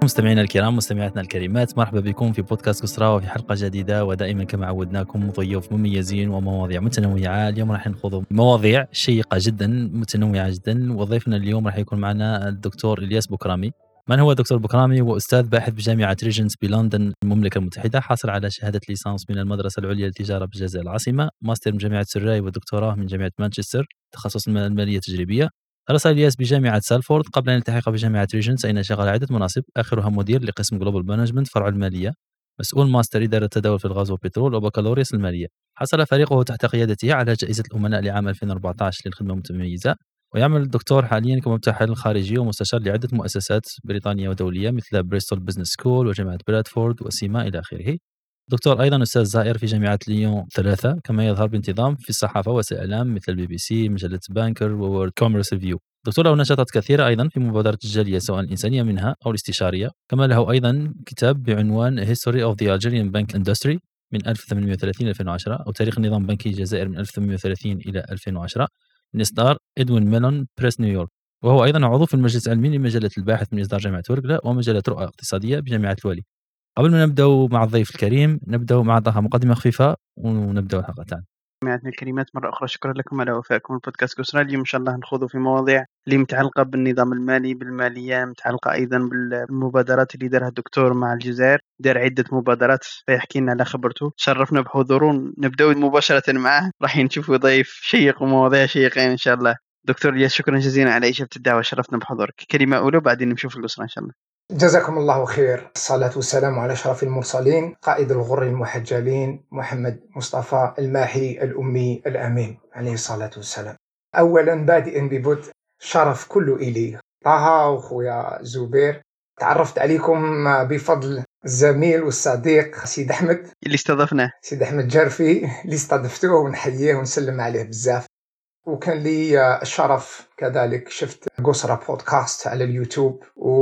مستمعينا الكرام مستمعاتنا الكريمات، مرحبا بكم في بودكاست كسرى وفي حلقة جديدة، ودائما كما عودناكم ضيوف مميزين ومواضيع متنوعة. اليوم راح نخوض مواضيع شيقة جدا متنوعة جدا، وضيفنا اليوم راح يكون معنا الدكتور إلياس بوكرامي. من هو الدكتور بوكرامي؟ هو أستاذ باحث بجامعة ريجنس بلندن المملكة المتحدة، حاصل على شهادة ليسانس من المدرسة العليا للتجارة بالجزائر العاصمة، ماستر من جامعة سراي، ودكتوراه من جامعة مانشستر تخصص المالية التجريبية. درس إلياس بجامعة سالفورد قبل أن يلتحق بجامعة ريجنس، أين شغل عدة مناصب، آخرها مدير لقسم جلوبال مانجمنت فرع المالية، مسؤول ماستر إدارة التداول في الغاز والبترول، وبكالوريوس المالية. حصل فريقه تحت قيادته على جائزة الأمناء لعام 2014 للخدمة المتميزة. ويعمل الدكتور حاليا كمبتحل خارجي ومستشار لعدة مؤسسات بريطانية ودولية مثل بريستول بزنس سكول وجامعة برادفورد وسيما إلى آخره. دكتور أيضا أستاذ زائر في جامعة ليون 3، كما يظهر بانتظام في الصحافة وسائل الإعلام مثل البي بي سي، مجلة بانكر، وورد كوميرس ريفيو. دكتور له نشاطات كثيرة أيضا في مبادرات الجالية سواء الإنسانية منها أو الاستشارية، كما له أيضا كتاب بعنوان History of the Algerian Bank Industry من 1830 إلى 2010، أو تاريخ النظام البنكي الجزائر من 1830 إلى 2010 من إصدار إدوين ميلون بريس نيويورك. وهو أيضا عضو في المجلس العلمي لمجلة الباحث من إصدار جامعة ورقلة ومجلة رؤى اقتصادية بجامعة الوالي. قبل ما نبدأ مع الضيف الكريم، نبدأ مع ضها مقدمة خفيفة ونبدأ الحلقة تاعنا. سمعتني الكلمات مرة أخرى، شكرا لكم على وفائكم البودكاست كسرى. اليوم إن شاء الله نخوض في مواضيع اللي متعلقة بالنظام المالي، بالمالية، متعلقة أيضا بالمبادرات اللي دارها الدكتور مع الجزائر. دار عدة مبادرات فيحكي لنا على خبرته. شرفنا بحضوره، نبدأ مباشرة معه. راح نشوفوا ضيف شيق ومواضيع شيقين إن شاء الله. دكتور إلياس، شكرا جزيلا على إجابة الدعوة، شرفنا بحضورك. كلمة أولى وبعدين نشوف الأسرة إن شاء الله. جزاكم الله خير. الصلاة والسلام على أشرف المرسلين، قائد الغر المحجلين، محمد مصطفى الماحي الأمي الأمين عليه الصلاة والسلام. أولا بادئ ببدء، شرف كله إلي طه وخويا زبير. تعرفت عليكم بفضل الزميل والصديق سيد أحمد اللي استضفناه، سيد أحمد جرفي، اللي استضفته ونحييه ونسلم عليه بزاف. وكان لي الشرف كذلك شفت قصرة بودكاست على اليوتيوب،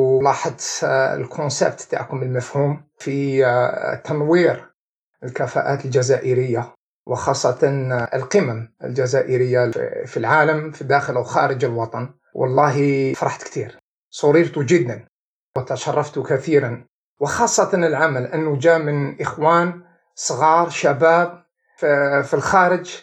ولاحظت الكونسبت تاعكم المفهوم في تنوير الكفاءات الجزائرية، وخاصة القمم الجزائرية في العالم، في داخل أو خارج الوطن. والله فرحت كثير، سررت جدا وتشرفت كثيرا، وخاصة العمل أنه جاء من إخوان صغار شباب في الخارج،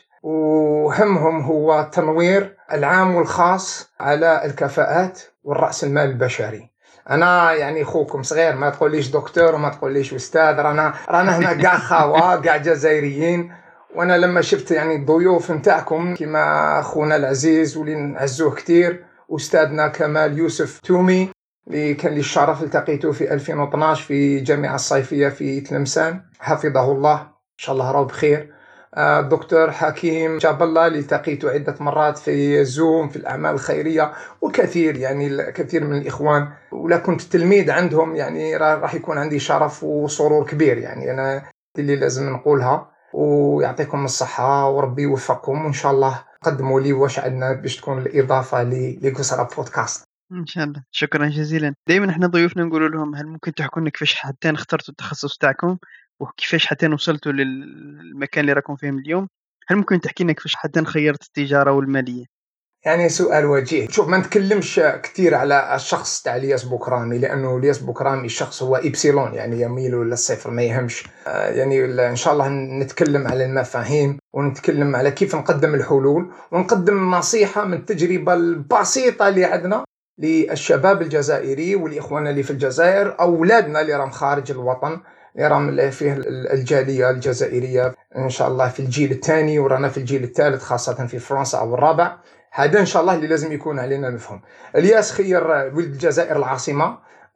وهمهم هو تنوير العام والخاص على الكفاءات والرأس المال البشري. أنا يعني أخوكم صغير، ما تقوليش دكتور وما تقوليش أستاذ، رانا هنا قاع خاوة، قاع جزائريين. وأنا لما شفت يعني الضيوف نتاعكم كما أخونا العزيز واللي نعزوه كتير أستاذنا كمال يوسف تومي، اللي كان لي الشرف التقيته في 2012 في جامعة الصيفية في تلمسان، حفظه الله، إن شاء الله راهو بخير. الدكتور حكيم جاب الله اللي التقيته عدة مرات في زوم في الأعمال الخيرية، وكثير يعني كثير من الإخوان، ولا كنت تلميذ عندهم، يعني راح يكون عندي شرف وسرور كبير. يعني أنا اللي لازم نقولها، ويعطيكم الصحة وربي يوفقكم، وإن شاء الله قدموا لي واش عندنا باش تكون الإضافة لقصرة بودكاست ان شاء الله. شكرا جزيلا. دائما احنا ضيوفنا نقول لهم هل ممكن تحكوا لنا كيفاش حتى اخترتوا التخصص تاعكم، وكيفاش حتى وصلتوا للمكان اللي راكم فيه اليوم؟ هل ممكن تحكي لنا كيفاش حتى خيرت التجاره والماليه؟ يعني سؤال وجيه. شوف، ما نتكلمش كتير على الشخص تاع إلياس بوكرامي، لأنه إلياس بوكرامي الشخص هو إبسيلون، يعني يميل للصفر ما يهمش. يعني إن شاء الله نتكلم على المفاهيم، ونتكلم على كيف نقدم الحلول، ونقدم نصيحة من التجربة البسيطة اللي عندنا للشباب الجزائري والإخوان اللي في الجزائر، أولادنا اللي راهم خارج الوطن، اللي راهم فيه الجالية الجزائرية إن شاء الله في الجيل الثاني، ورانا في الجيل الثالث خاصة في فرنسا أو الرابع. هذا إن شاء الله اللي لازم يكون علينا نفهم. إلياس خير ولد الجزائر العاصمة،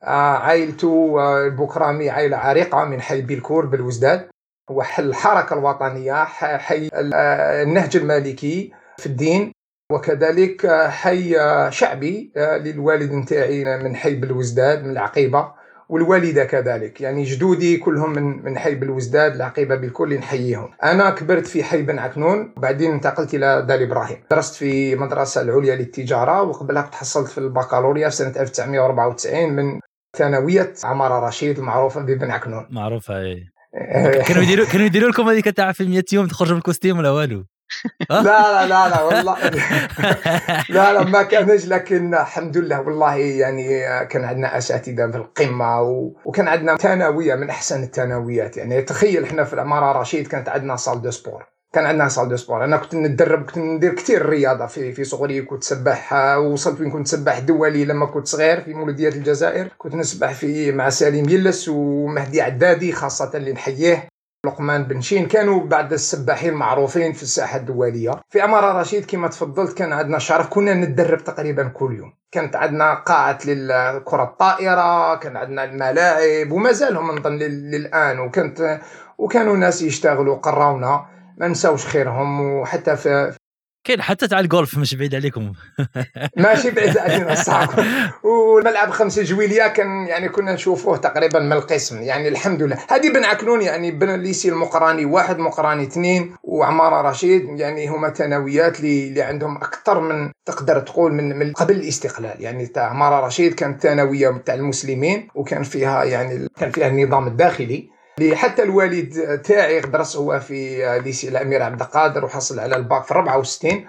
عائلته البوكرامي عائلة عريقة من حي بيلكور بالوزداد، هو حل الحركة الوطنية، حي النهج المالكي في الدين، وكذلك حي شعبي للوالد نتاعي من حي بالوزداد من العقيبة، والوالدة كذلك، يعني جدودي كلهم من حي بالوزداد العقيبة بالكل نحييهم. أنا كبرت في حي بن عكنون، وبعدين انتقلت إلى دار إبراهيم، درست في مدرسة العليا للتجارة، وقبلها تحصلت في البكالوريا في سنة 1994 من ثانوية عمارة رشيد المعروفة ببن عكنون. معروفة إيه. كانوا يديروا لكم هذيك تاع في 100 يوم تخرجوا بالكوستيم ولا والو؟ لا لا لا لا والله لا لا ما كانش، لكن الحمد لله والله يعني كان عندنا أساتذة في القمة، وكان عندنا ثانوية من أحسن الثانويات. يعني تخيل إحنا في العمارة رشيد كانت عندنا صال دو سبور، كان عندنا صال دو سبور. أنا كنت نتدرب، كنت ندير كتير رياضة في صغري. كنت سباح، وصلت وين كنت سباح دولي لما كنت صغير في مولوديات الجزائر. كنت نسبح مع سالم يلس ومهدي عدادي خاصة اللي نحييه، لقمان بن شين، كانوا بعد السباحين معروفين في الساحة الدولية. في عمارة رشيد كما تفضلت كان عندنا شرف، كنا نتدرب تقريبا كل يوم. كانت عندنا قاعة للكرة الطائرة، كان عندنا الملاعب وما زالهم من ضمن للآن، وكانوا ناس يشتغلوا قراونا ما نساوش خيرهم. وحتى كاين حتى تاع الجولف مش بعيد عليكم. ماشي بعيد علينا الصراحة. والملعب 5 جويلية كان يعني كنا نشوفوه تقريبا من القسم. يعني الحمد لله هذه بن عكنون، يعني بن الليسي المقراني 1 مقراني 2 وعمارة رشيد، يعني هما ثانويات اللي عندهم أكثر من تقدر تقول من قبل الاستقلال. يعني تاع عمارة رشيد كانت ثانوية تاع المسلمين، وكان فيها يعني كان فيها النظام الداخلي. حتى الوالد تاعي درس هو في ليسي الأمير عبد القادر وحصل على الباك في 64.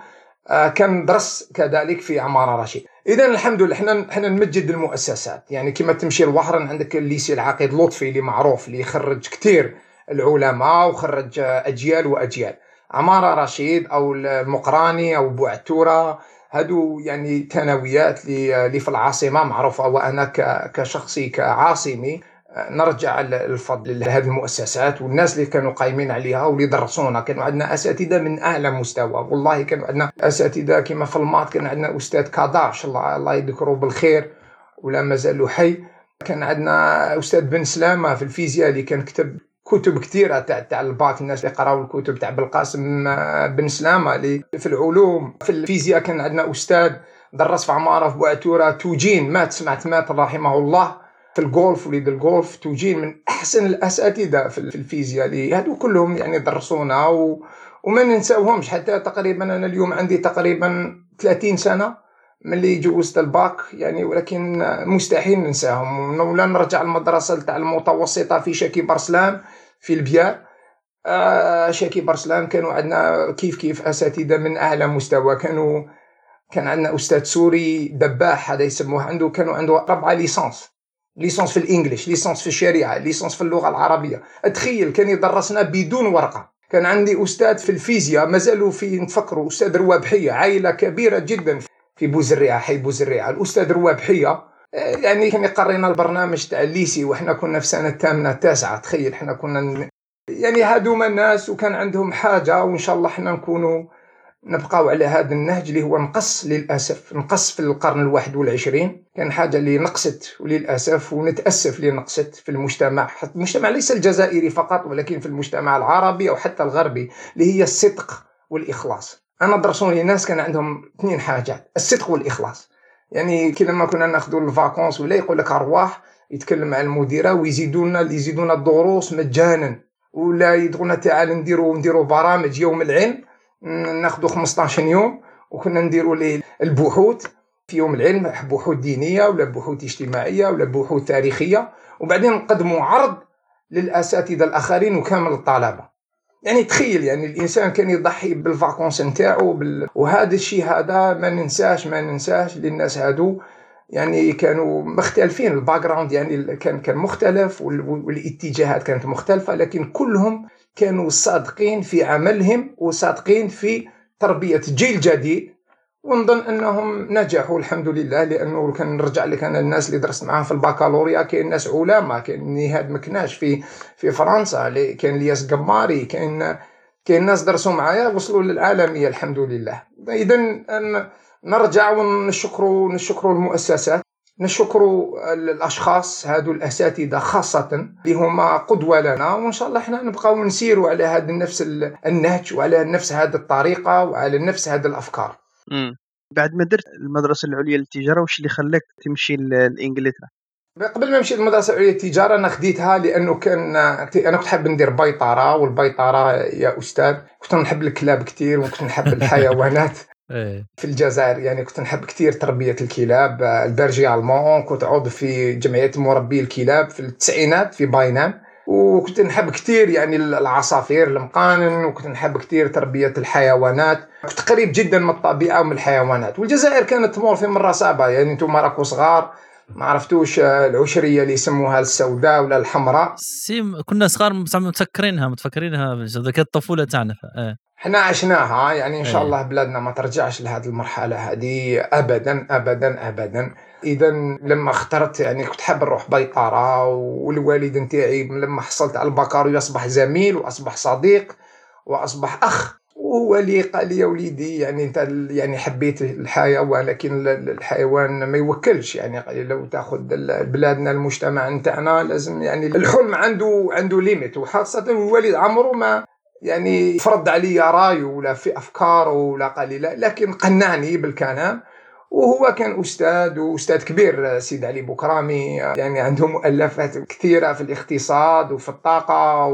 كان درس كذلك في عمارة رشيد. إذن الحمد لله احنا نمجد المؤسسات. يعني كما تمشي الوهران عندك الليسي العقيد لطفي اللي معروف، اللي يخرج كتير العلماء وخرج أجيال وأجيال. عمارة رشيد أو المقراني أو بوعتورة، هادو يعني ثانويات اللي في العاصمة معروفة. وأنا كشخصي كعاصمي نرجع الفضل لهذه المؤسسات والناس اللي كانوا قايمين عليها واللي درسونا. كانوا عندنا أساتذة من أعلى مستوى والله. كانوا عندنا أساتذة كما في المات، كان عندنا أستاذ كاداش الله يذكره بالخير ولا ما زال حي. كان عندنا أستاذ بن سلامة في الفيزياء اللي كان كتب كتب كثيرة تاع الباك. الناس اللي قراوا الكتب تاع بالقاسم بن سلامة اللي في العلوم. في الفيزياء كان عندنا أستاذ درس في عمارة في بوعتورة، توجين مات رحمه الله في الجولف، وليد الجولف. توجين من أحسن الأساتذة في الفيزياء اللي هادو كلهم يعني درسونا وما ننساوهمش. حتى تقريبا أنا اليوم عندي تقريبا 30 سنة من اللي جوزت الباك يعني، ولكن مستحيل ننساهم. ولا نرجع المدرسة تاع المتوسطة في شاكي برسلان في البيار. شاكي برسلان كانوا عندنا كيف أساتذة من أعلى مستوى. كان عندنا أستاذ سوري دباح هذا يسموه، كانوا عنده 4 ليسانس في الإنجليش، ليسانس في الشريعة، ليسانس في اللغة العربية. أتخيل كان يدرسنا بدون ورقة. كان عندي أستاذ في الفيزياء ما زالوا في نتفكروا، أستاذ روابحية، عائلة كبيرة جدا في بوزريعة، حي بوزريعة. الأستاذ روابحية يعني كان يقرينا البرنامج تاع الليسي وإحنا كنا في سنة 8 9. تخيل إحنا كنا يعني هادوما الناس وكان عندهم حاجة، وإن شاء الله إحنا نبقاو على هذا النهج اللي هو نقص. للأسف نقص في القرن 21 كان حاجة اللي نقصت، وللأسف ونتأسف اللي نقصت في المجتمع ليس الجزائري فقط ولكن في المجتمع العربي أو حتى الغربي، اللي هي الصدق والإخلاص. أنا درسوني ناس كان عندهم 2 حاجات، الصدق والإخلاص. يعني لما كنا ناخذوا الفاكونس ولا يقول لك أرواح يتكلم مع المديرة ويزيدونا الدروس مجانا، ولا يدغونا تعال نديروا برامج يوم العلم، ناخذوا 15 يوم وكنا نديروا ليه البحوث في يوم العلم، بحوث دينية ولا بحوث اجتماعية ولا بحوث تاريخية، وبعدين نقدموا عرض للأساتذة الآخرين وكامل الطلبة. يعني تخيل يعني الإنسان كان يضحي بالفاكونس نتاعو وهذا الشيء هذا ما ننساش للناس هادو. يعني كانوا مختلفين الباك جراوند، يعني كان مختلف والاتجاهات كانت مختلفة، لكن كلهم كانوا صادقين في عملهم وصادقين في تربية جيل جديد. ونظن أنهم نجحوا الحمد لله، لأنه كان نرجع لك أنا الناس اللي درست معاهم في البكالوريا كاين ناس علماء، كاين نهاد مكناش في فرنسا، كاين لياس قماري، كاين ناس درسوا معايا وصلوا للعالمية الحمد لله. إذن نرجع ونشكروا المؤسسات، نشكروا الأشخاص هادو الأساتذة خاصة اللي هما قدوة لنا، وإن شاء الله إحنا نبقى نسيروا على هذا نفس النهج وعلى نفس هذه الطريقة وعلى نفس هذه الأفكار. بعد ما درت المدرسة العليا للتجارة وش اللي خلاك تمشي لإنجلترا؟ قبل ما نمشي للمدرسة العليا للتجارة أنا خديتها لأنه أنا كنت حاب ندير بيطرة، والبيطرة يا أستاذ كنت نحب الكلاب كتير وكنت نحب الحيوانات في الجزائر. يعني كنت نحب كتير تربية الكلاب، البرجي ألمان. كنت عضو في جمعية مربي الكلاب في التسعينات في باينام. وكنت نحب كتير يعني العصافير المقانن، وكنت نحب كتير تربية الحيوانات، كنت قريب جدا من الطبيعة ومن الحيوانات. والجزائر كانت تمر في مرة صعبة، يعني انتم راكو صغار ما عرفتوش العشرية اللي يسموها السوداء ولا الحمراء. كنا صغار متفكرينها كانت الطفولة تاعنا. احنا عشناها، يعني ان شاء أيه. الله بلادنا ما ترجعش لهذه المرحلة هذه ابدا ابدا ابدا. اذا لما اخترت يعني كنت حاب نروح بيطارة، والوالد نتاعي لما حصلت على البكالوريا اصبح زميل واصبح صديق واصبح اخ، وهو اللي قال لي يا وليدي يعني انت يعني حبيت الحيوان، لكن الحيوان ما يوكلش، يعني لو تاخذ بلادنا المجتمع نتاعنا لازم يعني الحلم عنده ليميت، وخاصة الوالد عمره ما يعني فرض علي رايه ولا في أفكاره ولا قليلة، لكن قنعني بالكلام. وهو كان أستاذ كبير سيد علي بكرامي، يعني عنده مؤلفات كثيرة في الاقتصاد وفي الطاقة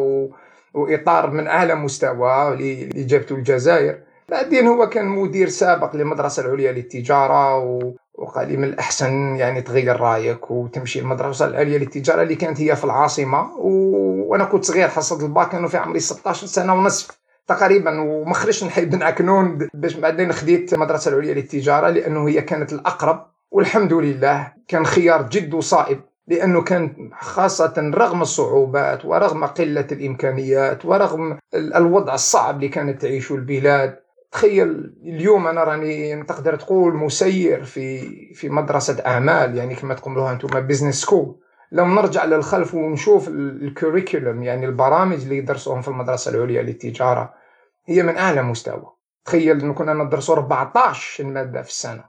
وإطار من أعلى مستوى اللي جابته الجزائر. بعدين هو كان مدير سابق للمدرسة العليا للتجارة، وقال لي من الأحسن يعني تغير رأيك وتمشي المدرسة العليا للتجارة اللي كانت هي في العاصمة. وأنا كنت صغير، حصلت الباك كانوا في عمري 16 سنة ونصف تقريبا، ومخرجت نحي بن عكنون، باش بعدين خديت المدرسة العليا للتجارة لأنه هي كانت الأقرب. والحمد لله كان خيار جد صائب، لأنه كان خاصة رغم الصعوبات ورغم قلة الإمكانيات ورغم الوضع الصعب اللي كانت تعيشه البلاد. تخيل اليوم أنا راني تقدر تقول مسير في مدرسة أعمال، يعني كما تقولوها أنتم بيزنس سكول. لو نرجع للخلف ونشوف الكوريكولوم، يعني البرامج اللي يدرسوهم في المدرسة العليا للتجارة هي من أعلى مستوى. تخيل أنه كنا ندرسوا 14 مادة في السنة،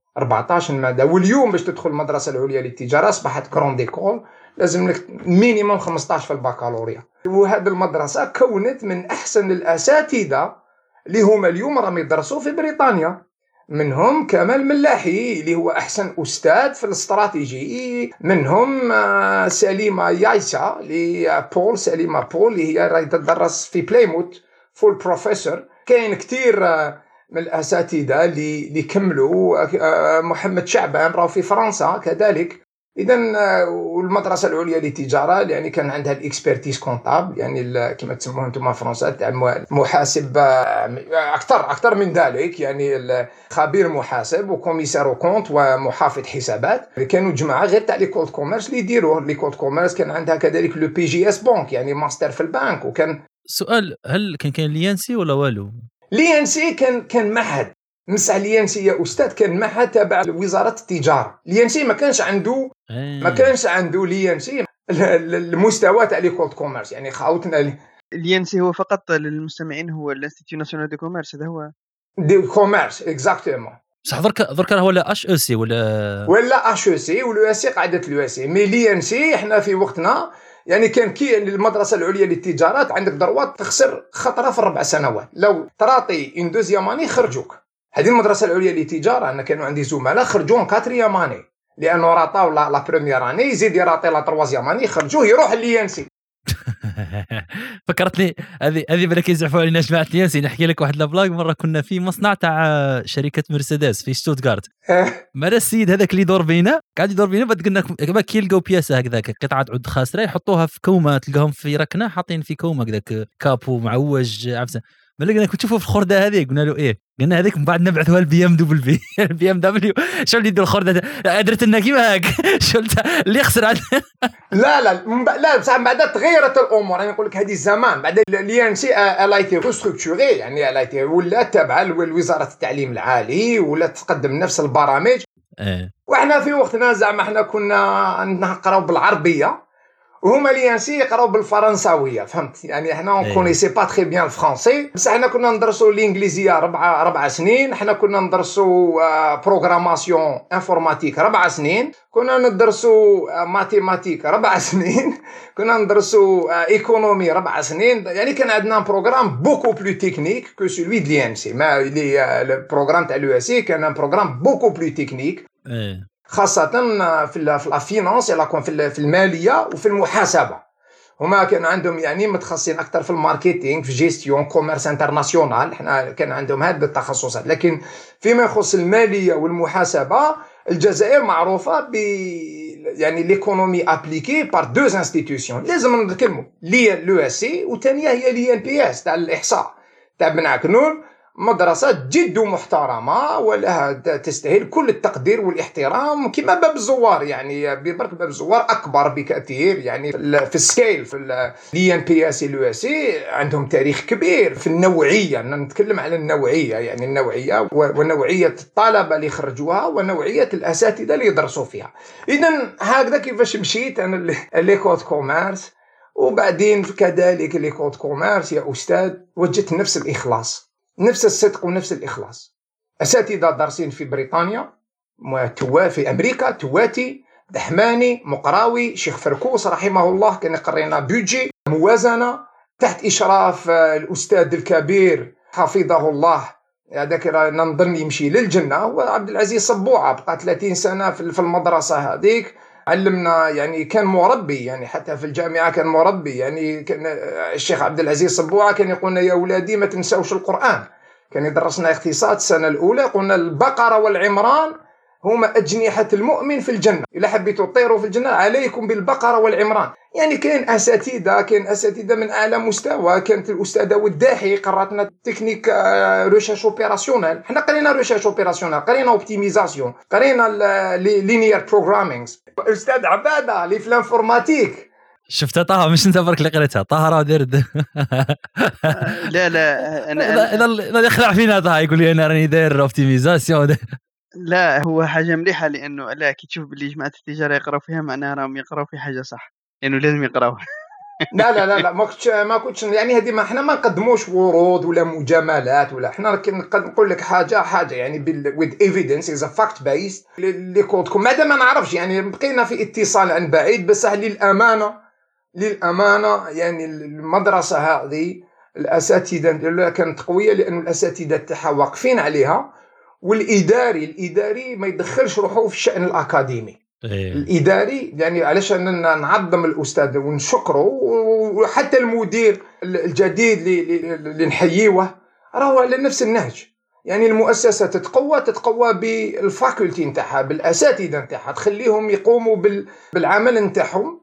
14 مادة. واليوم باش تدخل المدرسة العليا للتجارة أصبحت كروند ديكول، لازم لك مينيموم 15 في البكالوريا. وهذه المدرسة كونت من أحسن الأساتذة اللي هم اليوم راهم يدرسوا في بريطانيا، منهم كمال ملاحي اللي هو أحسن أستاذ في الاستراتيجي، منهم سليمة يايسا سليمة بول اللي هي راهي تدرس في بلايموت فول بروفيسور. كاين كتير من الأساتذة اللي كملوا، محمد شعبان راه في فرنسا كذلك. إذا والمدرسة العليا للتجارة يعني كان عندها الإكسبرتيز كونتابل، يعني كما تسموه أنتم فرنسا تاع محاسب، أكثر من ذلك، يعني خبير محاسب وكوميسار كونت ومحافظ حسابات. كانوا جماعة غير تاع ليكول كوميرس اللي يديروه. ليكول كوميرس كان عندها كذلك لو بي جي اس بانك، يعني ماستر في البنك. وكان سؤال، هل كان ليانسي ولا والو؟ ليانسي كان معهد مسع ليانسي يا أستاذ، كان معهد تابع وزارة التجارة. ليانسي ما كانش عنده ليانسي المستوى تاع ليكول كوميرس، يعني خاوتنا اليانسي هو فقط للمستمعين هو الانستيتيو ناسيونال دو كوميرس، هذا هو دي كوميرس اكزاكتومون. صح، درك هو لا اش او سي ولا اش او سي ولو اس سي قاعده لو اس سي. مي ليانسي احنا في وقتنا يعني كان كي المدرسه العليا للتجارات عندك دروات تخسر خطره في 4 سنوات، لو تراطي اون دوزيام اني خرجوك. هذه المدرسه العليا للتجاره انا كانوا عندي زملاء خرجون 4 اني لانه راطاو لا بريمير اني، يزيد يراطي لا 3 اني، خرجوه يروح ليانسي. فكرتني هذه بالك يزعفوا علينا جماعه ليانسي. نحكي لك واحد لابلاغ. مره كنا في مصنع تاع شركه مرسيدس في شتوتغارت، مالا السيد هذاك اللي يدور بينا قاعد يدور بينا، بعد قلنا كي يلقاو بياسه هكذاك قطعه عود خاسره يحطوها في كومه، تلقاهم في ركنه حاطين في كومه هكذاك كابو معوج عفسه. مالا قلنا كنت تشوفوا في الخرده هذه، قلنا له ايه، قلنا هذيك من بعد نبعثوها البي ام دبليو. البي ام دبليو شو اللي يدير الخرده درت لنا كيما هاك شو اللي يخسر لا بصح بعد تغيرت الامور. انا نقول لك هذه الزمان بعد ليانسي الايتي ريستركتوري، يعني الايتي ولا تابعه لوزاره التعليم العالي ولا تقدم نفس البرامج. واحنا في وقتنا زعما احنا كنا نقراو بالعربيه وهما ليانسي يقراو بالفرنساويه، فهمت؟ يعني احنا كونيسي با تري بيان الفرنسي، بس احنا كنا ندرسوا الانجليزيه 4 سنين، احنا كنا ندرسوا بروغراماسيون انفورماتيك 4 سنين، كنا ندرسوا ماتيماتيك 4 سنين، كنا ندرسوا ايكونومي 4 سنين. يعني كان عندنا بروغرام بوكو بلو تكنيك كو سولوي دو ليانسي. ما لي البروغرام تاع لو اس سي كان بروغرام بوكو بلو تكنيك، خاصة في الفينانس، في المالية وفي المحاسبة. هما كان عندهم يعني متخصصين أكثر في الماركتينغ، في جيستيون كوميرس انترناسيونال، احنا كان عندهم هذه التخصصات. لكن فيما يخص المالية والمحاسبة الجزائر معروفة يعني l'économie appliquée par deux institutions لازم نتكلموا لي l'ESC وثانيه هي لي NPS تاع الإحصاء تاع بن عكنون. مدرسة جد محترمة ولها تستاهل كل التقدير والاحترام كما باب الزوار، يعني ببرك باب الزوار أكبر بكثير يعني في السكيل في لي ان بي اس لو اس عندهم تاريخ كبير في النوعية. نتكلم على النوعية، يعني النوعية ونوعية الطلبة اللي خرجوها ونوعية الأساتذة اللي يدرسوا فيها. إذن هكذا كيفاش مشيت أنا ليكول كوميرس، وبعدين كذلك ليكول كوميرس يا أستاذ وجدت نفس الإخلاص، نفس الصدق ونفس الإخلاص. أساتذة دارسين في بريطانيا، في أمريكا، تواتي، دحماني، مقراوي، شيخ فركوس رحمه الله، كان قرينا بيجي موازنة تحت إشراف الأستاذ الكبير حفظه الله، هذاك نظن يمشي للجنة، هو عبد العزيز صبوعة، بقى 30 سنة في المدرسة هذيك، علمنا يعني كان مربي، يعني حتى في الجامعة كان مربي. يعني كان الشيخ عبد العزيز صبوعة كان يقولنا يا أولادي ما تنسوش القرآن، كان يدرسنا اقتصاد السنة الأولى، قلنا البقرة والعمران هما أجنحة المؤمن في الجنة، إذا حبيتوا تطيروا في الجنة عليكم بالبقرة والعمران. يعني كان أساتذة من أعلى مستوى. كانت الأستاذة والداحي قرأتنا تكنيك ريشيرش اوبيراسيونيل، حنا قرينا ريشيرش اوبيراسيونيل، قرينا اوبتيميزاسيون، قرينا لينير بروغرامينغ. أستاذ عبادة لي في الانفورماتيك. شفتها طه، مش انت برك اللي قريتها، طه راه دير لا انا يخلع فينا طه، يقول لي انا راني داير اوبتيميزاسيون. لا هو حاجة مليحة، لأنه لا كي تشوف باللي جماعة التجارة يقراو فيها معناها راهم يقراو في حاجة صح، لأنه يعني لازم يقراو. لا ما كنتش يعني هذه، ما احنا ما نقدموش ورود ولا مجاملات ولا، احنا نقول لك حاجه يعني with evidence is a fact based اللي كودكم مادام ما نعرفش، يعني بقينا في اتصال عن بعيد. بس للامانه يعني المدرسه هذه الاساتذه كانت قويه، لأن الاساتذه تاعها واقفين عليها، والاداري ما يدخلش روحه في الشأن الاكاديمي. الإداري يعني علشان نعظم الأستاذ ونشكره، وحتى المدير الجديد اللي نحييه راهو على نفس النهج. يعني المؤسسة تتقوى بالفاكولتي نتاعها، بالأساتذة نتاعها، تخليهم يقوموا بالعمل نتاعهم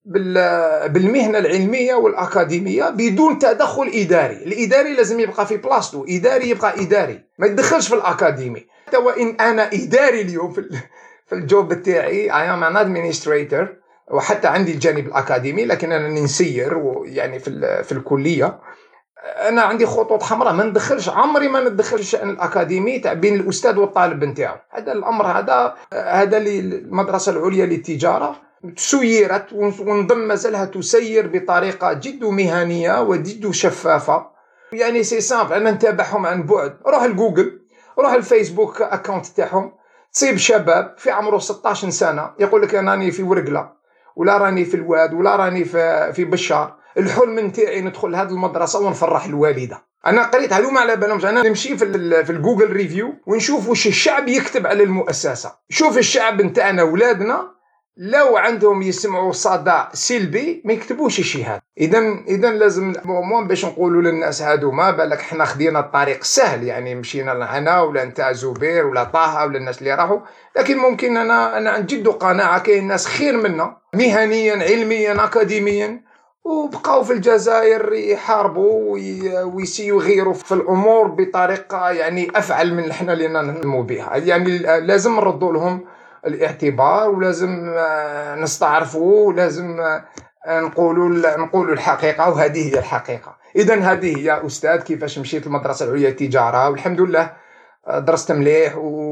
بالمهنة العلمية والأكاديمية بدون تدخل إداري. الإداري لازم يبقى في بلاصته، إداري يبقى إداري، ما يدخلش في الأكاديمي. حتى وإن أنا إداري اليوم في الجوب بتاعي I am an administrator، وحتى عندي الجانب الأكاديمي، لكن أنا نسير يعني في الكلية أنا عندي خطوط حمراء، ما ندخلش، عمري ما ندخل الشأن الأكاديمي تاع بين الأستاذ والطالب نتاعو. هذا الأمر هذا المدرسة العليا للتجارة سيرت، ونظن ما زالها تسير بطريقة جد مهنية وجد شفافة. يعني سي سامبل، أنا نتابعهم عن بعد، روح الجوجل، روح الفيسبوك أكاونت تاعهم، تصيب شباب في عمره 16 سنة يقول لك أنا راني في ورقلة، ولا راني في الواد، ولا راني في بشار، الحلم نتاعي ندخل هذه المدرسة ونفرح الوالدة. أنا قريت هلوم على بالهم، أنا نمشي في الجوجل ريفيو ونشوف وش الشعب يكتب على المؤسسة. شوف الشعب نتاعنا ولادنا لو عندهم يسمعوا صدى سلبي ما يكتبوش شي هذا. إذن لازم مو باش نقولوا للناس هادو ما بالك حنا خدينا الطريق السهل، يعني مشينا أنا ولا نتاع زبير ولا طه ولا الناس اللي راحوا، لكن ممكن أنا عن جد قناعة كاين ناس خير منا مهنيا علميا أكاديميا، وبقاو في الجزائر يحاربوا ويسيو يغيروا في الأمور بطريقة يعني أفعل من احنا اللي ننمو بها. يعني لازم نردوا لهم الاعتبار، ولازم نستعرفوا، ولازم نقولوا الحقيقة، وهذه هي الحقيقة. إذن هذه هي أستاذ كيفاش مشيت المدرسة العليا للتجارة، والحمد لله درست مليح،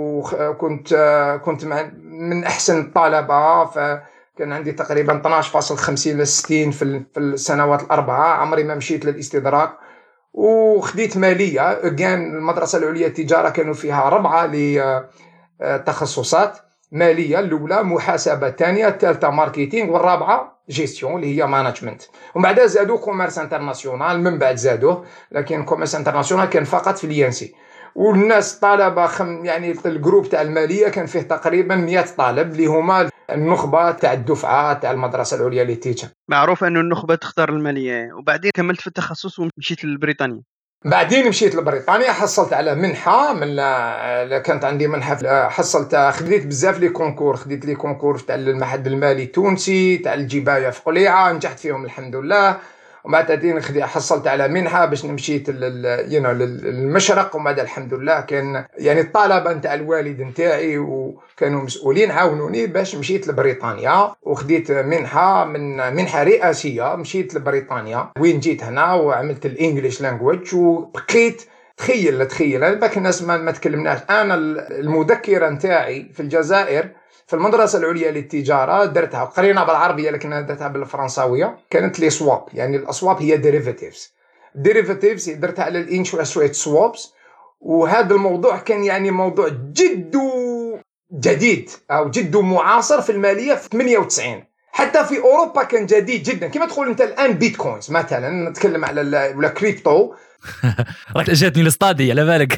وكنت من أحسن الطلبة، فكان عندي تقريبا 12.50 ل 60 في السنوات الأربعة، عمري ما مشيت للاستدراك. وخديت مالية، كان المدرسة العليا للتجارة كانوا فيها 4 تخصصات، مالية الأولى، محاسبة الثانية، الثالثة ماركتينغ، والرابعة جيستيون اللي هي مانجمنت. ومن بعد زادوا كوميرس انترناسيونال، من بعد زادوه، لكن كوميرس انترناسيونال كان فقط في اليانسي. والناس طلبة يعني الجروب تاع المالية كان فيه تقريبا 100 طالب اللي هما النخبة تاع الدفعة تاع المدرسة العليا للتجارة. معروف أنه النخبة تختار المالية. وبعدين كملت في التخصص ومشيت لبريطانيا. بعدين مشيت لبريطانيا، حصلت على منحة من كانت عندي منحة، حصلت خديت بزاف لي كونكور، خديت لي كونكور تاع المعهد المالي التونسي تاع الجباية في قليعة، نجحت فيهم الحمد لله. وبعدين حصلت على منحة باش نمشيت للمشرق، وبعد الحمد لله كان يعني الطلبة نتاع الوالد نتاعي وكانوا مسؤولين عاونوني باش مشيت لبريطانيا، وخديت منحة رئاسية، مشيت لبريطانيا وين جيت هنا وعملت الانجليش لانجويج وبقيت. تخيل انا باك الناس ما تكلمناش. انا المذكرة نتاعي في الجزائر في المدرسة العليا للتجارة درتها قرينا بالعربية لكن درتها بالفرنساوية، كانت لي سواب. يعني الأسواب هي derivatives درتها على الانترست ريت سوابس. وهذا الموضوع كان يعني موضوع جد جديد أو جد معاصر في المالية في 98. حتى في أوروبا كان جديد جدا، كما تقول أنت الآن بيتكوينز مثلا، نتكلم على ولا كريبتو. راك جاتني الاستادي على بالك.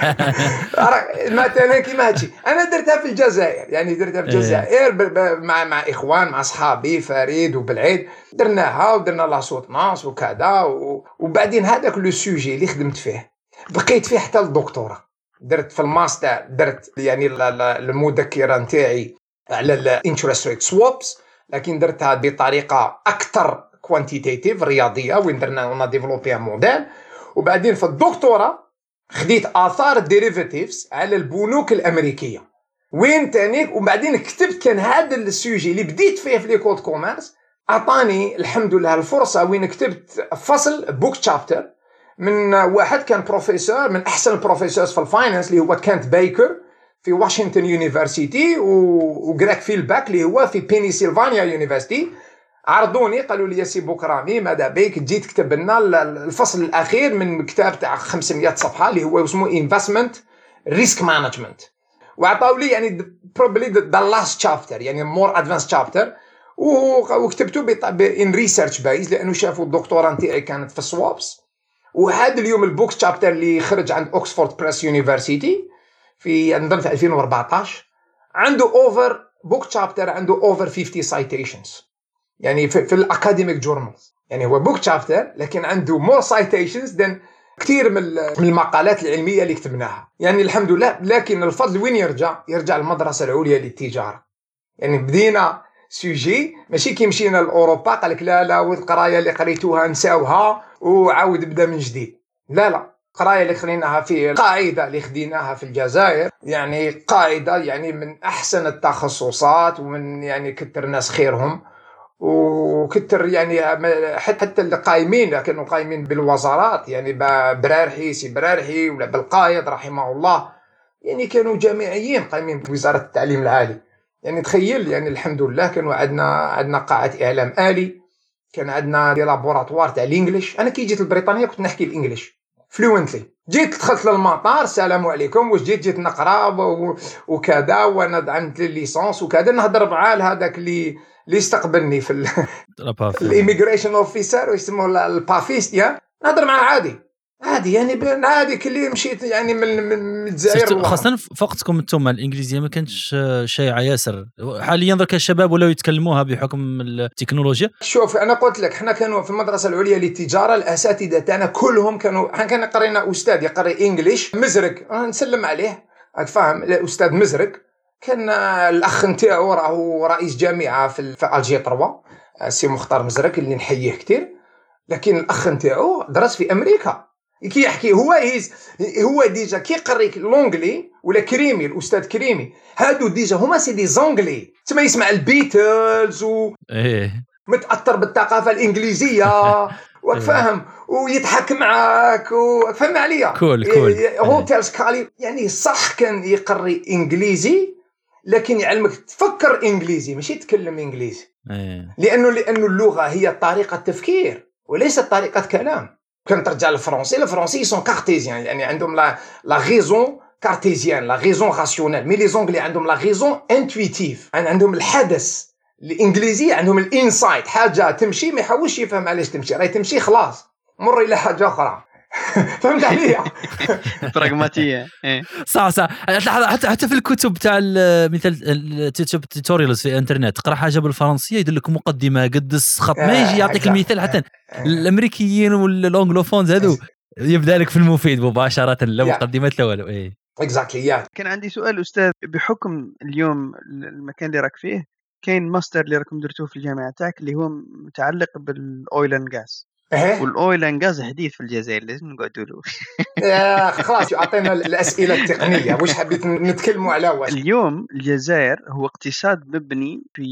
مثلا كيما هادشي انا درتها في الجزائر، يعني درتها في الجزائر مع اخوان مع اصحابي فريد وبالعيد، درناها ودرنا لا سوتناس وكذا. وبعدين هذاك لو سوجي اللي خدمت فيه بقيت فيه حتى الدكتوراه. درت في الماستر، درت يعني المذكره نتاعي على الانترست ريت سوابس، لكن درتها بطريقه اكثر كوانتيتيف رياضيه، وين درنا ديفلوبي موديل. وبعدين في الدكتوراه خديت آثار الديريفاتيفز على البنوك الأمريكية وين تانيك. وبعدين كتبت، كان هذا السوجي اللي بديت فيه في ليكول كوميرس أعطاني الحمد لله الفرصة وين كتبت فصل بوك شابتر من واحد كان بروفيسور من أحسن البروفيسورز في الفاينانس اللي هو كانت بايكر في واشنطن يونيفرسيتي، وغراك فيلباك اللي هو في بينيسيلفانيا يونيفرسيتي. عرضوني قالوا لي يا سي بوكرامي ماذا بيك تجي تكتب لنا الفصل الاخير من كتاب تاع 500 صفحه اللي هو اسمه انفستمنت ريسك مانجمنت، وعطاو لي يعني probably the last chapter يعني more advanced chapter، وكتبته in research base لانه شافوا الدكتوراه نتاعي كانت في السوابس. وهذا اليوم البوك شابتر اللي خرج عند اوكسفورد بريس يونيفرسيتي في نظن في 2014 عنده اوفر بوك شابتر عنده اوفر 50 citations يعني في الأكاديميك جورنالز. يعني هو بوك شابتر لكن عنده مور سايتيشنز ذن كثير من المقالات العلمية اللي كتبناها. يعني الحمد لله. لكن الفضل وين يرجع المدرسة العليا للتجارة. يعني بدينا سوجي ماشي كي مشينا لأوروبا قال لك لا والقراية اللي قريتوها نساوها وعاود بدا من جديد. لا قراية اللي خليناها في قاعدة اللي خديناها في الجزائر، يعني قاعدة يعني من أحسن التخصصات، ومن يعني كتر ناس خيرهم وكتر يعني حتى اللي قايمين كانوا قايمين بالوزارات، يعني برارحي ولا بالقايد رحمه الله، يعني كانوا جامعيين قايمين بوزارة التعليم العالي. يعني تخيل يعني الحمد لله كانوا عندنا قاعة إعلام آلي، كان عندنا دي لابوراتوار تاع الانجليش. انا كي جيت لبريطانيا كنت نحكي الانجليش فلوينتلي. جيت دخلت للمطار السلام عليكم واش جيت نقرا وكذا، وانا عملت الليسانس وكذا، نهضر مع هذاك اللي استقبلني في الإيميغريشن أوفيسر ويسموه البافيست، نهضر معاه عادي يعني عادي كلي مشيت يعني من الجزائر. خاصة في وقتكم انتم الإنجليزية ما كانتش شائعة ياسر، حاليا ذاك الشباب ولاو يتكلموها بحكم التكنولوجيا. شوف أنا قلت لك حنا كانوا في المدرسة العليا للتجارة الأساتذة تاعنا كلهم كان قرينا أستاذ يقري إنجليش مزرق، نسلم عليه فاهم الأستاذ مزرق، كان الأخ نتاعو راهو رئيس جامعة في ألجي 3 سي مختار مزرق اللي نحييه كتير، لكن الأخ نتاعو درس في أمريكا. كي يحكي هو ديجا كي يقريك لونجلي ولا كريمي الأستاذ كريمي هادو ديجا هما سي دي زونجلي، تسمى يسمع البيتلز متأثر بالثقافة الإنجليزية وفهم ويضحك معاك وفهم عليا كول هوتيل سكالي. يعني صح كان يقري إنجليزي لكن يعلمك تفكر إنجليزي ماشي تتكلم إنجليزي، لأنه اللغة هي طريقة تفكير وليست طريقة كلام. كان ترجع الفرنسي سون كارتيزيان، يعني عندهم لا غيزون كارتيزيان لا غيزون راسيونيل، مي لي زونغلي عندهم لا غيزون انتويتيف، عندهم الحدث. الانجليزي عندهم الانسايت، حاجه تمشي ما يحاولش يفهم علاش تمشي، راهي تمشي خلاص مر الى حاجه اخرى. فهمت عليا؟ براغماتيه. صح حتى في الكتب تاع مثل التوتوريالز في الانترنت تقرا حاجه بالفرنسيه يدير لك مقدمه قدس خط ما يجي يعطيك المثال. حتى الامريكيين والانجلوفونز هذو يبدا لك في المفيد مباشره، لا Yeah. مقدمه لا والو. ايه Exactly. Yeah. كان عندي سؤال أستاذ، بحكم اليوم المكان اللي راك فيه كاين ماستر اللي راكم درتوه في الجامعة تاعك اللي هو متعلق بالأويل أند غاز، إيه. والأويل أند غاز حديث في الجزائر لازم نقعدوا له. خلاص أعطينا الأسئلة التقنية، وش حبيت نتكلموا على واش؟ اليوم الجزائر هو اقتصاد مبني في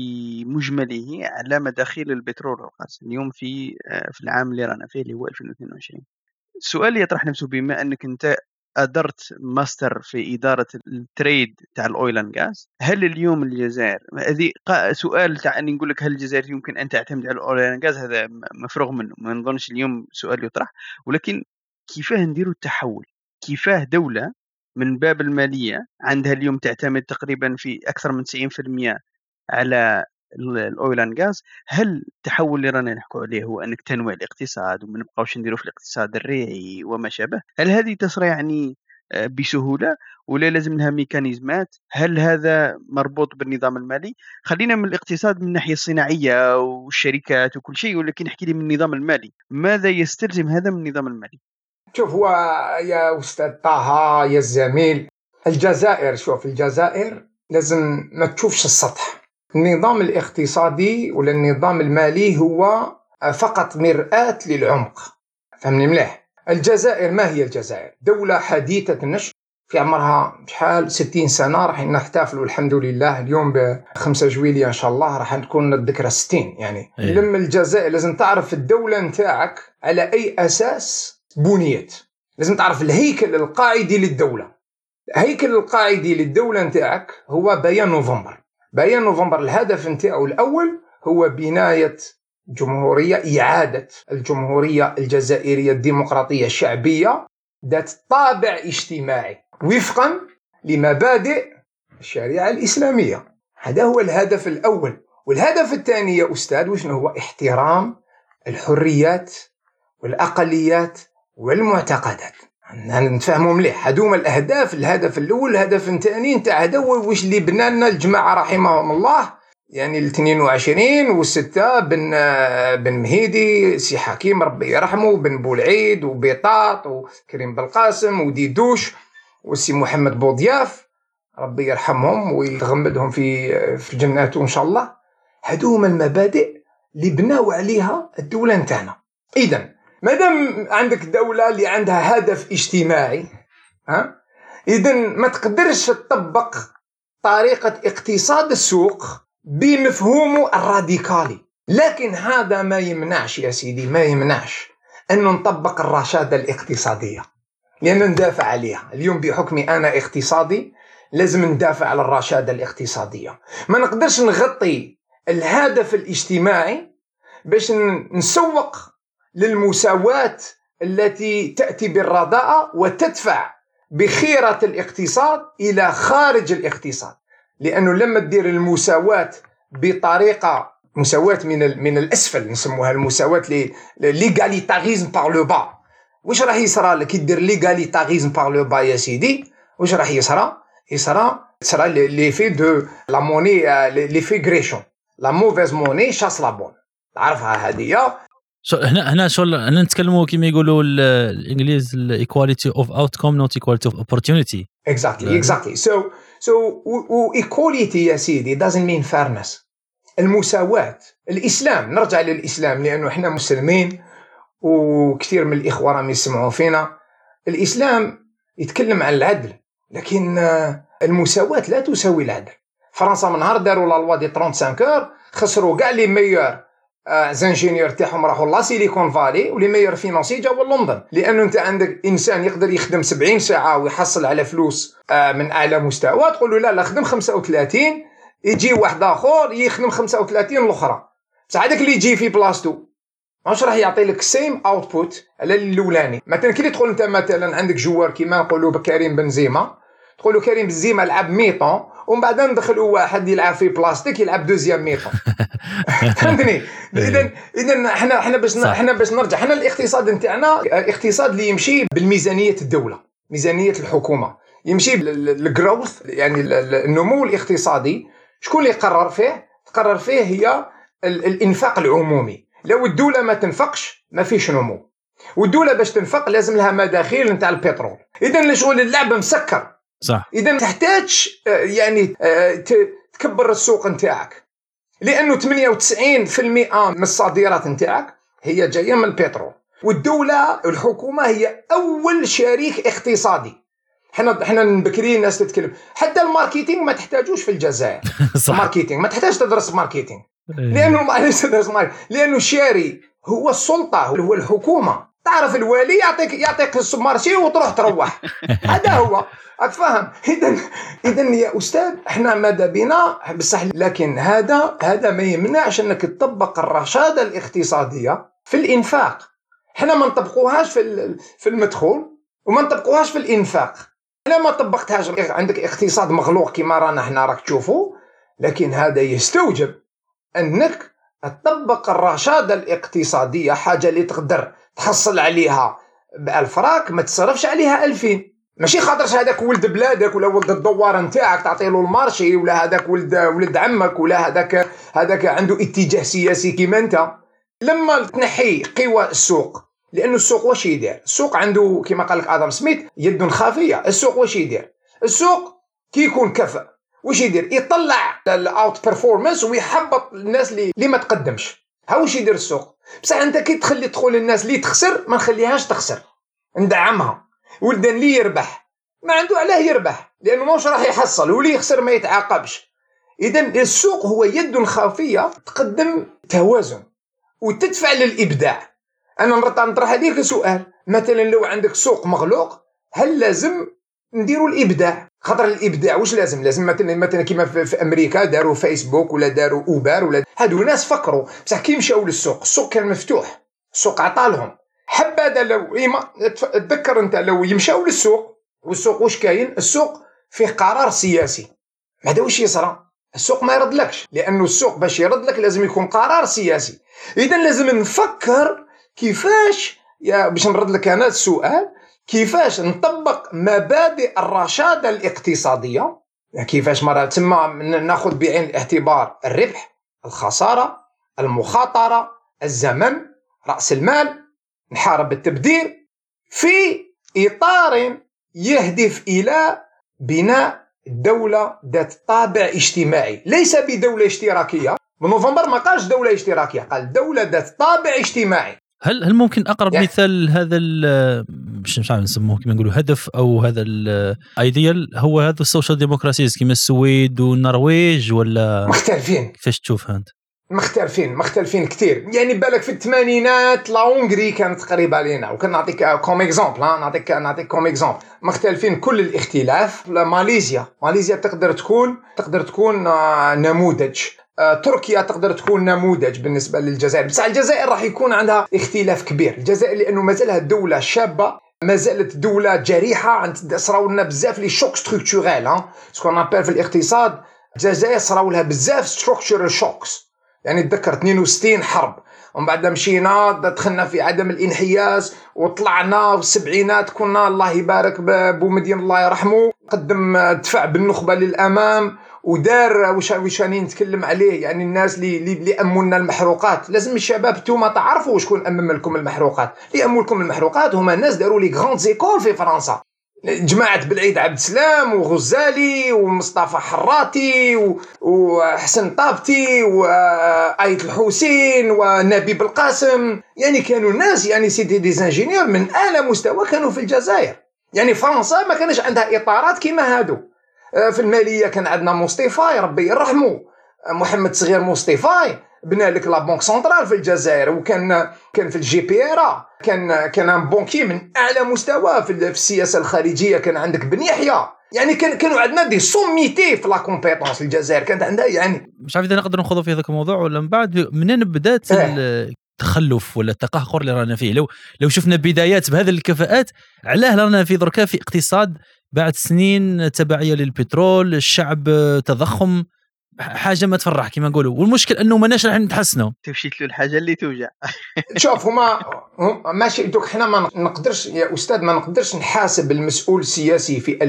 مجمله على مداخيل البترول والغاز اليوم في العام اللي رانا فيه اللي هو 2022. السؤال اللي يطرح نفسه بما أنك أنت أدرت ماستر في إدارة التريد تاع الأويل أند غاز، هل اليوم الجزائر هذه سؤال تاع أني نقول لك هل الجزائر يمكن أن تعتمد على الأويل أند غاز، هذا مفروغ منه، ما نظنش اليوم سؤال يطرح، ولكن كيفاه نديروا التحول؟ كيفاه دولة من باب المالية عندها اليوم تعتمد تقريبا في أكثر من 90% على الأويل أند غاز، هل التحول اللي رانا نحكوا عليه هو أنك تنويع الاقتصاد وما نبقاوش نديروا في الاقتصاد الريعي وما شابه، هل هذه تصرى يعني بسهولة ولا لازم لها ميكانيزمات؟ هل هذا مربوط بالنظام المالي؟ خلينا من الاقتصاد من الناحية الصناعية والشركات وكل شيء، ولكن احكي لي من النظام المالي، ماذا يستلزم هذا من النظام المالي؟ شوف، هو يا أستاذ طه يا الزميل، الجزائر، شوف الجزائر لازم ما تشوفش السطح. النظام الاقتصادي ولا النظام المالي هو فقط مرآة للعمق، فهمني مليح. الجزائر ما هي الجزائر؟ دولة حديثة النشأ في عمرها شحال 60 سنة، راح نحتفلوا الحمد لله اليوم ب5 جويلية إن شاء الله راح تكون الذكرى 60 يعني. لما الجزائر لازم تعرف الدولة نتاعك على أي أساس بنيت، لازم تعرف الهيكل القاعدي للدولة. الهيكل القاعدي للدولة نتاعك هو بيان نوفمبر. بيان نوفمبر الهدف نتاعو الأول هو بناية جمهورية، إعادة الجمهورية الجزائرية الديمقراطية الشعبية ذات طابع اجتماعي وفقا لمبادئ الشريعة الإسلامية. هذا هو الهدف الأول. والهدف الثاني يا أستاذ وشنو هو؟ احترام الحريات والأقليات والمعتقدات. نتفهموا مليح، هذوما الأهداف. الهدف الأول، الهدف الثاني نتاع هذا هو واش اللي بنانا الجماعة رحمهم الله، يعني 22 و6 بن مهيدي، سي حكيم ربي يرحمه، بن بولعيد وبيطاط وكريم بالقاسم وديدوش وسي محمد بوضياف ربي يرحمهم ويتغمدهم في جناته إن شاء الله. هذوما المبادئ اللي بناو عليها الدولة نتاعنا. إذن مادام عندك دولة اللي عندها هدف اجتماعي، إذن ما تقدرش تطبق طريقة اقتصاد السوق بمفهومه الراديكالي. لكن هذا ما يمنعش يا سيدي، ما يمنعش أن نطبق الرشادة الاقتصادية، لأن ندافع عليها. اليوم بحكمي أنا اقتصادي لازم ندافع على الرشادة الاقتصادية. ما نقدرش نغطي الهدف الاجتماعي باش نسوق للمساواة التي تأتي بالرضاءة وتدفع بخيرة الاقتصاد إلى خارج الاقتصاد. لأنه لما تدير المساواة بطريقة مساواة من الأسفل، نسموها المساواة ليغاليتاريزم بار لو با، واش راح يصرى لك؟ يدير ليغاليتاريزم بار لو با يا سيدي، واش راح يصرى ليفي دو لا موني، ليفي غريشون، لا موفيز موني شاس لا بون، تعرفها هذه. هنا هنا نتكلموا كما يقولوا الانجليز الايكواليتي اوف اوتكم نوت ايكواليتي اوف اوبورتونيتي. exactly so equality يا سيدي doesn't mean fairness. المساواة، الإسلام، نرجع للإسلام لأنه إحنا مسلمين وكثير من الإخوة راهم يسمعوا فينا. الإسلام يتكلم عن العدل، لكن المساواة لا تساوي العدل. فرنسا من نهار داروا لا لوا دي 35 اور خسروا كاع لي ميور زانجينيور تاعهم راحوا لا سيليكون فالي، ولي ميور فينانسي جاوا لندن. لانه انت عندك انسان يقدر يخدم 70 ساعه ويحصل على فلوس من اعلى مستوى، تقول له لا خدم 35، يجي واحد اخر يخدم 35 الاخرى، بصح هذاك اللي يجي في بلاصتو واش راح يعطي لك سيم اوتبوت على الاولاني. مثلا كي تقول انت مثلا عندك جوار كيما نقولوا كريم بنزيما، تقول له كريم بنزيما لعب ميطون ومن بعد ندخلوا واحد يلعب في بلاستيك يلعب دوزيام ميطون. فهمتني؟ اذا احنا باش نرجع، احنا الاقتصاد نتاعنا اقتصاد اللي يمشي بالميزانيه الدوله، ميزانيه الحكومه، يمشي بالجروث يعني النمو الاقتصادي. شكون اللي يقرر فيه؟ تقرر فيه هي الانفاق العمومي. لو الدوله ما تنفقش ما فيش نمو. والدولة باش تنفق لازم لها مداخيل نتاع البترول. إذن لشغل اللعب مسكر. صح. إذن تحتاج يعني تكبر السوق نتاعك، لأنه 98% من الصادرات نتاعك هي جاية من البترول، والدولة الحكومة هي أول شريك اقتصادي. احنا بكري الناس تتكلم حتى الماركتينج ما تحتاجوش في الجزائر. الماركتينج ما تحتاج تدرس ماركتينج، لأنه الشاري هو السلطة، هو الحكومة. تعرف الوالي يعطيك السوبرمارشي وتروح تروح. هذا هو أتفهم. إذن يا أستاذ احنا ماذا بنا بصح، لكن هذا ما يمنعش أنك تطبق الرشادة الاقتصادية في الإنفاق. احنا ما نطبقوهاش في المدخول وما نطبقوهاش في الإنفاق. أنا ما طبقتهاش. عندك اقتصاد مغلوق كما رانا احنا راك تشوفوا، لكن هذا يستوجب أنك تطبق الرشادة الاقتصادية، حاجة اللي تقدر تحصل عليها ب1000 راك ما تصرفش عليها 2000. ماشي خاطرش هذاك ولد بلادك ولا ولد الدوار نتاعك تعطيله المارشي، ولا هذاك ولد عمك، ولا هذاك عنده اتجاه سياسي كيما انت. لما تنحي قوى السوق، لأنه السوق واش يدير؟ السوق عنده كما قال لك آدم سميث يد خافية. السوق واش يدير؟ السوق كي يكون كفء واش يدير؟ يطلع الاوت بيرفورمانس ويحبط الناس اللي ما تقدمش. ها واش يدير السوق. بصح انت كي تدخل الناس اللي تخسر ما نخليهاش تخسر، ندعمها. ولدان اللي يربح ما عنده علاه يربح، لانه ماهوش راح يحصل، واللي يخسر ما يتعاقبش. اذا السوق هو يد خافيه تقدم توازن وتدفع للابداع. انا نطرح هذيك سؤال، مثلا لو عندك سوق مغلوق هل لازم نديروا الابداع؟ خاطر الابداع واش لازم مثلا كيما في امريكا داروا فيسبوك ولا داروا اوبر ولا هادو ناس فكروا، بصح كي مشاو للسوق السوق كان مفتوح، السوق عطالهم. حب هذا لو تذكر انت لو يمشاو للسوق، والسوق واش كاين؟ السوق فيه قرار سياسي. هذا واش يصرى؟ السوق ما يردلكش، لانه السوق باش يردلك لازم يكون قرار سياسي. اذا لازم نفكر كيفاش باش نرد لك انا السؤال، كيفاش نطبق مبادئ الرشادة الاقتصادية. كيفاش مرة تما ناخذ بعين الاعتبار الربح، الخسارة، المخاطرة، الزمن، رأس المال، نحارب التبذير في إطار يهدف إلى بناء دولة ذات طابع اجتماعي، ليس بدولة اشتراكية. بنوفمبر ما قالش دولة اشتراكية، قال دولة ذات طابع اجتماعي. هل ممكن اقرب مثال هذا مش عارف نسموه كما نقولوا هدف او هذا الايديال هو هذا السوشيال ديموكراسيز كما السويد والنرويج، ولا مختلفين؟ كيفاش تشوف انت؟ مختلفين كتير. يعني بالك في الثمانينات لا هونغري كانت قريبه لنا، وكان نعطيك كوم اكزامبل، نعطيك كوم اكزامبل. مختلفين كل الاختلاف. ماليزيا تقدر تكون نموذج. تركيا تقدر تكون نموذج بالنسبة للجزائر. بس الجزائر راح يكون عندها اختلاف كبير. الجزائر لأنه ما زالها دولة شابة، ما زالت دولة جريحة، صراو لنا بزاف لي شوك ستركتورال، سكون نابيل في الاقتصاد. الجزائر صراو لها بزاف ستركتورال شوكس. يعني تذكر 62 حرب، ومن بعد مشينا دخلنا في عدم الانحياز، وطلعنا في السبعينات كنا الله يبارك بومدين الله يرحمه قدم دفع بالنخبة للأمام، ودار واش راني نتكلم عليه. يعني الناس اللي امنا المحروقات، لازم الشباب توما تعرفوا شكون امم لكم المحروقات. اللي اموا لكم المحروقات هما ناس داروا لي غراند زيكول في فرنسا، جماعة بالعيد عبد السلام وغزالي ومصطفى حراتي وحسن طابتي وآية الحسين ونبيب القاسم. يعني كانوا ناس يعني سيدي ديزانجينيور من أعلى مستوى كانوا في الجزائر. يعني فرنسا ما كانش عندها إطارات كما هادو. في المالية كان عندنا مصطفى ربي يرحمه، محمد صغير مصطفى بنى لك لا بنك سنترال في الجزائر، وكان في الجي بي ار كان بنكي من اعلى مستوى في السياسه الخارجيه. كان عندك بن يحيى، يعني كانوا عندنا دي سوميتي في لا كومبيتونس. الجزائر كانت عندها يعني مش عارف اذا نقدر نخوضوا في هذا الموضوع ولا من بعد. منين بدات التخلف ولا التقهقر اللي رانا فيه؟ لو شفنا بدايات بهذه الكفاءات، علاه رانا في دركا في اقتصاد بعد سنين تبعيه للبترول، الشعب تضخم، حاجه ما تفرح كما نقولوا. والمشكل انه ماناش راح نتحسنوا. تمشيت له الحاجه اللي توجع. شوف هما ماشي دوك. حنا ما نقدرش يا استاذ، ما نقدرش نحاسب المسؤول السياسي في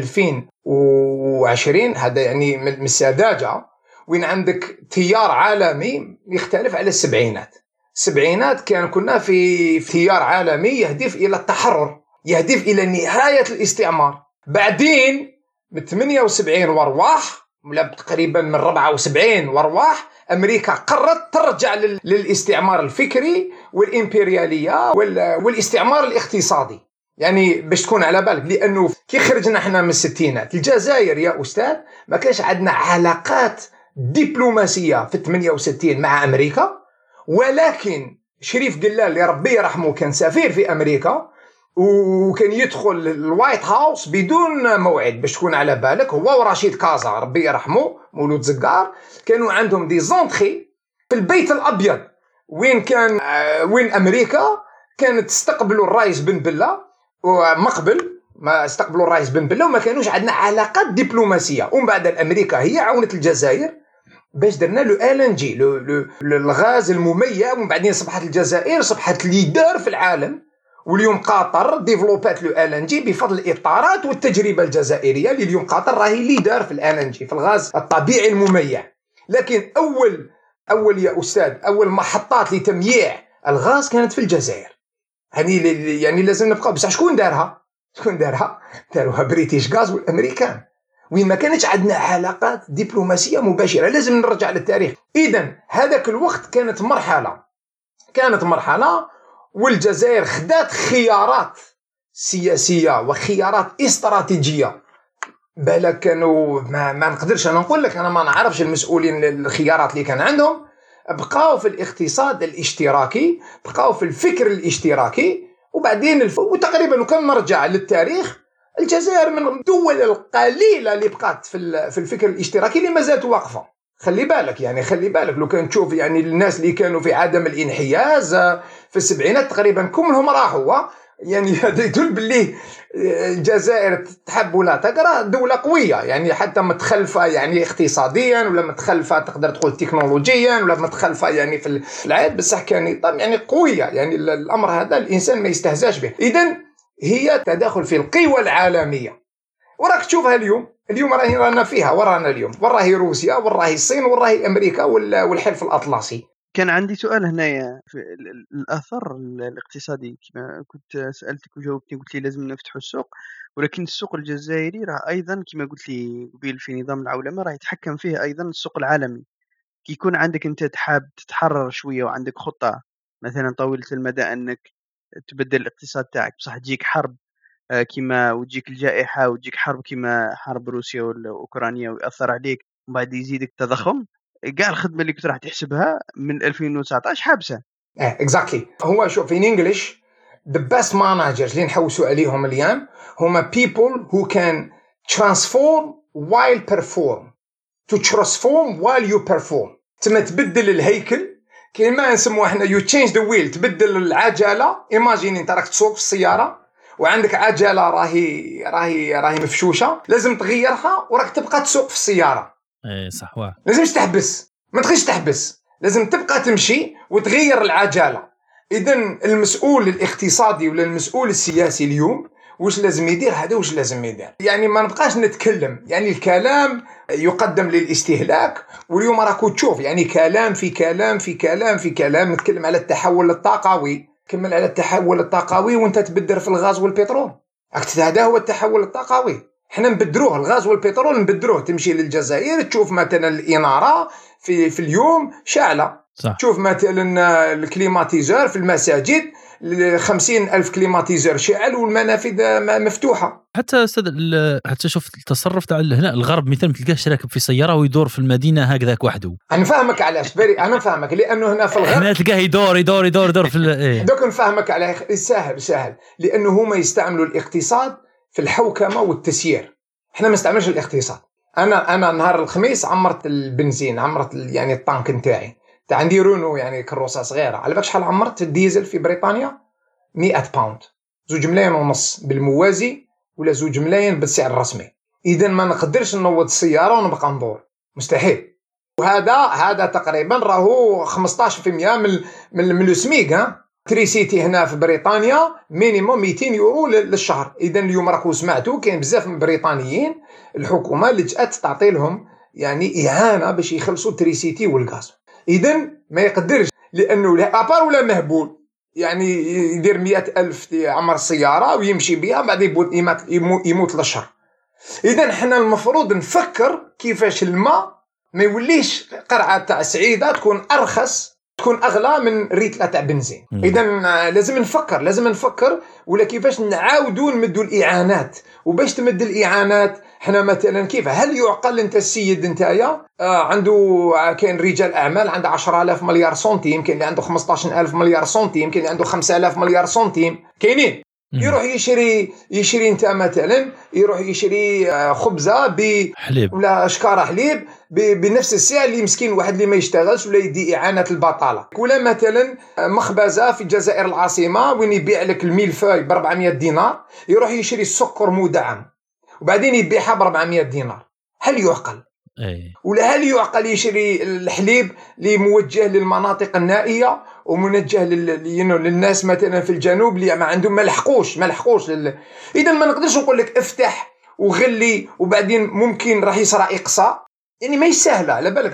2020 هذا يعني من السذاجه، وين عندك تيار عالمي يختلف على السبعينات. السبعينات كنا في تيار عالمي يهدف إلى التحرر، يهدف إلى نهاية الاستعمار. بعدين من 78 ورواح، ولا تقريبا من 74 ورواح، أمريكا قررت ترجع للاستعمار الفكري والإمبريالية والاستعمار الاقتصادي. يعني باش تكون على بالك، لأنه كي خرجنا احنا من الستينات الجزائر يا أستاذ ما كانش عندنا علاقات دبلوماسية في 68 مع أمريكا، ولكن شريف قلال اللي ربي يرحمه كان سفير في أمريكا وكان يدخل الوايت هاوس بدون موعد. باش تكون على بالك هو ورشيد كازا ربي يرحمه مولود زقار كانوا عندهم دي زونتري في البيت الأبيض، وين أمريكا كانت تستقبلوا الرئيس بن بلة، ومقبل ما استقبلوا الرئيس بن بلة وما كانوش عندنا علاقات دبلوماسية. ومن بعد أمريكا هي عاونت الجزائر باش درنا له LNG الغاز المميع، ومن بعدين صبحت الجزائر صبحت ليدر في العالم. واليوم قطر ديفلوبات له LNG بفضل الإطارات والتجربة الجزائرية، اللي اليوم قطر راهي ليدر في LNG في الغاز الطبيعي المميع. لكن أول يا أستاذ أول محطات لتمييع الغاز كانت في الجزائر. يعني لازم نبقى. بس شكون دارها؟ داروها بريتيش غاز والأمريكان، وين ما كانتش عندنا علاقات دبلوماسية مباشرة. لازم نرجع للتاريخ. إذن هذاك الوقت كانت مرحلة والجزائر خدات خيارات سياسية وخيارات استراتيجية. بالك كانوا ما نقدرش أنا نقول لك، أنا ما نعرفش المسؤولين الخيارات اللي كان عندهم. بقاو في الاقتصاد الاشتراكي، بقاو في الفكر الاشتراكي، وبعدين وتقريبا وكان نرجع للتاريخ الجزائر من الدول القليلة اللي بقات في الفكر الاشتراكي اللي ما زالت واقفة. خلي بالك لو كان تشوف يعني الناس اللي كانوا في عدم الانحياز في السبعينات تقريبا كلهم راحوا. يعني هذا يدل باللي الجزائر تحب ولا تقرأ دولة قوية، يعني حتى متخلفة يعني اقتصاديا، ولا متخلفة تقدر تقول تكنولوجيا، ولا متخلفة يعني في العيد، بصح كان يعني قوية. يعني الأمر هذا الإنسان ما يستهزاش به. إذن هي تداخل في القوى العالمية، وراك تشوفها اليوم رانا فيها. ورانا اليوم وراهي روسيا، وراهي الصين، وراهي أمريكا والحلف الأطلسي. كان عندي سؤال هنايا في الأثر الاقتصادي. كما كنت سألتك وجاوبتني قلت لي لازم نفتحوا السوق، ولكن السوق الجزائري راه أيضا كما قلت لي قبيل في نظام العولمة راه يتحكم فيه أيضا السوق العالمي. كي يكون عندك أنت تحاب تتحرر شوية وعندك خطة مثلا طويلة المدى أنك تبدل الاقتصاد تاعك، بصح تجيك حرب كما وتجيك الجائحة وتجيك حرب كما حرب روسيا والأوكرانيا ويأثر عليك، ومن بعد يزيدك تضخم، كاع الخدمة اللي كنت راح تحسبها من 2019 حابسة. exactly. هو شوف in English the best managers اللي نحوسوا عليهم اليوم هما people who can transform while perform. to transform while you perform. تبدل الهيكل كما نسموه احنا you change the wheel. تبدل العجلة. imagine انت راك تسوق في السيارة وعندك عجلة راهي مفشوشة، لازم تغيرها وراك تبقى تسوق في السيارة. صح. واحد لازم تحبس، ما تخليش تحبس، لازم تبقى تمشي وتغير العجلة. إذن المسؤول الاقتصادي ولا المسؤول السياسي اليوم وش لازم يدير هذا وش لازم يدير. يعني ما نبقاش نتكلم، يعني الكلام يقدم للاستهلاك. واليوم راكو تشوف يعني كلام في كلام في كلام في كلام. نتكلم على التحول الطاقوي، كمل على التحول الطاقوي وانت تبدر في الغاز والبترول. هذا هو التحول الطاقوي. احنا نبدروه الغاز والبترول، نبدروه. تمشي للجزائر تشوف مثلا الإنارة في اليوم شاعلة. صح. تشوف مثلا الكليماتيزور في المساجد 50,000 كليماتيزور شعل والمنافذ مفتوحة. حتى حتى شوف التصرف تاع هنا الغرب مثلا تلقاه راكب في سيارة ويدور في المدينة هكذاك وحده. أنا فاهمك علاش أنا فاهمك لأنه هنا في الغرب هنا تلقاه يدور في دوك نفهمك على سهل لأنه هما يستعملوا الاقتصاد في الحوكمة والتسيير. احنا ما نستعملش الاقتصاد. أنا نهار الخميس عمرت البنزين، عمرت يعني الطانك نتاعي عندي رونو يعني كروسة صغيرة. على بالك شحال عمرت الديزل في بريطانيا؟ 100 باوند، 2.5 ملايين بالموازي ولا 2 ملايين بالسعر الرسمي. إذا ما نقدرش نوض السيارة ونبقى ندور، مستحيل. وهذا تقريبا راهو 15% من السميق. تريسيتي هنا في بريطانيا مينيموم 200 يورو للشهر. إذا اليوم راكو سمعتوا كاين بزاف من البريطانيين الحكومة اللي جات تعطي لهم يعني إعانة باش يخلصوا التريسيتي والغاز. إذن ما يقدرش لانه لا ابار ولا مهبول، يعني يدير 100,000 عمر السياره ويمشي بها بعد يموت للشر. اذا حنا المفروض نفكر كيفاش الماء ما يوليش قرعه تاع سعيده تكون ارخص، تكون اغلى من ريتله تاع بنزين. اذا لازم نفكر ولا كيفاش نعاودوا نمدوا الاعانات. وباش تمد الاعانات حنا مثلا كيف، هل يعقل انت السيد نتايا عنده كاين رجال اعمال عنده 10,000 مليار سنتيم، كاين اللي عنده 15,000 مليار سنتيم، كاين اللي عنده 5,000 مليار سنتيم، كاينين يروح يشري انت مثلا يروح يشري خبزه حليب ولا شكاره حليب بنفس السعر اللي مسكين واحد اللي ما يشتغلش ولا يدي اعانه البطاله. ولا مثلا مخبزه في الجزائر العاصمه وين يبيع لك الميلفاي ب 400 دينار يروح يشري السكر مدعم وبعدين يبيعها ب 400 دينار. هل يعقل؟ ولا هل يعقل يشري الحليب اللي موجه للمناطق النائيه وموجه للناس مثلا في الجنوب اللي ما عندهم ما لحقوش اذا ما نقدرش نقول لك افتح وغلي وبعدين ممكن راح يصرى اقصاء، يعني ما سهله. على بالك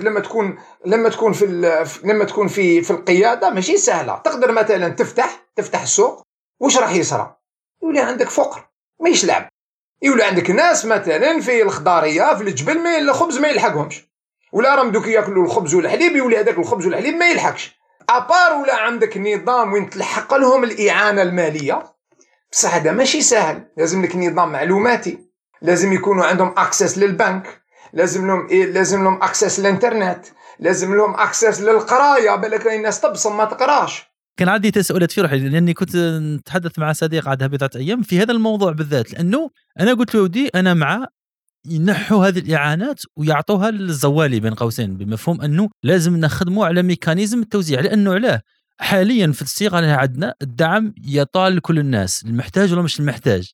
لما تكون في القياده ماشي سهله. تقدر مثلا تفتح السوق، واش راح يصرى؟ يولي عندك فقر ماهيش لعب، يولي عندك ناس مثلا في الخضاريه في الجبل ما الخبز ما يلحقهمش، ولا راهم دوك ياكلوا الخبز والحليب يولي هذاك الخبز والحليب ما يلحقش. ابار ولا عندك نظام وين تلحق لهم الاعانه الماليه، بصح هذا ماشي سهل. لازم لك نظام معلوماتي، لازم يكونوا عندهم اكسس للبنك، لازم لهم اكسس للانترنت، لازم لهم اكسس للقرايه. بالك الناس تبصم ما تقراش. كان عندي تساؤلات في روحي لاني كنت نتحدث مع صديق عندها بضعه ايام في هذا الموضوع بالذات، لانه انا قلت له ودي انا مع ينحوا هذه الاعانات ويعطوها للزوالي بين قوسين، بمفهوم انه لازم نخدموا على ميكانيزم التوزيع. لانه علاه حاليا في الصيغه اللي عندنا الدعم يطال لكل الناس، المحتاج ولا مش المحتاج،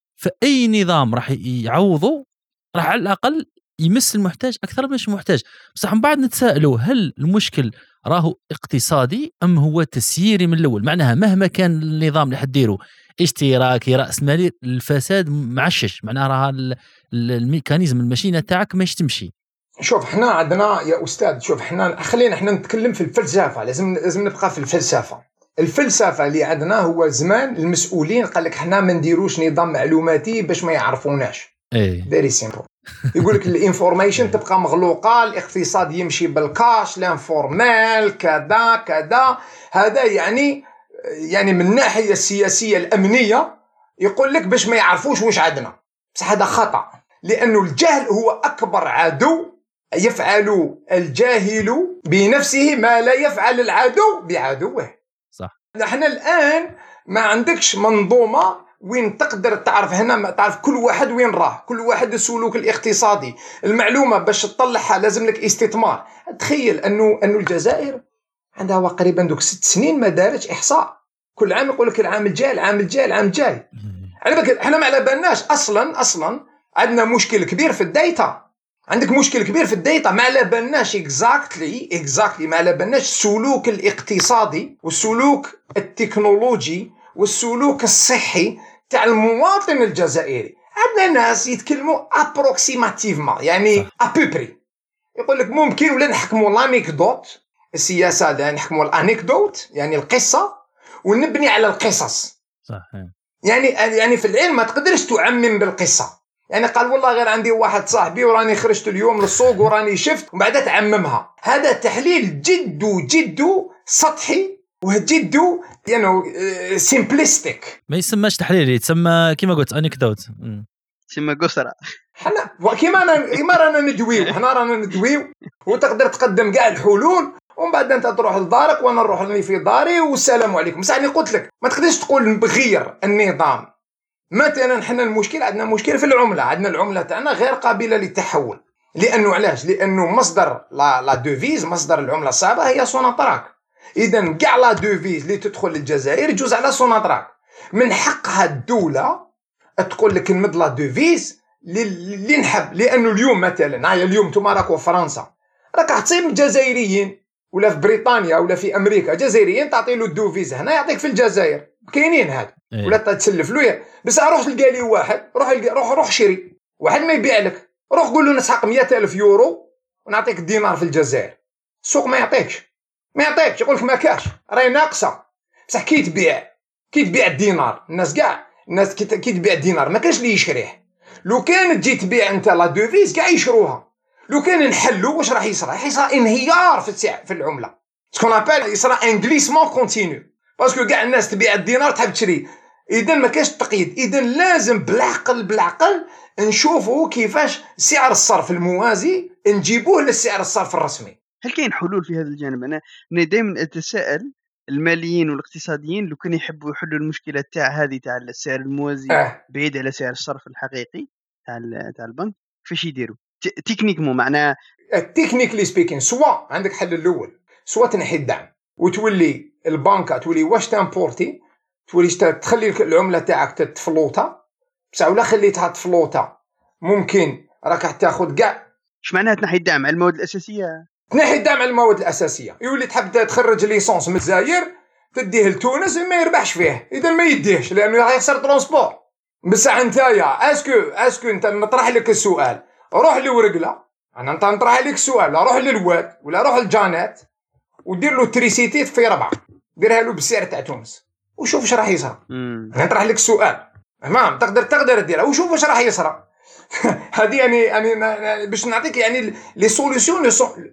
فاي نظام راح يعوضه راح على الاقل يمس المحتاج اكثر من المحتاج. بصح من بعد نتساءلوا هل المشكل راهو اقتصادي ام هو تسييري من الاول؟ معناها مهما كان النظام اللي حديره اشتراكي راس مالي الفساد معشش، معناها راها الميكانيزم الماشينه تاعك ماش تمشي. شوف احنا عندنا يا استاذ، شوف خلينا احنا نتكلم في الفلسفه. لازم نبقى في الفلسفه اللي عندنا. هو زمان المسؤولين قال لك احنا ما نديروش نظام معلوماتي باش ما يعرفوناش. فيري سيمبل. يقول لك الانفورميشن تبقى مغلوقه، الاقتصاد يمشي بالكاش، لانفورمال كذا. هذا يعني من الناحيه السياسيه الامنيه يقول لك باش ما يعرفوش واش عندنا. بصح هذا خطا، لانه الجهل هو اكبر عدو. يفعل الجاهل بنفسه ما لا يفعل العدو بعدوه. صح. نحن الان ما عندكش منظومه وين تقدر تعرف هنا، تعرف كل واحد وين راه، كل واحد السلوك الاقتصادي. المعلومه باش تطلعها لازم لك استثمار. تخيل انه الجزائر عندها تقريبا دوك 6 سنين ما دارتش احصاء. كل عام يقول لك العام الجاي على بالك احنا ما على بالناش اصلا عندنا مشكل كبير في الداتا. عندك مشكل كبير في الداتا، ما على بالناش اكزاكتلي ما على بالناش السلوك الاقتصادي والسلوك التكنولوجي والسلوك الصحي تاع المواطن الجزائري. عندنا ناس يتكلموا ابروكسيماتيفمون، يعني ابوبري. يقول لك ممكن ولا نحكموا الانيكدوت، السياسه ده نحكموا الانيكدوت يعني القصه ونبني على القصص. صح. يعني في العلم ما تقدرش تعمم بالقصه. يعني قال والله غير عندي واحد صاحبي وراني خرجت اليوم للسوق وراني شفت وبعدها تعممها. هذا تحليل جد سطحي وجد سيمبليستيك. ما يسمىش تحليل، يتسمى كما قلت انكدوت، يسمى قسرة. حنا كيما رانا ندويو وتقدر تقدم كاع الحلول ومن بعد انت تروح لدارك وانا نروح لي في داري والسلام عليكم. بصح انا قلت لك ما تقدرش تقول نغير النظام. مثلا حنا عندنا مشكل في العمله. عندنا العمله تاعنا غير قابله للتحول. لانه علاش؟ لانه مصدر لا دوفيز، مصدر العمله الصعبه هي سوناطراك. اذا كاع لا دوفيز اللي تدخل للجزائر يجوز على سوناطراك. من حقها الدوله تقول لك نمد لا دوفيز اللي نحب. لانه اليوم مثلا اليوم نتوما راكو في فرنسا، راك تصيب الجزائريين، ولا في بريطانيا ولا في امريكا جزائريين تعطي له الدوفيز هنا يعطيك في الجزائر. كاينين هاد ولا تسلف له. بس روح تلقى لي واحد، روح شري واحد ما يبيع لك. روح قول له نسحق 100,000 يورو ونعطيك الدينار في الجزائر. السوق ما يعطيكش. ما يعطيكش، يقول لك ما كاش راهي ناقصه. بصح كي تبيع الدينار، الناس كي تبيع الدينار ما كاش اللي يشريه. لو كان تجي تبيع انت لا دوفيز كاع يشروها. لو كان نحلو واش راح يصرى انهيار في العمله، سكون ابل يصرى ان غليسمون كونتينيو، باسكو كاع الناس تبيع الدينار تحب تشري. اذا ما كاش تقييد، اذا لازم بالعقل نشوفوا كيفاش سعر الصرف الموازي نجيبوه للسعر الصرف الرسمي. هل كاين حلول في هذا الجانب؟ انا دائما اتساءل الماليين والاقتصاديين لو كانوا يحبوا يحلوا المشكله تاع السعر الموازي بعيد على سعر الصرف الحقيقي تاع البنك، كيفاش يديروا تكنيكمون؟ معناها تكنيكلي سبيكين، سواء عندك حل الاول، سواء تنحي الدعم وتولي البنكه تولي واش تامبورتي، تولي تخلي العمله تاعك تفلوطه، بصح ولا خليتها تفلوطه ممكن راك تاخذ كاع. اش معناها تنحي الدعم على المواد الاساسيه؟ تنحي الدعم على المواد الاساسيه، يولي تحب تخرج ليسونس من الجزائر تديه لتونس ما يربحش فيه، اذا ما يديهش لانه راح يخسر ترونسبور. بصح نتايا اسكو انت نطرح لك السؤال، روح لورقله، انا انت نطرح لك السؤال، روح للواد ولا روح للجانات ودير له تريسيتي في 4 ديرها له بالسعر تاع تونس وشوف اش راح يصرى. انا نطرح لك السؤال، تمام، تقدر ديرها وشوف اش راح يصرى. هذه يعني باش نعطيك يعني لي سوليوشن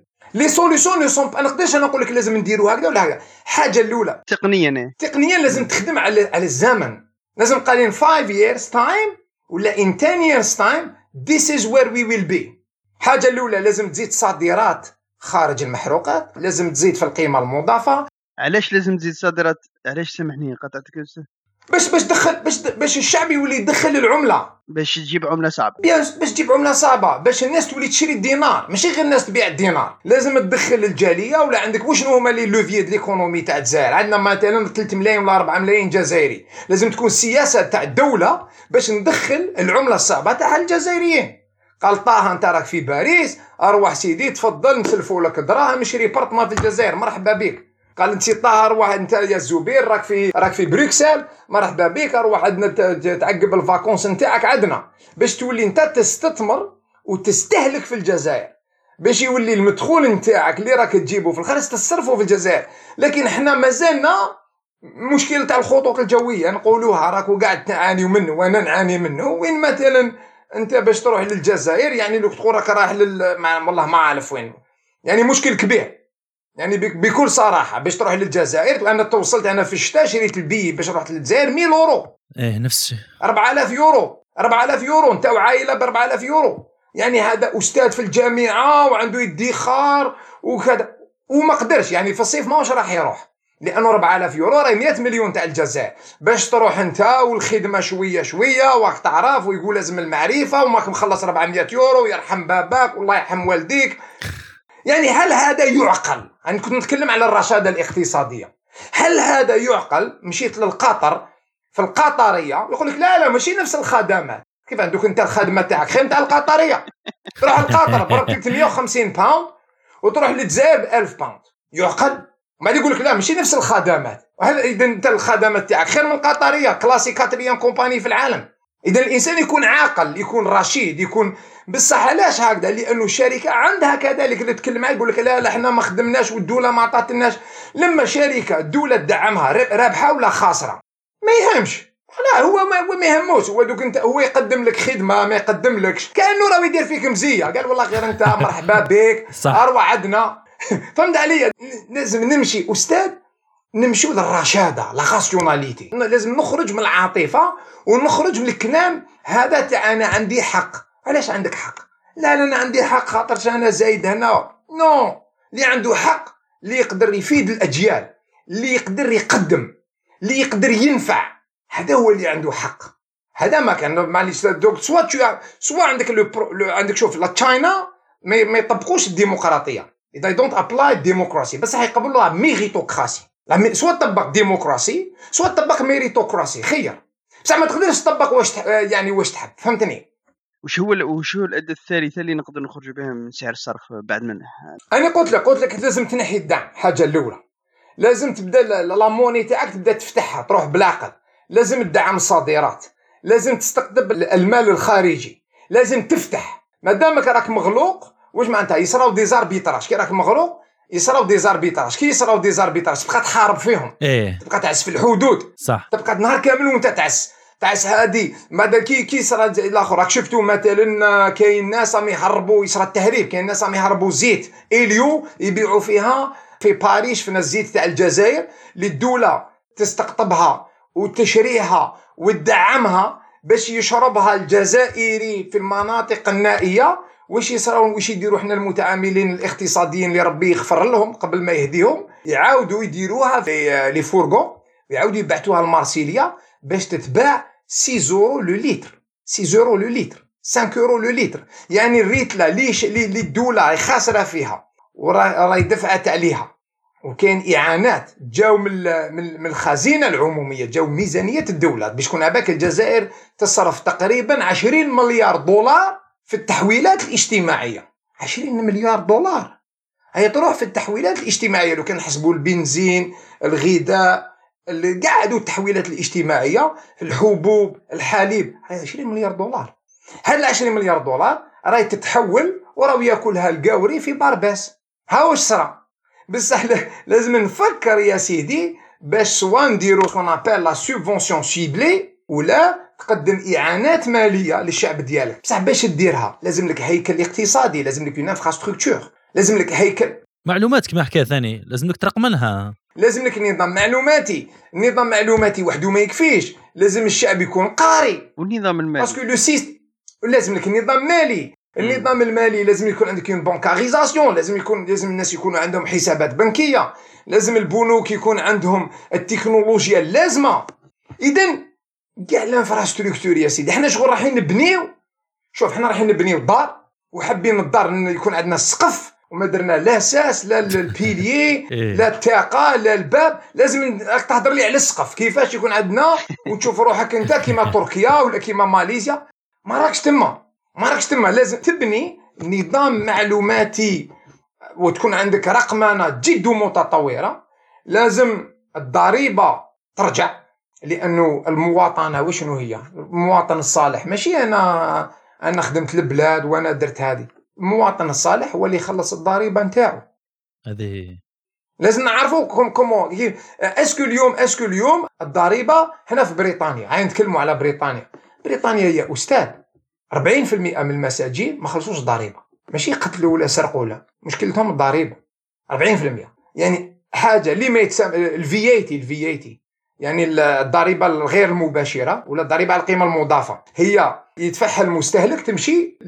نو سون انا نقدرش نقول لك لازم نديروا هكذا ولا هكذا. حاجه الاولى تقنيا لازم تخدم على الزمن، لازم قالين 5 years time ولا in 10 years time this is where we will be. حاجه الاولى لازم تزيد صادرات خارج المحروقات، لازم تزيد في القيمه المضافه. علاش لازم تزيد صادرات؟ علاش سامحني قطعتك باش الشعب يولي يدخل العمله، باش تجيب عمله صعبه، باش تجيب عمله صعبه، باش الناس تولي تشري الدينار، ماشي غير الناس تبيع الدينار، لازم تدخل الجاليه. ولا عندك وشنو هما لي لوفيي د ليكونومي تاع الجزائر؟ عندنا مثلا 3 ملايين ولا 4 ملايين جزائري، لازم تكون السياسه تاع الدوله باش ندخل العمله الصعبه تاع الجزائريين. قال طه انت راك في باريس، اروح سيدي تفضل نسلفوا لك دراهم شري بارتما في الجزائر، مرحبا بك. قال انت طه اروح انت يا الزبير راك في بروكسل، مرحبا بك، اروح عندنا تعقب الفاكونس نتاعك عندنا، باش تولي انت تستثمر وتستهلك في الجزائر، باش يولي المدخول نتاعك اللي راك تجيبه في الخارج تصرفه في الجزائر. لكن احنا مازلنا مشكله تاع الخطوط الجويه نقولوها، راكو قاعد تعانيوا منه وانا نعاني منه. وين مثلا انت باش تروح للجزائر يعني لو تقول راك رايح والله ما عارف وين، يعني مشكل كبير. يعني بكل صراحه باش تروح للجزائر، انا توصلت انا في الشتاء شريت البي باش رحت للجزائر 1000 يورو. نفس الشيء 4000 يورو انت وعائله ب 4000 يورو. يعني هذا استاذ في الجامعه وعنده يدخر وكذا وما قدرش، يعني في الصيف ماهوش راح يروح لانه 4000 يورو راهي 100 مليون تاع الجزائر. باش تروح انت والخدمه شويه وراك تعرف، ويقول لازم المعرفه وماك مخلص 400 يورو يرحم باباك والله يرحم والديك. يعني هل هذا يعقل؟ أنا كنت نتكلم على الرشادة الاقتصادية. هل هذا يعقل؟ مشيت للقطر في القطرية يقول لك لا ماشي نفس الخدمات. كيف عندك انت الخدمة تاعك خير تاع القطرية؟ تروح القطر برك 350 باوند وتروح للجزائر ب 1000 باوند. يعقل؟ ما يقول لك لا ماشي نفس الخدمات. وهل اذا انت الخدمات تاعك خير من القطرية كلاسي 4 كومباني في العالم؟ اذا الانسان يكون عاقل، يكون رشيد، يكون بصح. علاش هكذا؟ لانه الشركه عندها كذلك اللي تكلم معاه يقول لك لا احنا ما خدمناش والدوله ما عطاتناش. لما شركه الدوله تدعمها رابحه ولا خاسره ما يهمش، لا هو ما يهموش. هو دوك انت هو يقدم لك خدمه ما يقدم لكش، كانه راه يدير فيك مزيه، قال والله غير انت مرحبا بك اروح عندنا. فهمت عليا؟ لازم نمشي استاذ، نمشيو للرشاده لا راسيوناليتي. لازم نخرج من العاطفه ونخرج من الكلام هذا تاع انا عندي حق. علاش عندك حق؟ لا انا عندي حق خاطرش انا زايد هنا. نو، اللي عنده حق اللي يقدر يفيد الاجيال، اللي يقدر يقدم، اللي يقدر ينفع، هذا هو اللي عنده حق. هذا ما كان معليش دوك سواء عندك عندك شوف لا تشاينا ما يطبقوش الديمقراطيه، اذا دونت ابلاي ديموكراسي، بس يقبلوها ميريتوكراسي. سواء تطبق ديمقراسي سواء تطبق ميريتوكراسي، خير. بس ما تقدرش تطبق واش تحب. فهمتني؟ وش هو الأداة الثالثة اللي نقدر نخرج بها من سعر الصرف بعد منه؟ أنا قلت لك لازم تنحي الدعم. حاجة الأولى لازم تبدأ لاموني تاعك تبدأ تفتحها، تروح بالعقل. لازم تدعم الصادرات، لازم تستقطب المال الخارجي، لازم تفتح. ما دامك راك مغلوق واش معناتها؟ يصراو ديزاربيتراج. كي راك مغلوق يصراو دي زاربيتراج، كي يصراو دي زاربيتراج تبقى تحارب فيهم، تبقى تعس في الحدود، صح، تبقى نهار كامل وانت تعس هادي. بعد كي صرا الاخر راك شفتوا مثلا كاين ناس راهم يهربوا، يصرى التهريب، كاين ناس راهم يهربوا زيت اليو يبيعوا فيها في باريس، في الزيت تاع الجزائر اللي الدوله تستقطبها وتشريها وتدعمها باش يشربها الجزائري في المناطق النائيه. واش يصراو واش يديروا حنا المتعاملين الاقتصاديين اللي ربي يغفر لهم قبل ما يهديهم، يعاودوا يديروها في لي فورغون، يعاودوا يبعثوها لمارسيليا باش تتباع 6 يورو لو لتر، 6 يورو لو لتر، 5 يورو لو لتر. يعني الريتله اللي الدوله خاسره فيها وراي دفعت عليها، وكاين اعانات جاو من الخزينه العموميه، جاو ميزانيه الدوله باش تكون عباك. الجزائر تصرف تقريبا 20 مليار دولار في التحويلات الاجتماعيه، 20 مليار دولار هي تروح في التحويلات الاجتماعيه. لو كان نحسبوا البنزين، الغذاء، اللي قاعدوا التحويلات الاجتماعيه، الحبوب، الحليب، هاي 20 مليار دولار. هاد 20 مليار دولار راهي تتحول وراهو ياكلها القاوري في بارباس. ها واش صرا؟ بصح لازم نفكر يا سيدي باش سوا نديرو كون ابل لا سوبفونسيون سيبلي، ولا تقدم اعانات ماليه للشعب ديالك. بصح باش ديرها لازم لك هيكل اقتصادي، لازم لك اون انفراستركتور، لازم لك هيكل معلومات كما حكى ثاني، لازم لك ترقمنها، لازم لك نظام معلوماتي. النظام معلوماتي وحده ما يكفيش، لازم الشعب يكون قاري. والنظام المالي باسكو لو سيستم، لازم لك نظام مالي. النظام المالي لازم يكون عندك اون بانكاريزاسيون، لازم الناس يكونوا عندهم حسابات بنكيه، لازم البنوك يكون عندهم التكنولوجيا اللازمه. اذا كاع الانفراستركتور يا سيدي حنا شغل رايحين نبنيو. شوف حنا رايحين نبنيو دار، وحابين الدار يكون عندنا السقف وما درنا لا اساس لا البيليي لا التاقه لا الباب. لازم تهضر لي على السقف كيفاش يكون عندنا، وتشوف روحك انت كيما تركيا ولا كيما ماليزيا. ما راكش تما. لازم تبني نظام معلوماتي وتكون عندك رقمنه جد متطوره. لازم الضريبه ترجع، لانه المواطنه وشنو هي؟ المواطن الصالح ماشي انا خدمت البلاد وانا درت هذه. المواطن الصالح هو اللي يخلص الضريبه نتاعو. هذه لازم نعرفوا كومون اسكو اليوم الضريبه هنا في بريطانيا. عاين نتكلموا على بريطانيا يا استاذ 40% من المساجين ما خلصوش الضريبه، ماشي قتلوا ولا سرقوا، لا مشكلتهم الضريبه 40%. يعني حاجه اللي ما يتسمى الفي يعني الضريبه الغير المباشره ولا الضريبه على القيمه المضافه، هي يدفعها المستهلك تمشي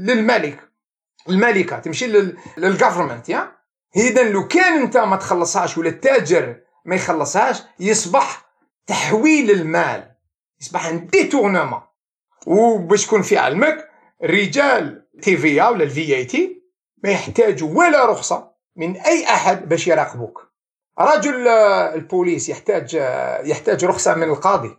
الملكه تمشي للجفرمنت. يا اذا لو كان انت ما تخلصهاش ولا التاجر ما يخلصهاش، يصبح تحويل المال، يصبح ان ديتورنمون. وباش يكون في علمك رجال تيفيا ولا الفي ما يحتاجوا ولا رخصه من اي احد باش يراقبوك. رجل البوليس يحتاج رخصه من القاضي.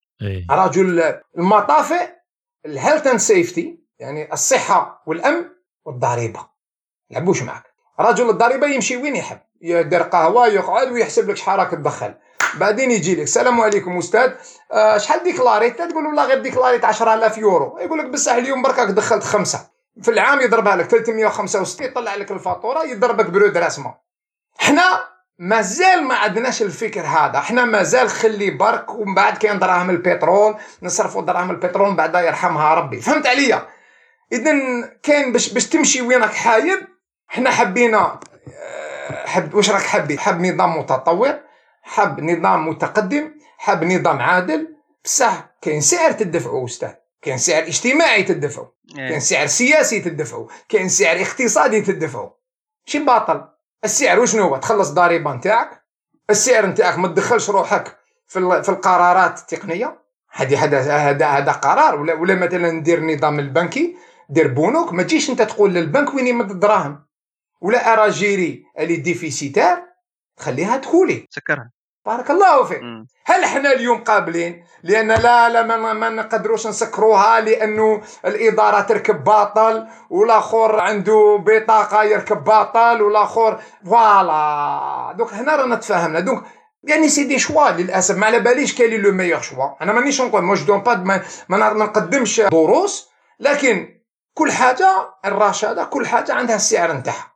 رجل المطافئ الهيلث اند سيفتي يعني الصحه والامن والضريبه لعبوش معك. رجل الضريبه يمشي وين يحب، يدير قهوه يقعد ويحسب لك شحال راك تدخل، بعدين يجي لك السلام عليكم استاذ شحال ديكلاريت؟ تقول له لا غير ديكلاريت 10000 يورو. يقول لك بصح اليوم بركاك دخلت 5 في العام، يضربها لك 365، يطلع لك الفاتوره يضربك برود رسمه. احنا مازال ما عندناش الفكر هذا، احنا مازال خلي برك ومن بعد كاين دراهم البترول نصرفوا دراهم البترول بعد يرحمها ربي. فهمت عليا؟ اذا كاين باش تمشي وين راك حايب. احنا حبينا واش راك حب نظام متطور، حب نظام متقدم، حب نظام عادل. بصح كاين سعر تدفعوا استاذ، كاين سعر اجتماعي تدفعوا، كاين سعر سياسي تدفعوا، كاين سعر اقتصادي تدفعوا. ماشي باطل. السعر وشنو هو؟ تخلص ضريبه نتاعك، السعر نتاعك ما تدخلش روحك في القرارات التقنيه. هذا قرار. ولا مثلا ندير نظام البنكي، دير بنوك، ما تجيش انت تقول للبنك وين يمد الدراهم، ولا اراجيري اللي ديفيسيتار تخليها تكولي سكرها. بارك الله فيك. هل احنا اليوم قابلين؟ لان لا ما نقدروش نسكروها، لانه الاداره تركب باطل، والاخر عنده بطاقه يركب باطل، والاخر فوالا. دوك هنا رانا تفاهمنا. دوك يعني سي دي شوا للاسف ما على باليش كاين لو ميور شوا. انا مانيش نقول موش دون با ما نقدمش دروس، لكن كل حاجه الرشاده كل حاجه عندها السعر نتاعها.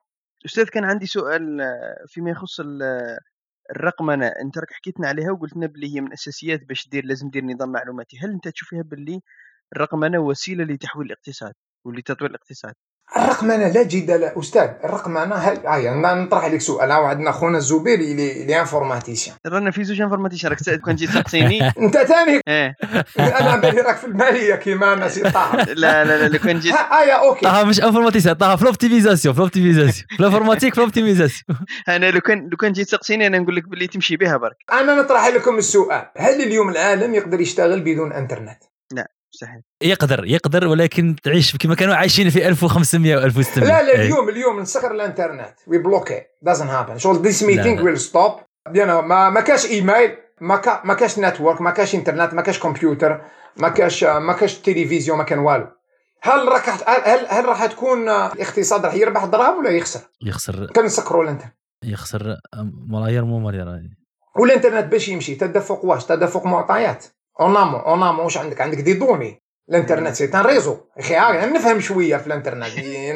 أستاذ كان عندي سؤال فيما يخص الرقمنة. أنت راك حكيتنا عليها وقلتنا باللي هي من أساسيات باش لازم دير نظام معلوماتي. هل أنت تشوفها باللي الرقمنة وسيلة لتحويل الاقتصاد ولتطوير الاقتصاد؟ الرقمنة لا جدال أستاذ. الرقمنة هل نطرح عليك سؤال. عندنا خونا الزبير اللي انفورماتيسيان. رانا في زوج انفورماتيسيان. راك كان جيت تسقسيني انت ثاني. ايه انا بالي راك في الماليه كيما ناسي طه. لا كان جيت اوكي. مش انفورماتيسيان، في الاوبتيميزاسيون، في الانفورماتيك، في الاوبتيميزاسيون. انا لو كان جيت تسقسيني انا نقول لك باللي تمشي بها برك. انا نطرح لكم السؤال. هل اليوم العالم يقدر يشتغل بدون انترنت؟ لا مستحيل. يقدر ولكن تعيش كما كانوا عايشين في 1500 و 1600. لا اليوم نسكر الانترنت وي بلوكي doesn't happen. شغل this meeting will stop. ما كاش ايميل، ما كاش نتورك، ما كاش انترنت، ما كاش كمبيوتر، ما كاش تلفزيون، ما كان والو. هل راح تكون الاقتصاد راح يربح ضرائب ولا يخسر؟ كان نسكروا الانترنت يخسر ملايير مليار. والانترنت باش يمشي تدفق واش؟ تدفق معطيات اونامون واش عندك دي دوني. الانترنت سي ان ريزو اخي. انا نفهم شويه في الانترنت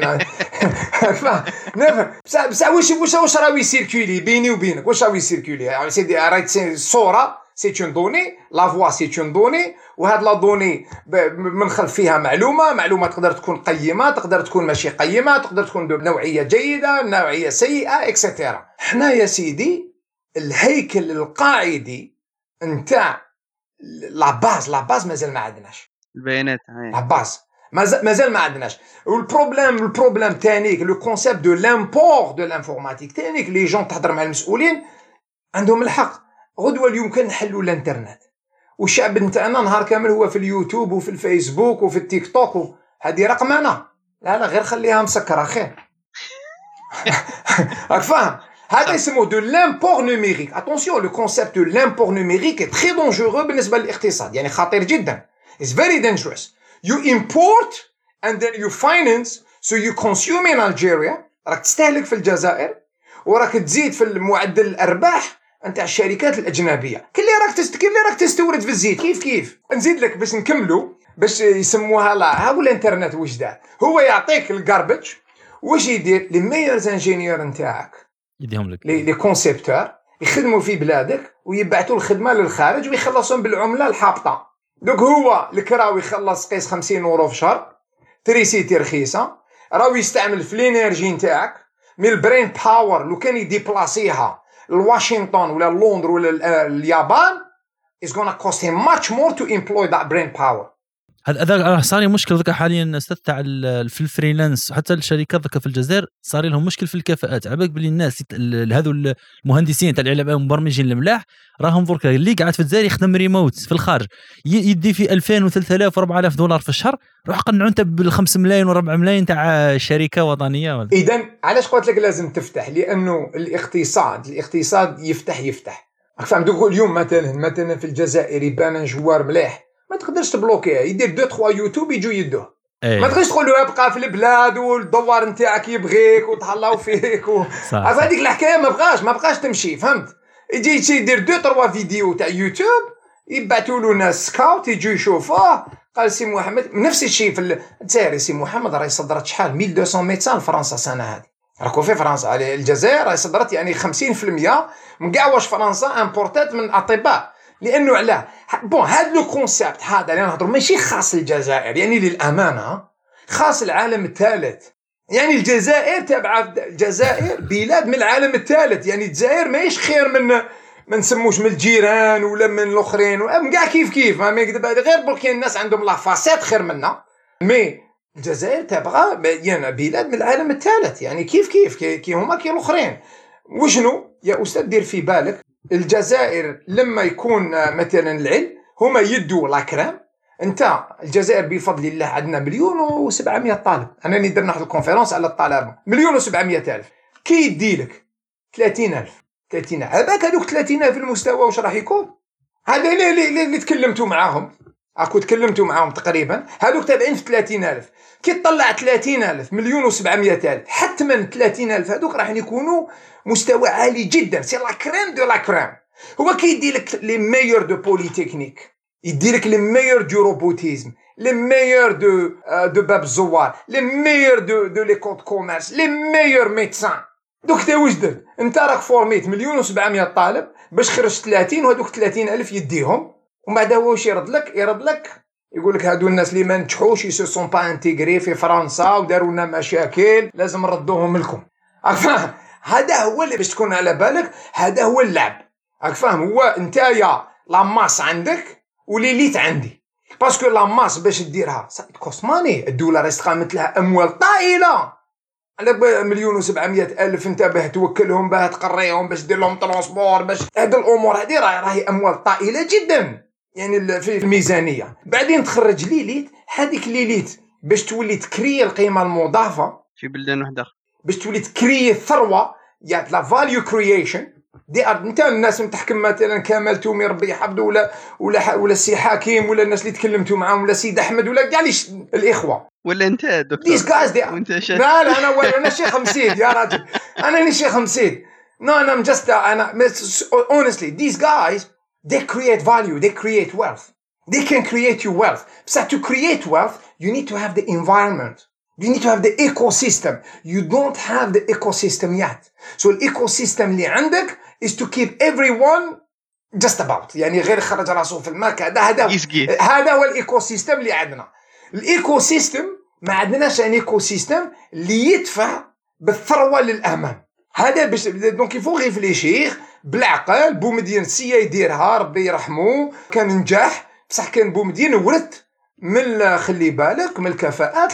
نفهم بصح واش راهي سيركولي بيني وبينك؟ واش راهي سيركولي؟ سيدي رايت الصوره سي اون دوني، لا فوا سي اون دوني، وهاد لا دوني من خلف فيها معلومه تقدر تكون قيمه، تقدر تكون ماشي قيمه، تقدر تكون نوعيه جيده، نوعيه سيئه اكسترا. حنا يا سيدي الهيكل القاعدي نتاع لا باز مازال ما عندناش. البيانات لا باز مازال ما عندناش. والبروبليم تانيك لو كونسيبت دو لامبور دو لانفورماتيك تانيك. لي جون تهضر مع المسؤولين عندهم الحق. غدوه اليوم كان نحلوا الانترنت والشعب نتاعنا نهار كامل هو في اليوتيوب وفي الفيسبوك وفي التيك توك. هذه رقمنه. لا غير خليها مسكره خير. راك فاهم؟ هذا يسموه دو لامبور نوميريك. اتونسيون لو كونسيبت دو لامبور نوميريك تري دونجورو بالنسبه للاقتصاد، يعني خطير جدا. It's very dangerous. You import and then you finance, so you consume in Algeria. راك تستهلك في الجزائر وراك تزيد في المعدل الارباح نتاع الشركات الاجنبيه. كل اللي راك تستورد في الزيت كيف نزيد لك باش نكملوا باش يسموها لا. هاو الانترنت واش دار؟ هو يعطيك الغاربج. واش يدير؟ لي ميور انجينيور نتاعك يديهم لك لي كونسيبتور يخدموا في بلادك ويبعثوا الخدمه للخارج ويخلصون بالعمله الحابطه. دوك هو الكراوي يخلص قيس 50 يورو في شهر، تريسيتي رخيصه، راهو يستعمل في الانرجي نتاعك. مي البرين باور لو كان يديبلاسيها لواشنطن ولا لندن ولا اليابان is gonna cost him much more to employ that brain power. هذا صار مشكل ذكا حاليا استاذ تاع في الفريلانس. حتى الشركات ذكا في الجزائر صار لهم مشكل في الكفاءات. عباك بلي الناس هذو المهندسين تاع العلماء المبرمجين الملاح راهم درك اللي قاعد في الجزائر يخدم ريموت في الخارج يدي في 2000 و3000 و4000 دولار في الشهر. روح قنعوا انت بال5 ملايين و4 ملايين تاع شركه وطنيه. اذا علاش قلت لك لازم تفتح؟ لانه الاقتصاد يفتح. فهم دوك اليوم مثلا في الجزائر يبان جوار مليح ما تقدرش تبلوكيه. يدير 2-3 يوتيوب يجوا يدوه. ما تقدرش تقول له ابقى في البلاد والدوار نتاعك يبغيك وتهلاو فيك هذيك الحكايه ما بقاش تمشي. فهمت؟ يجي يدير 2-3 فيديو تاع يوتيوب يبعثوا له ناس سكاوت يجوا يشوفوه. قال سي محمد نفس الشيء في الجزائر. سي محمد راهي صدرت شحال 1200 ميدسان لفرنسا السنه هذه. راكو في فرنسا الجزائر راهي صدرت يعني 50% من كاع واش فرنسا امبورتات من اطباء. لانه علاه هذا لو كونسيبت هذا اللي نهضروا ماشي خاص الجزائر، يعني للامانه خاص العالم الثالث. يعني الجزائر تابعه الجزائر بلاد من العالم الثالث. يعني الجزائر ماهيش خير من ما نسموش من الجيران ولا من الاخرين من كاع كيف ما يكذب. غير بركين الناس عندهم لا فاسات خير منا. مي الجزائر تابعه يعني بلاد من العالم الثالث. يعني كيف هما كي الاخرين. وشنو يا استاذ دير في بالك الجزائر لما يكون مثلا العلم هما يدوا لاكرام. انت الجزائر بفضل الله عندنا 1,700,000 طالب. انا ندير واحد الكونفرنس على الطلبه 1,700,000. كي يديلك 30,000 هذاك هذوك 30,000 المستوى واش راح يكون؟ هذا اللي تكلمتوا معاهم تكلمتوا معاهم تقريبا هذوك تابعين في 30,000. كي تطلع 30,000 1,700,000 حتما 30,000 هذوك راح يكونوا مستوى عالي جدا. سي لا كريم دو لا كريم. هو كيدي لك لي ميور دو بوليتكنيك، يدي لك لي ميور دو روبوتيزم، لي ميور دو باب الزوار، لي ميور دو ليكول كوميرس، لي ميور ميدسان. دوك تا واش درت انت؟ راك فورميت 1,700,000 طالب باش خرجت 30 وهذوك 30,000 يديهم، ومن بعد هو واش يرد لك يقول لك هادو الناس اللي ما نجحوش يسو سون با انتيغري في فرنسا وداروا لنا مشاكل لازم نردوهم لكم. هذا هو اللي باش تكون على بالك، هذا هو اللعب. راك فاهم؟ هو نتايا لاماس عندك وليليت عندي، باسكو لاماس باش ديرها كوست ماني. الدوله راهي استقامت لها اموال طائله على 1,700,000 انت باه توكلهم، باه تقريهم، باش دير لهم ترونسبور، باش هاد الامور هذه راهي اموال طائله جدا يعني في الميزانيه. بعدين تخرج ليليت، هذيك ليليت باش تولي تكري القيمه المضافه في بلدان واحده اخرى، باش تولي تكري الثروه، يعني لا فاليو كرييشن دي انت الناس متحكم مثلا كمال تومي ربي يحفظه ولا سي حكيم ولا الناس اللي تكلمتوا معاهم ولا سيد احمد ولا كاع الاخوه ولا انت دكتور these guys وانت شيخ. لا انا شيخ مسيد يا راجل، انا شيخ مسيد. No, I'm just honestly these guys they create value, they create wealth, they can create you wealth. But to create wealth you need to have the environment, you need to have the ecosystem. You don't have the ecosystem yet. So the ecosystem اللي عندك is to keep everyone just about يعني غير خرج راسه في الماء كذا. هذا هو الايكوسيستم اللي عندنا. الايكوسيستم ما عندناش ان ايكوسيستم اللي يدفع بالثروه للامام. هذا باش دونك يفو ريفليشير بالعقل. بومدين السيا يديرها ربي يرحمه كان نجاح، بصح كان بومدين ورث من خلي بالك من الكفاءات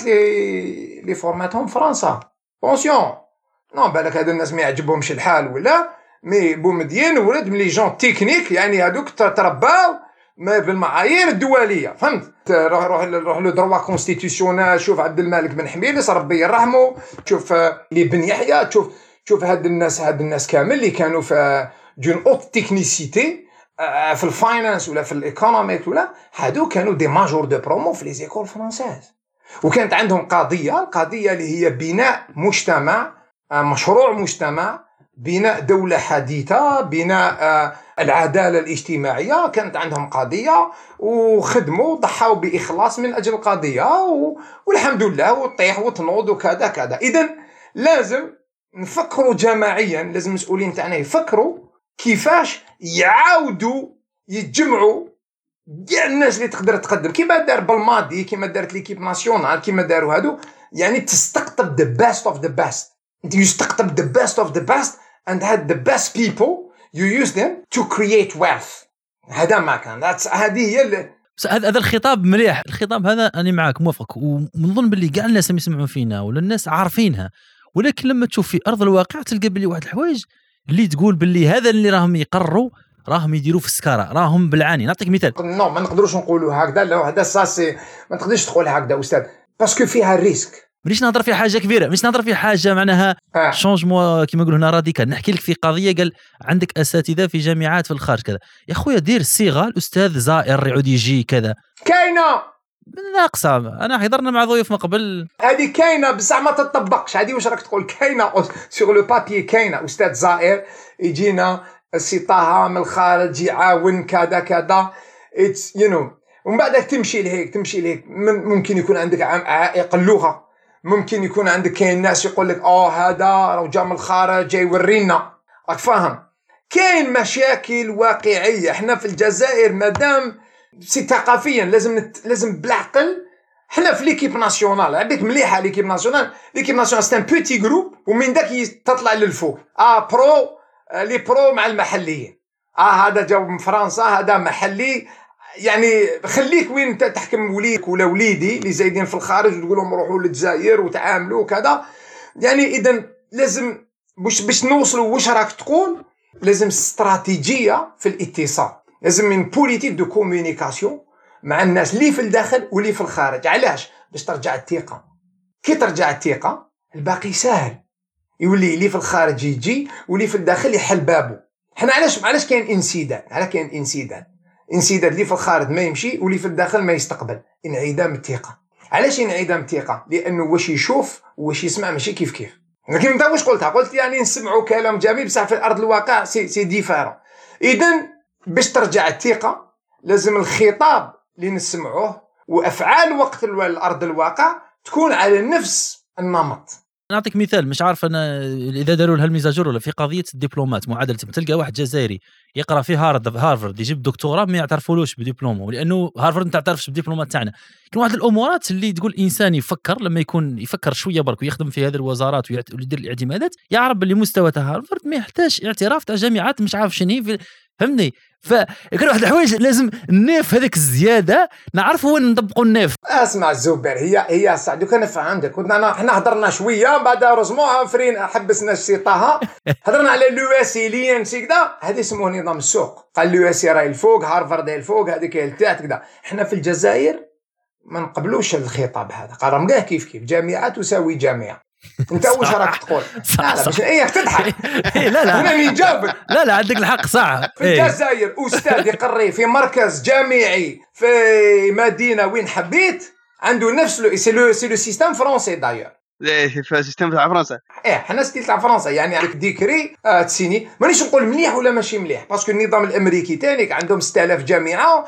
اللي فورماتهم فرنسا. بونسيون نو بالك هذا الناس ما يعجبهمش الحال ولا مي بومدين ولد من لي جون تكنيك يعني هذوك ترباو ما بالمعايير الدوليه. فهمت؟ روح له دروا كونستيتيسيونال. شوف عبد الملك بن حميلس ربي يرحمه، شوف لي بن يحيى، شوف هاد الناس كامل اللي كانوا في دون اوت تكنيسيتي في الفاينانس ولا في الايكونوميك ولا هادو كانوا دي ماجور دو برومو في لي زيكول فرونسيز. وكانت عندهم القضيه اللي هي بناء مجتمع، مشروع مجتمع، بناء دولة حديثة، بناء العدالة الاجتماعية. كانت عندهم قضية وخدموا وضحوا بإخلاص من أجل القضية والحمد لله وطيح وتنوض وكذا كذا. إذن لازم نفكروا جماعيا، لازم المسؤولين تاعنا يفكروا كيفاش يعاودوا يتجمعوا كاع الناس اللي تقدر تقدم كيما دار بالماضي، كيما دارت ليكيب ناسيونال، كيما داروا هادو. يعني تستقطب the best of the best. You يستقطب the best of the best and had the best people. You use them to create wealth. هذا ما كان. هذه هي هذا الخطاب مليح. الخطاب هذا أنا معك موافق، ونظن باللي كاع الناس اللي يسمعون فينا ولا الناس عارفينها، ولكن لما تشوف في أرض الواقع تلقى باللي واحد الحوايج اللي تقول باللي هذا اللي راهم يقرروا راهم يديروا في السكارة، راهم بالعاني. نعطيك مثال. نو ما نقدروش نقولوا هكذا، لا هذا ساسي ما تقدرش تقول هكذا أستاذ، باسكو فيها الريسك. مانيش نهضر في حاجه كبيره، مانيش نهضر في حاجه معناها شونجمون كيما نقولوا هنا راديكال. نحكي لك في قضيه قال عندك اساتذه في جامعات في الخارج كذا، يا خويا دير الصيغه الاستاذ زائر يعود يجي كذا، كاينه ناقصه. انا حضرنا مع ضيوف من قبل، هذه كاينه بصح ما تطبقش. هذه واش راك تقول؟ كاينه سوغ لو بابي، كاينه استاذ زائر يجينا السي طه من الخارج يعاون كذا كذا. اتس يو نو. ومن بعد تمشي لهيك ممكن يكون عندك عائق اللغه، ممكن يكون عندك كاين ناس يقول لك هذا راه جا من الخارج جاي يورينا. راك فاهم؟ كاين مشاكل واقعيه. احنا في الجزائر مادام ثقافيا لازم بالعقل. احنا في ليكيب ناسيونال عندك مليحه ليكيب ناسيونال سي ان بوتي جروب، ومن داك تطلع للفوق برو لي برو مع المحليين. هذا جاو من فرنسا، هذا محلي. يعني خليك وين انت تحكم وليك ولا وليدي اللي زايدين في الخارج وتقول لهم روحوا للجزائر وتعاملوا وكذا. يعني اذا لازم باش نوصلوا واش راك تقول، لازم استراتيجيه في الاتصال، لازم من بوليتيك دو كومونيكاسيون مع الناس اللي في الداخل واللي في الخارج. علاش؟ باش ترجع الثقه. كي ترجع الثقه الباقي سهل، يولي اللي في الخارج يجي واللي في الداخل يحل بابه. احنا علاش كاين انسداد؟ على كاين انسداد اللي في الخارج ما يمشي واللي في الداخل ما يستقبل. انعدام الثقه. علاش انعدام الثقه؟ لانه واش يشوف واش يسمع ماشي كيف. لكن انت واش قلت يعني نسمعوا كلام جميل بصح في الارض الواقع سي ديفيرون. اذا باش ترجع الثقه لازم الخطاب اللي نسمعوه وافعال وقت الارض الواقع تكون على نفس النمط. نعطيك مثال، مش عارف انا اذا داروا لها الميزاجور ولا في قضيه الدبلومات معادله، تلقى واحد جزائري يقرا في هارفارد يجيب دكتوراه ما يعترفولوش بدبلومه، لانه هارفارد ما تعترفش بالدبلومات تاعنا. كاين واحد الامورات اللي تقول انسان يفكر لما يكون يفكر شويه برك ويخدم في هذه الوزارات ويدير الاعتمادات، يعرف باللي مستوى تاع هارفارد ما يحتاج اعتراف تاع جامعات مش عارف شنو هي، فهمني. فكان واحد الحوايج لازم النيف هذاك الزياده نعرفوا وين نطبقوا النيف. اسمع الزبير، هي سعدو كان عندك كنا احنا هضرنا شويه بعد رزموها فرين حبسنا السيطاها هضرنا على اليواسيليين كذا، هذا اسمه نظام السوق. قال اليواسي راهي الفوق، هارفارد راهي الفوق، هذيك هي التحت كذا. احنا في الجزائر ما نقبلوش الخطاب هذا، قال راه كيف جامعه تساوي جامعه. انت واش راك تقول؟ لا باش اياك تضحك. لا انا اللي نجاوبك. لا عندك الحق صح. في الجزائر استاذ يقري في مركز جامعي في مدينه وين حبيت، عنده نفس سي لو سيستم فرونسي دايور. في السيستم تاع فرنسا. حنا ستيل تاع فرنسا، يعني عندك ديكري تسيني. مانيش نقول مليح ولا ماشي مليح، باسكو النظام الامريكي تاني عندهم 6000 جامعه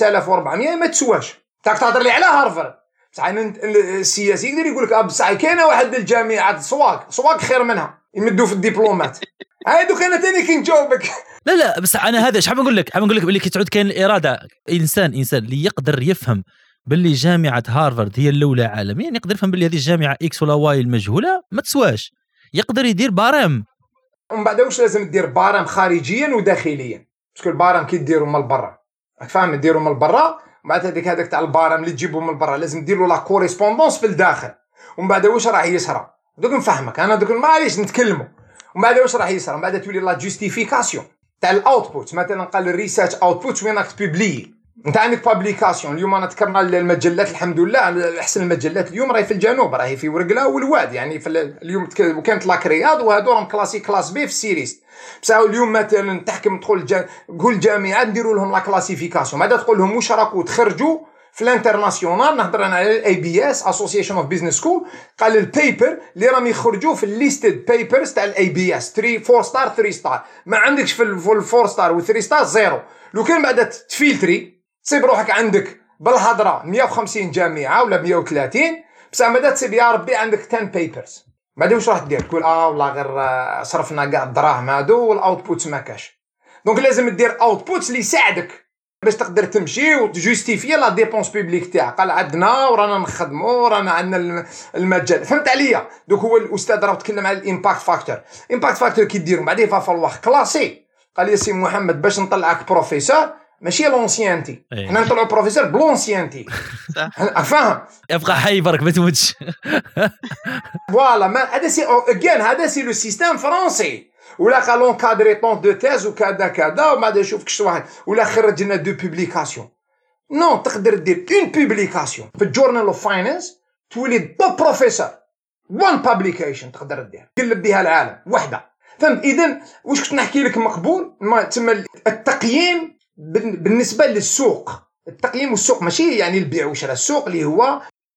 5400 ما تسواش. تاك تهضر لي على هارفارد بصح السياسي يقدر يقول لك بصح كاينه واحد الجامعات سواق خير منها يمدوا في الدبلومات. هادوك انا تاني كي نجاوبك. لا بس انا هذا اش حاب نقول لك باللي كي تعود كاين الاراده، انسان اللي يقدر يفهم باللي جامعه هارفارد هي الاولى عالميا، يقدر يفهم باللي هذه الجامعه اكس ولا واي المجهوله ما تسواش، يقدر يدير بارام. ومن بعد واش لازم دير بارام خارجيا وداخليا، باسكو البارام كي ديروا من برا راك فاهم، ديروا من برا بعد هذاك تاع البارام اللي تجيبوا من برا لازم ديروا لا كوريسبوندونس في الداخل. ومن بعد واش راح يصرى دوك نفهمك انا دوك معليش نتكلموا. ومن بعد واش راح يصرى، من بعد تولي لا جوستيفيكاسيون تاع الاوتبوت. مثلا قال الريسيرش اوتبوت وين راك تبوبلي، انت عندك بابليكاسيون. اليوم انا ذكرنا المجلات الحمد لله احسن المجلات اليوم راهي في الجنوب، راهي في ورقله والواد، يعني في اليوم وكانت لاك رياض وهذو راهم كلاسي كلاس بي في سيريست. بصح اليوم مثلا تحكم تدخل قول جامعه نديروا لهم لا كلاسيفيكاسيون، بعد تقول لهم واش راكو تخرجوا في الانترناسيونال. نهضر انا على الاي بي اس اسوسيشن اوف بزنس سكول، قال البيبر اللي راهم يخرجوا في الليستد بيبرز تاع الاي بي اس 3 4 ستار 3 ستار، ما عندكش في الفور ستار و 3 ستار زيرو. لو كان بعد تفلتري تصيب روحك عندك بالهضره 150 جامعه ولا 130، بصح بعد تصيب يا ربي عندك 10 بيبرز. بعد واش راح دير؟ تقول والله غير صرفنا كاع الدراهم هادو والاوتبوت ما كاش. دونك لازم دير اوتبوت اللي يساعدك باش تقدر تمشي وتجوستيفي لا ديبونس بيبليك تاعك. قال عندنا ورانا نخدموا ورانا عندنا المجال، فهمت عليا؟ دوك هو الاستاذ راه تكلم على الامباكت فاكتور كي ديروا بعدين فالواح كلاسي. قال يا سي محمد باش نطلعك بروفيسور ماشي لونسيانتي، حنا نطلعوا بروفيسور بلونسيانتي. فاهم؟ ابقى حي برك ما تموتش. فوالا ما هذا سي اجين، هذا سي لو سيستم فرنسي. ولا قالون كادري طون دو تيز وكذا وبعد يشوفك شي واحد ولا خرجنا دو بوبليكاسيون. نو تقدر دير اون بوبليكاسيون في الجورنال اوف فاينانس تولي دو بروفيسور. وان بابليكيشن تقدر دير قلب بها العالم وحده. فهمت؟ اذا واش كنت نحكي لك مقبول ما تسمى التقييم بالنسبه للسوق. التقييم والسوق ماشي يعني البيع والشراء، السوق اللي هو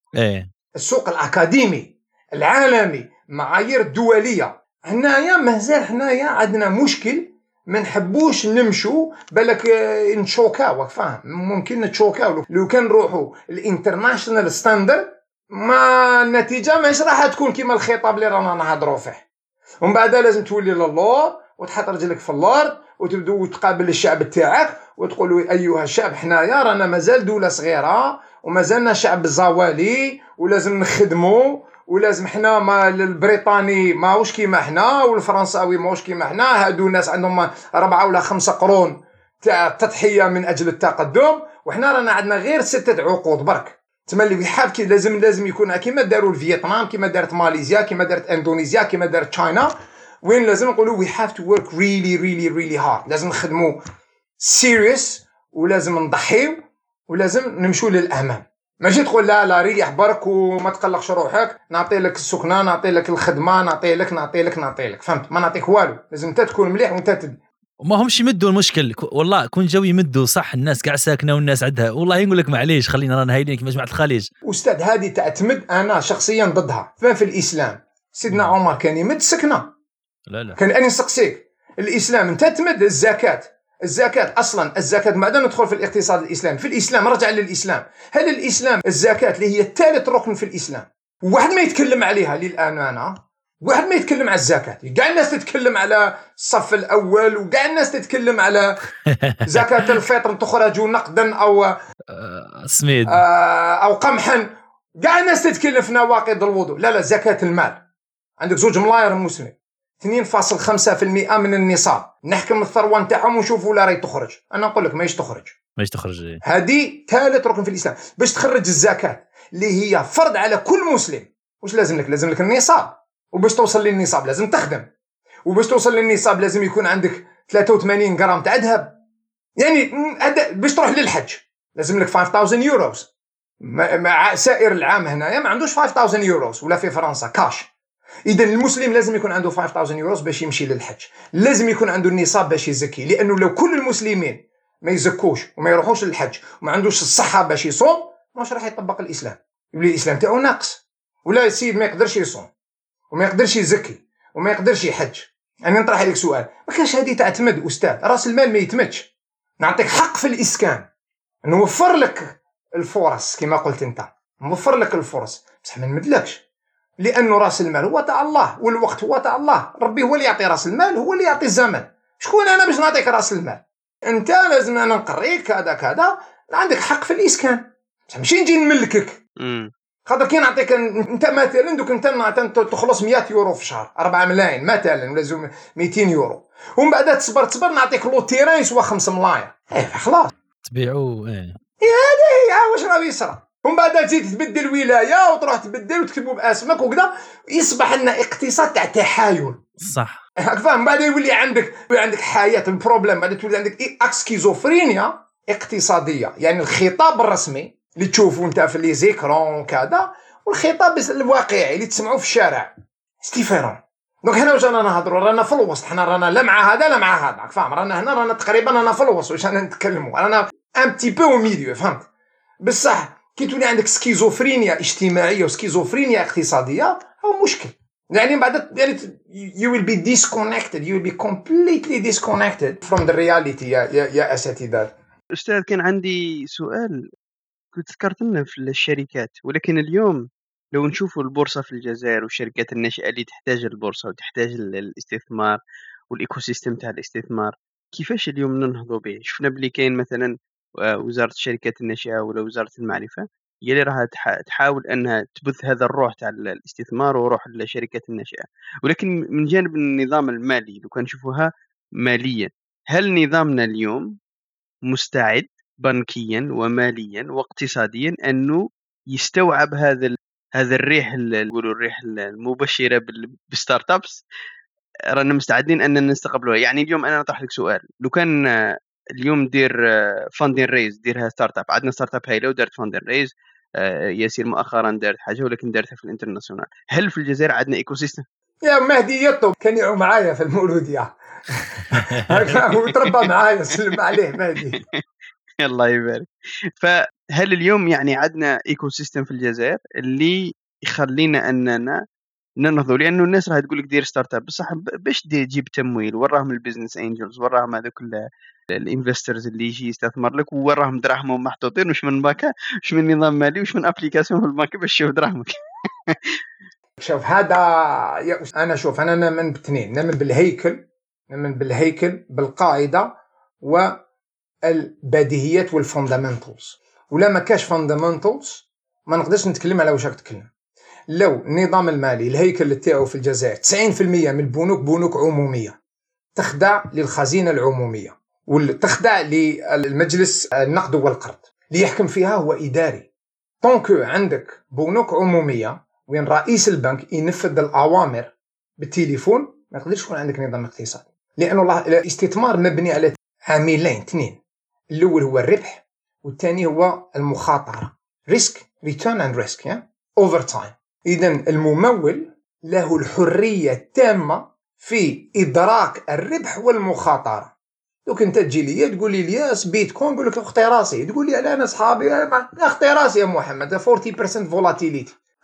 السوق الاكاديمي العالمي معايير دوليه. هنايا مازال حنايا عندنا مشكل، ما نحبوش نمشوا بالك نشوكاو، فاهم؟ ممكن نتشوكاو لو كان نروحوا الانترناشنال ستاندرد، ما النتيجه ماش راح تكون كيما الخطاب اللي رانا نهضروا فيه. ومن بعد لازم تولي للور وتحط رجلك في الارض وتبدو تقابل الشعب تاعك وتقولوا ايها الشعب حنايا رانا مازال دوله صغيره ومازالنا شعب زوالي ولازم نخدموا، ولازم حنا ما البريطاني ماهوش كيما حنا والفرنساوي ماهوش كيما حنا. هادو الناس عندهم 4 ولا 5 قرون تاع التضحيه من اجل التقدم، وحنا رانا عندنا غير 6 عقود برك. تملي بحال كي لازم يكون كيما داروا الفيتنام، كيما دارت ماليزيا، كيما دارت اندونيسيا، كيما دارت تشاينا، وين لازم نقولوا we have to work really hard. لازم نخدموا serious ولازم نضحيو ولازم نمشوا للامام. ماشي تقول لا ريح برك وما تقلقش روحك، نعطي لك السكنه، نعطي لك الخدمه، نعطي لك. فهمت؟ ما نعطيك والو. لازم انت تكون مليح وانت وما همش يمدوا المشكل. والله كون جاو يمدوا صح الناس قاع ساكنه والناس عندها، والله نقول لك معليش خلينا رانا هايلين كيما جماعه الخليج. استاذ هذه تعتمد، انا شخصيا ضدها. في الاسلام سيدنا عمر كان يمد سكنه. لا كان اني نسقسيك الاسلام انت تمد الزكاه اصلا الزكاه بعد ندخل في الاقتصاد الاسلامي. في الاسلام رجع للاسلام. هل الاسلام الزكاه اللي هي ثالث ركن في الاسلام واحد ما يتكلم عليها للامانه، واحد ما يتكلم على الزكاة، كاع الناس تتكلم على الصف الأول، وكاع الناس تتكلم على زكاة الفطر تخرج نقدا أو سميد أو قمحا، كاع الناس تتكلم في نواقض الوضوء. لا زكاة المال، عندك 2 ملاير مسلم 2.5% من النصاب، نحكم الثروة نتاعهم ونشوفوا لا راهي تخرج. أنا نقول لك ماهيش تخرج. هذه ثالث ركن في الإسلام. باش تخرج الزكاة اللي هي فرض على كل مسلم، واش لازم لك؟ لازم لك النصاب، وباش توصل للنصاب لازم تخدم، وباش توصل للنصاب لازم يكون عندك 83 غرام تاع ذهب. يعني باش تروح للحج لازم لك 5000 يوروز. مع سائر العام هنايا ما عندوش 5000 يوروز، ولا في فرنسا كاش. إذا المسلم لازم يكون عنده 5000 يوروز باش يمشي للحج، لازم يكون عنده النصاب باش يزكي. لأنه لو كل المسلمين ما يزكوش وما يروحوش للحج وما عندوش الصحة باش يصوم، واش راح يطبق الإسلام؟ يولي الإسلام تاعو ناقص. ولا السيد ما يقدرش يصوم وما يقدرش يزكي وما يقدرش يحج. يعني نطرح عليك سؤال، ما كاش هذه تعتمد أستاذ؟ راس المال ما يتمدش. نعطيك حق في الإسكان، نوفر لك الفرص كما قلت أنت، نوفر لك الفرص، بصح ما نمدلكش، لأنه راس المال هو تاع الله، والوقت هو تاع الله. ربي هو اللي يعطي راس المال، هو اللي يعطي الزمن. شكون أنا باش نعطيك راس المال؟ أنت لازم أنا نقريك كذا عندك حق في الإسكان، بصح ماشي نجي نملكك. خاطر كي نعطيك انت مثلا دوك انت تخلص 100 يورو في الشهر، 4 ملايين مثلا، ولا 200 يورو، ومن بعد تصبر نعطيك لو تيران يسوى 5 ملايين، خلاص تبيعوا. هذه واش راه يصرى. ومن بعد تزيد تبدل ولايه وتروح تبدل وتكتبوا باسمك وكذا، يصبح لنا اقتصاد تاع تحايل. صح، فاهم؟ بعد يولي عندك حياه البروبليم، بعد تولي عندك سكيزوفرينيا اقتصاديه. يعني الخطاب الرسمي اللي تشوفوا انت في لي زيكرون وكذا، والخطاب الواقعي اللي تسمعوه في الشارع ستيفيرون. دونك هنا واش رانا نهضروا؟ رانا في الوسط، حنا رانا لا مع هذا لا مع هذا، فاهم؟ رانا هنا رانا تقريبا رانا في الوسط، واش رانا نتكلموا؟ رانا ان بتي بو او ميليو، فهمت؟ بصح كي تولي عندك سكيزوفرينيا اجتماعيه وسكيزوفرينيا اقتصاديه، هو مشكل. يعني بعد يعني you will be disconnected, you will be completely disconnected from the reality يا اساتذه. استاذ كان عندي سؤال، كنت ذكرت لنا في الشركات، ولكن اليوم لو نشوفوا البورصة في الجزائر والشركات الناشئة اللي تحتاج البورصة وتحتاج الاستثمار والإيكو سيستم تاع الاستثمار، كيفاش اليوم ننهضوا به؟ شفنا بلي كاين مثلا وزارة الشركات الناشئة ولا وزارة المعرفة هي اللي راها تحاول أنها تبث هذا الروح تاع الاستثمار وروح الشركات الناشئة. ولكن من جانب النظام المالي لو كان نشوفوها ماليا، هل نظامنا اليوم مستعد بنكيا وماليا واقتصاديا انه يستوعب هذا الريح، نقولوا الريح المبشره بالستارت ابس؟ رانا مستعدين ان نستقبلوها؟ يعني اليوم انا نطرح لك سؤال، لو كان اليوم دير فاندين ريز، ديرها ستارت اب، عندنا ستارت اب هايله ودارت فاندين ريز، ياسير مؤخرا دارت حاجه ولكن دارتها في الانترناسيونال، هل في الجزائر عندنا ايكو سيستم؟ يا مهدي يطب كان يعو معايا في المولوديه هكا وتربى معايا، سلم عليه مهدي الله يبارك. فهل اليوم يعني عندنا ايكو سيستم في الجزائر اللي يخلينا اننا ننهضوا؟ لانه الناس راح تقول لك دير ستارت اب، بصح باش تجيب تمويل، وراهم البيزنس انجلز، وراهم هذوك الانفسترز اللي يجي يستثمر لك، وراهم دراهمهم محطوطين، وش من باكا، وش من نظام مالي، وش من ابليكاسيون في البنك باش تشوف دراهمك. شوف هذا انا شوف انا نؤمن باثنين، نؤمن بالهيكل بالقاعده والبديهيات والفوندامنتالز. ولا ما كاش فوندامنتالز ما نقدرش نتكلم على واش راك تتكلم. لو النظام المالي الهيكل تاعو في الجزائر 90% من البنوك بنوك عموميه تخضع للخزينه العموميه وتخضع للمجلس النقد والقرض، اللي يحكم فيها هو اداري. طونك عندك بنوك عموميه وين رئيس البنك ينفذ الأوامر بالتليفون، ما يقدرش يكون عندك نظام اقتصادي. لأنه الاستثمار مبني على عاملين اثنين، الأول هو الربح والثاني هو المخاطرة، risk return and risk over time. إذن الممول له الحرية التامة في إدراك الربح والمخاطرة. دوك انت تجي لي تقول لي الياس بيتكوين، نقول لك اختي راسي، تقول لي انا اصحابي اختي راسي يا محمد 40% فولاتيليتي،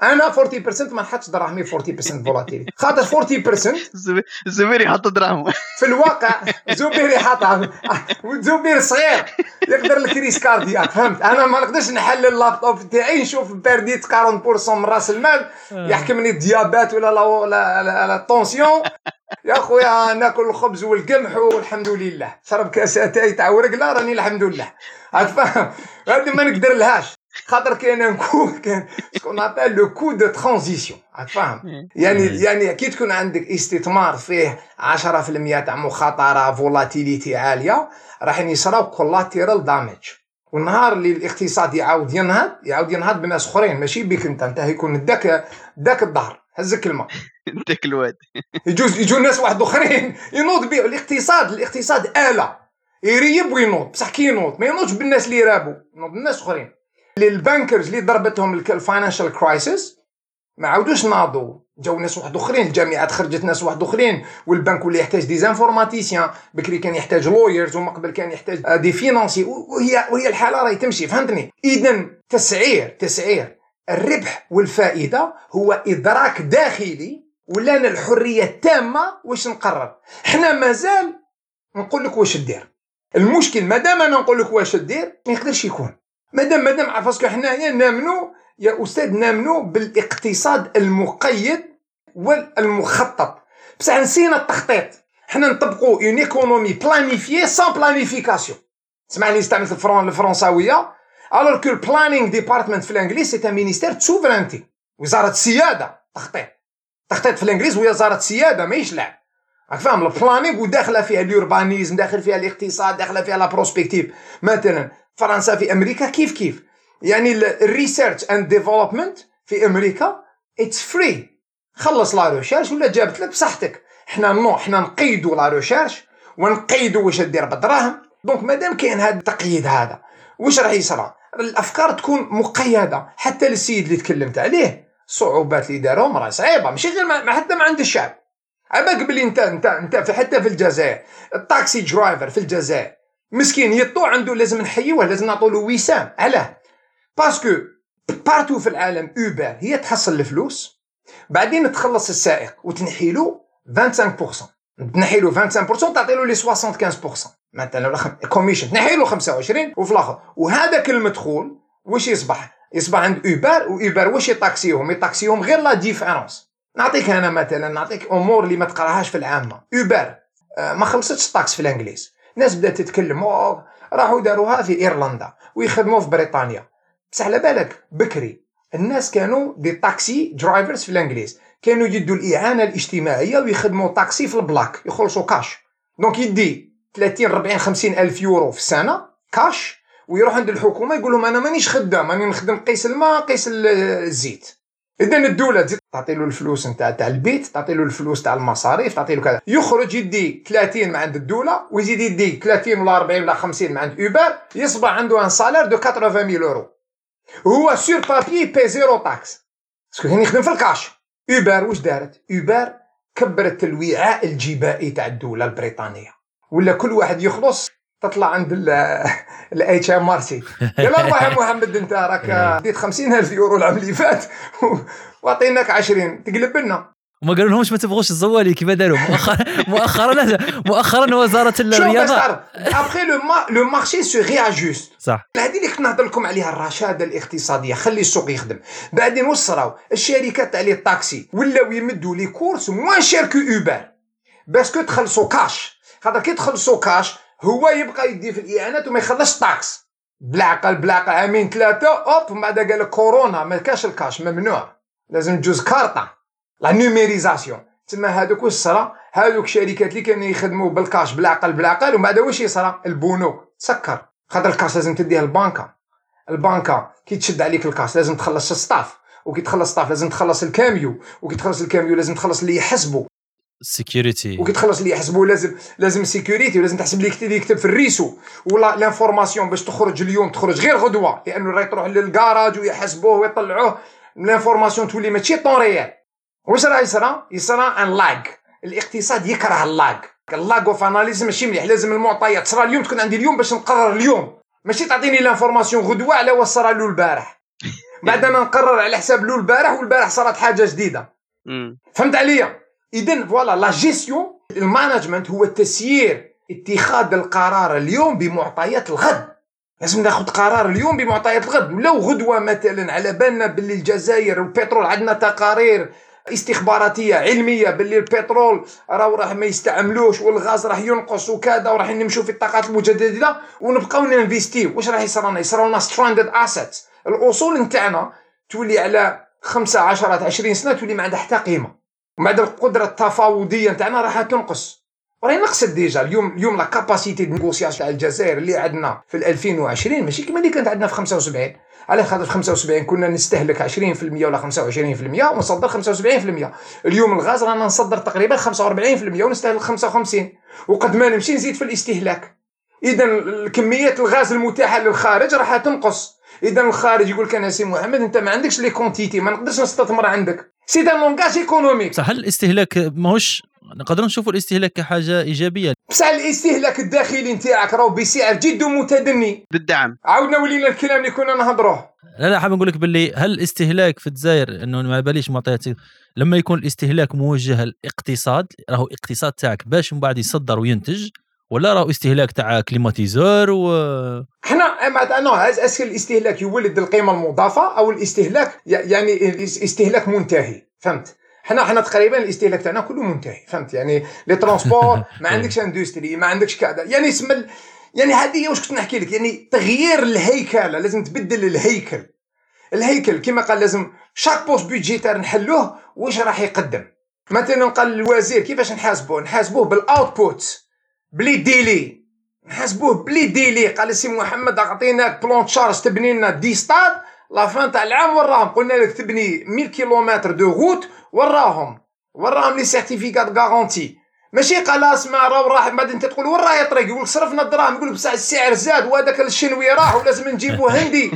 انا 40% ما نحطش دراهمي 40% فولاتيليتي، خاطر 40% الزبير يحط دراهم في الواقع زبير يحطها، وزبير صغير يقدر الكريس كاردياك، فهمت؟ انا ما نقدرش نحل اللابتوب تاعي نشوف برديت 40% من راس المال يحكمني الديابات ولا الطونسيون. يا خويا ناكل الخبز والقمح والحمد لله، شرب كاس اتاي تاع ورقله راني الحمد لله، راك فاهم؟ هذه ما نقدر لهاش، خاطر كاين شكون نابيل لو كو دو ترانزيسيون، راك فاهم؟ يعني كي تكون عندك استثمار فيه 10% تاع مخاطره فولاتيليتي عاليه راح يصراو كولاتيرال دامج، والنهار اللي الاقتصاد يعاود ينهض بناس اخرين ماشي بك انت يكون داك الظهر هزك الماء انتك الواد يجوا ناس واحد اخرين ينوض بيه الاقتصاد آلة يريب وينوض، بصح كي ينوض ما ينوضش بالناس اللي رابوا، ينوض بالناس اخرين. البانكرز اللي ضربتهم الفاينانشال كرايسيس ما عاودوش ناضوا، جاو ناس واحد اخرين، الجامعات خرجت ناس واحد اخرين، والبنك ولا يحتاج ديزانفورماتيسيان، بكري كان يحتاج لويرز وما قبل كان يحتاج دي فينانسي، وهي الحاله راهي تمشي، فهمتني؟ اذا تسعير الربح والفائده هو ادراك داخلي، ولا الحريه التامه واش نقرر. احنا مازال نقول لك واش دير، المشكل مادام انا نقول لك واش دير ما يقدرش يكون، مادام عفاسكو حنايا نامنوا يا استاذ نامنوا بالاقتصاد المقيد والمخطط، بصح نسينا التخطيط. حنا نطبقوا اون ايكونومي بلانيفيي سان بلانيفيكاسيون، اسمعني استعملت الفرنساويه، alors que le planning department في الانجليز سي ان مينيستير سوفرانتي، وزاره السياده، تخطيط في الانجليز وزاره السياده ماهيش لعب، راك فاهم؟ البلانينغ وداخله فيها اليوربانيزم، داخل فيها الاقتصاد، داخله فيها لا بروسبكتيف. مثلا فرنسا في امريكا كيف يعني الريسيرش اند ديفلوبمنت في امريكا اتس فري، خلص لا ريشيرش ولا جابت لك بصحتك. حنا نقيدوا لا ريشيرش ونقيدوا واش دير بالدراهم. دونك مادام كاين هذا التقييد هذا واش راح يصرى؟ الافكار تكون مقيده. حتى السيد اللي تكلمت عليه الصعوبات اللي دارهم راه صعيبه، ماشي غير حتى ما عند الشعب. عباك بلي انت حتى في الجزائر التاكسي درايفر في الجزائر مسكين يطو عنده لازم نحيوه، لازم نعطوا له وسام. علاه؟ باسكو بارتو في العالم اوبر هي تحصل الفلوس، بعدين تخلص السائق وتنحيله 25%، تنحيله 25% تعطيله لي 75% مثلا كوميشن، تنحيله 25 وفي الاخر. وهذاك المدخول واش يصبح عند اوبر، واوبر واش يطاكسيهم غير لا ديفيرونس. نعطيك امور اللي ما تقراهاش في العامه. اوبر ما خلصتش الطاكس في الانجليز، الناس بدات تتكلم راحوا داروها في ايرلندا ويخدموا في بريطانيا، بصح على بالك بكري الناس كانوا دي تاكسي درايفرز في الانجليز، كانوا يدوا الاعانه الاجتماعيه ويخدموا طاكسي في البلاك يخلصوا كاش. دونك يدي 30 40 50 الف يورو في السنه كاش، ويروح عند الحكومه يقول لهم انا مانيش خدام، راني نخدم قيس الماء قيس الزيت. اذا الدوله تعطي له الفلوس نتاع البيت، تعطي له الفلوس تاع المصاريف، تعطي له كذا، يخرج يدي 30 من عند الدوله ويزيد يدي 30 ولا 40 ولا 50 من عند اوبر، يصبح عنده ان سالير دو 80000 يورو. هو سور بابي بي زيرو تاكس باسكو كان يخدم في الكاش. اوبر واش دارت؟ اوبر كبرت الوعاء الجبائي تاع الدوله البريطانيه، ولا كل واحد يخلص تطلع عند الاتش ام ار سي يلا روح يا محمد انت راك ديت 50000 يورو العام اللي فات واعطيناك 20 تقلب لنا. وما قالوا لهمش ما تبغوش الزوالي كيف داروا مؤخرا وزاره الرياضه. ابخي لو مارشي سو رياجوست. صح، هذه اللي كنا نهضر لكم عليها الرشاده الاقتصاديه، خلي السوق يخدم. بعدين وصراو الشركات تاع لي طاكسي ولاو يمدوا لي كورس موان شير كو اوبر باسكو تخلصوا كاش، خاطر كي تخلصوا كاش هو يبقى يدي في الاعانات وما يخلصش طاكس. بلاقه عامين ثلاثه اوب من بعد قال لك كورونا ما كاش الكاش ممنوع، لازم تجوز كارطه لا نيميريزاسيون. تما هذوك واش صرا؟ هذوك الشركات اللي كانوا يخدموا بالكاش بالعقل ومن بعد واش يصرا؟ البنوك تسكر، خاطر الكاش لازم تديه البنكه كي تشد عليك الكاش لازم تخلص الستاف، وكي تخلص الستاف لازم تخلص الكاميو، وكي تخلص الكاميو لازم تخلص اللي يحسبوا سيكوريتي، وكي تخلص اللي يحسبوا لازم سيكوريتي، ولازم تحسب اللي يكتب في الريسو ولا لانفورماسيون باش تخرج اليوم تخرج غير غدوه، لانه راهي تروح للكراج ويحسبوه ويطلعوه لانفورماسيون تولي ماشي طون ريال. واش راه يصرى ان لاج. الاقتصاد يكره اللاج اوف اناليز ماشي مليح. لازم المعطيات تصرى اليوم تكون عندي اليوم باش نقرر اليوم، ماشي تعطيني لانفورماسيون غدوه على واش صرا له البارح. بعد انا نقرر على حساب له البارح، والبارح صارت حاجه جديده. فهمت عليا؟ اذا فوالا لا جيستيون، المانجمنت هو تسيير اتخاذ القرار اليوم بمعطيات الغد. لازم ناخذ قرار اليوم بمعطيات الغد. لو غدوه مثلا على بالنا باللي الجزائر والبترول، عندنا تقارير استخباراتيه علميه باللي البترول راح ما يستعملوش والغاز راح ينقص وكذا، وراح نمشوا في الطاقات المجدده ونبقاو ننفيستيو، واش راح يصير لنا؟ يصير لنا ستراندد اسيتس. الاصول نتاعنا تولي على 5 10 20 سنه تولي ما عندها حتى قيمه، ومع القدره التفاوضيه نتاعنا راح تنقص. وراهي نقصت ديجا. اليوم لا كاباسيتي دو نيغوسياسيون تاع الجزائر اللي عندنا في 2020 ماشي كيما اللي كانت عندنا في 75. على خاطر في 75 كنا نستهلك 20% ولا 25% ونصدر 75%. اليوم الغاز رانا نصدر تقريبا 45% ونستهلك 55، وقد ما نمشي نزيد في الاستهلاك. اذا الكميات الغاز المتاحه للخارج راح تنقص. اذا الخارج يقول لك انا سي محمد انت ما عندكش لي كونتيتي، ما نقدرش نستثمر عندك. سي دان لونغاج ايكونوميك. صح. الاستهلاك ماهوش نقدروا نشوفوا الاستهلاك كحاجه ايجابيه، بصح الاستهلاك الداخلي نتاعك راهو بسعر جد متدني. بالدعم. عاودنا ولينا الكلام اللي كنا نهضروه. لا حاب نقول لك باللي هل الاستهلاك في الجزائر انه ما باليش معطيات، لما يكون الاستهلاك موجه للاقتصاد، راهو اقتصاد تاعك باش من بعد يصدر وينتج، ولا راهو استهلاك تاع كليماتيزور احنا انا اسكن الاستهلاك يولد القيمه المضافه او الاستهلاك يعني استهلاك منتهي. فهمت؟ احنا تقريبا الاستهلاك تاعنا كله منتهي. فهمت؟ يعني لي ترونسبور ما عندكش اندستري، ما عندكش كذا، يعني اسم يعني هذه واش كنت نحكي لك، يعني تغيير الهيكله. لازم تبدل الهيكل كما قال. لازم شاك بوست بيدجيتير نحلوه واش راح يقدم. مثلا قال الوزير كيفاش نحاسبوه بالاوتبوت بلي ديلي، نحاسبوه بلي ديلي. قال سي محمد اعطيناك بلون تشارج تبني لنا 10 ستاد لا فان تاع العام، وراهم قلنا لك تبني 1000 كيلومتر دو غوت، وراهم لي سيرتيفيكات غارونتي. ماشي قال اسمع راح بعد انت تقول وين راهي الطريق، يقول صرفنا الدراهم، يقول بصح السعر زاد وهذاك الشنوي راح ولازم نجيبوه هندي.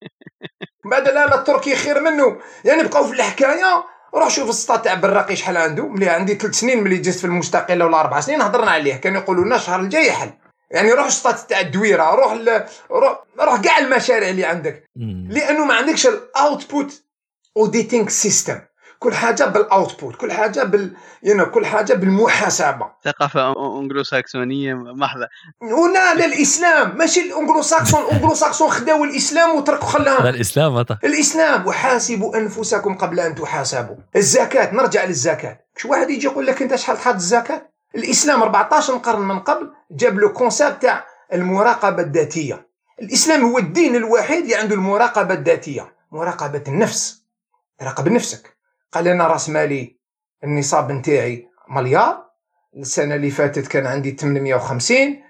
بعد لا التركي خير منه. يعني بقاو في الحكايه. روح شوف السطات تاع براقي شحال عنده. ملي عندي 3 سنين ملي جيت في المستقله ولا 4 سنين هضرنا عليه، كانوا يقولوا لنا الشهر الجاي يحل. يعني روح السطات تاع الدويره، روح كاع المشاريع اللي عندك، لانه ما عندكش الاوتبوت اوديتينغ سيستم. كل حاجه بالاوتبوت، كل حاجه كل حاجه بالمحاسبه. ثقافه انجلو ساكسونيه محضه. ولا الاسلام ماشي الانجلو ساكسون خداو الاسلام وتركوا خلاهم الاسلام. وحاسبوا انفسكم قبل ان تحاسبوا. الزكاه، نرجع للزكاه. شو واحد يجي يقول لك انت شحال تحط الزكاه؟ الاسلام 14 قرن من قبل جاب له كونسيبت تاع المراقبه الذاتيه. الاسلام هو الدين الوحيد اللي عنده المراقبه الذاتيه، مراقبه النفس. راقب نفسك. قال لنا راس مالي النصاب نتاعي مليار، السنه اللي فاتت كان عندي 850.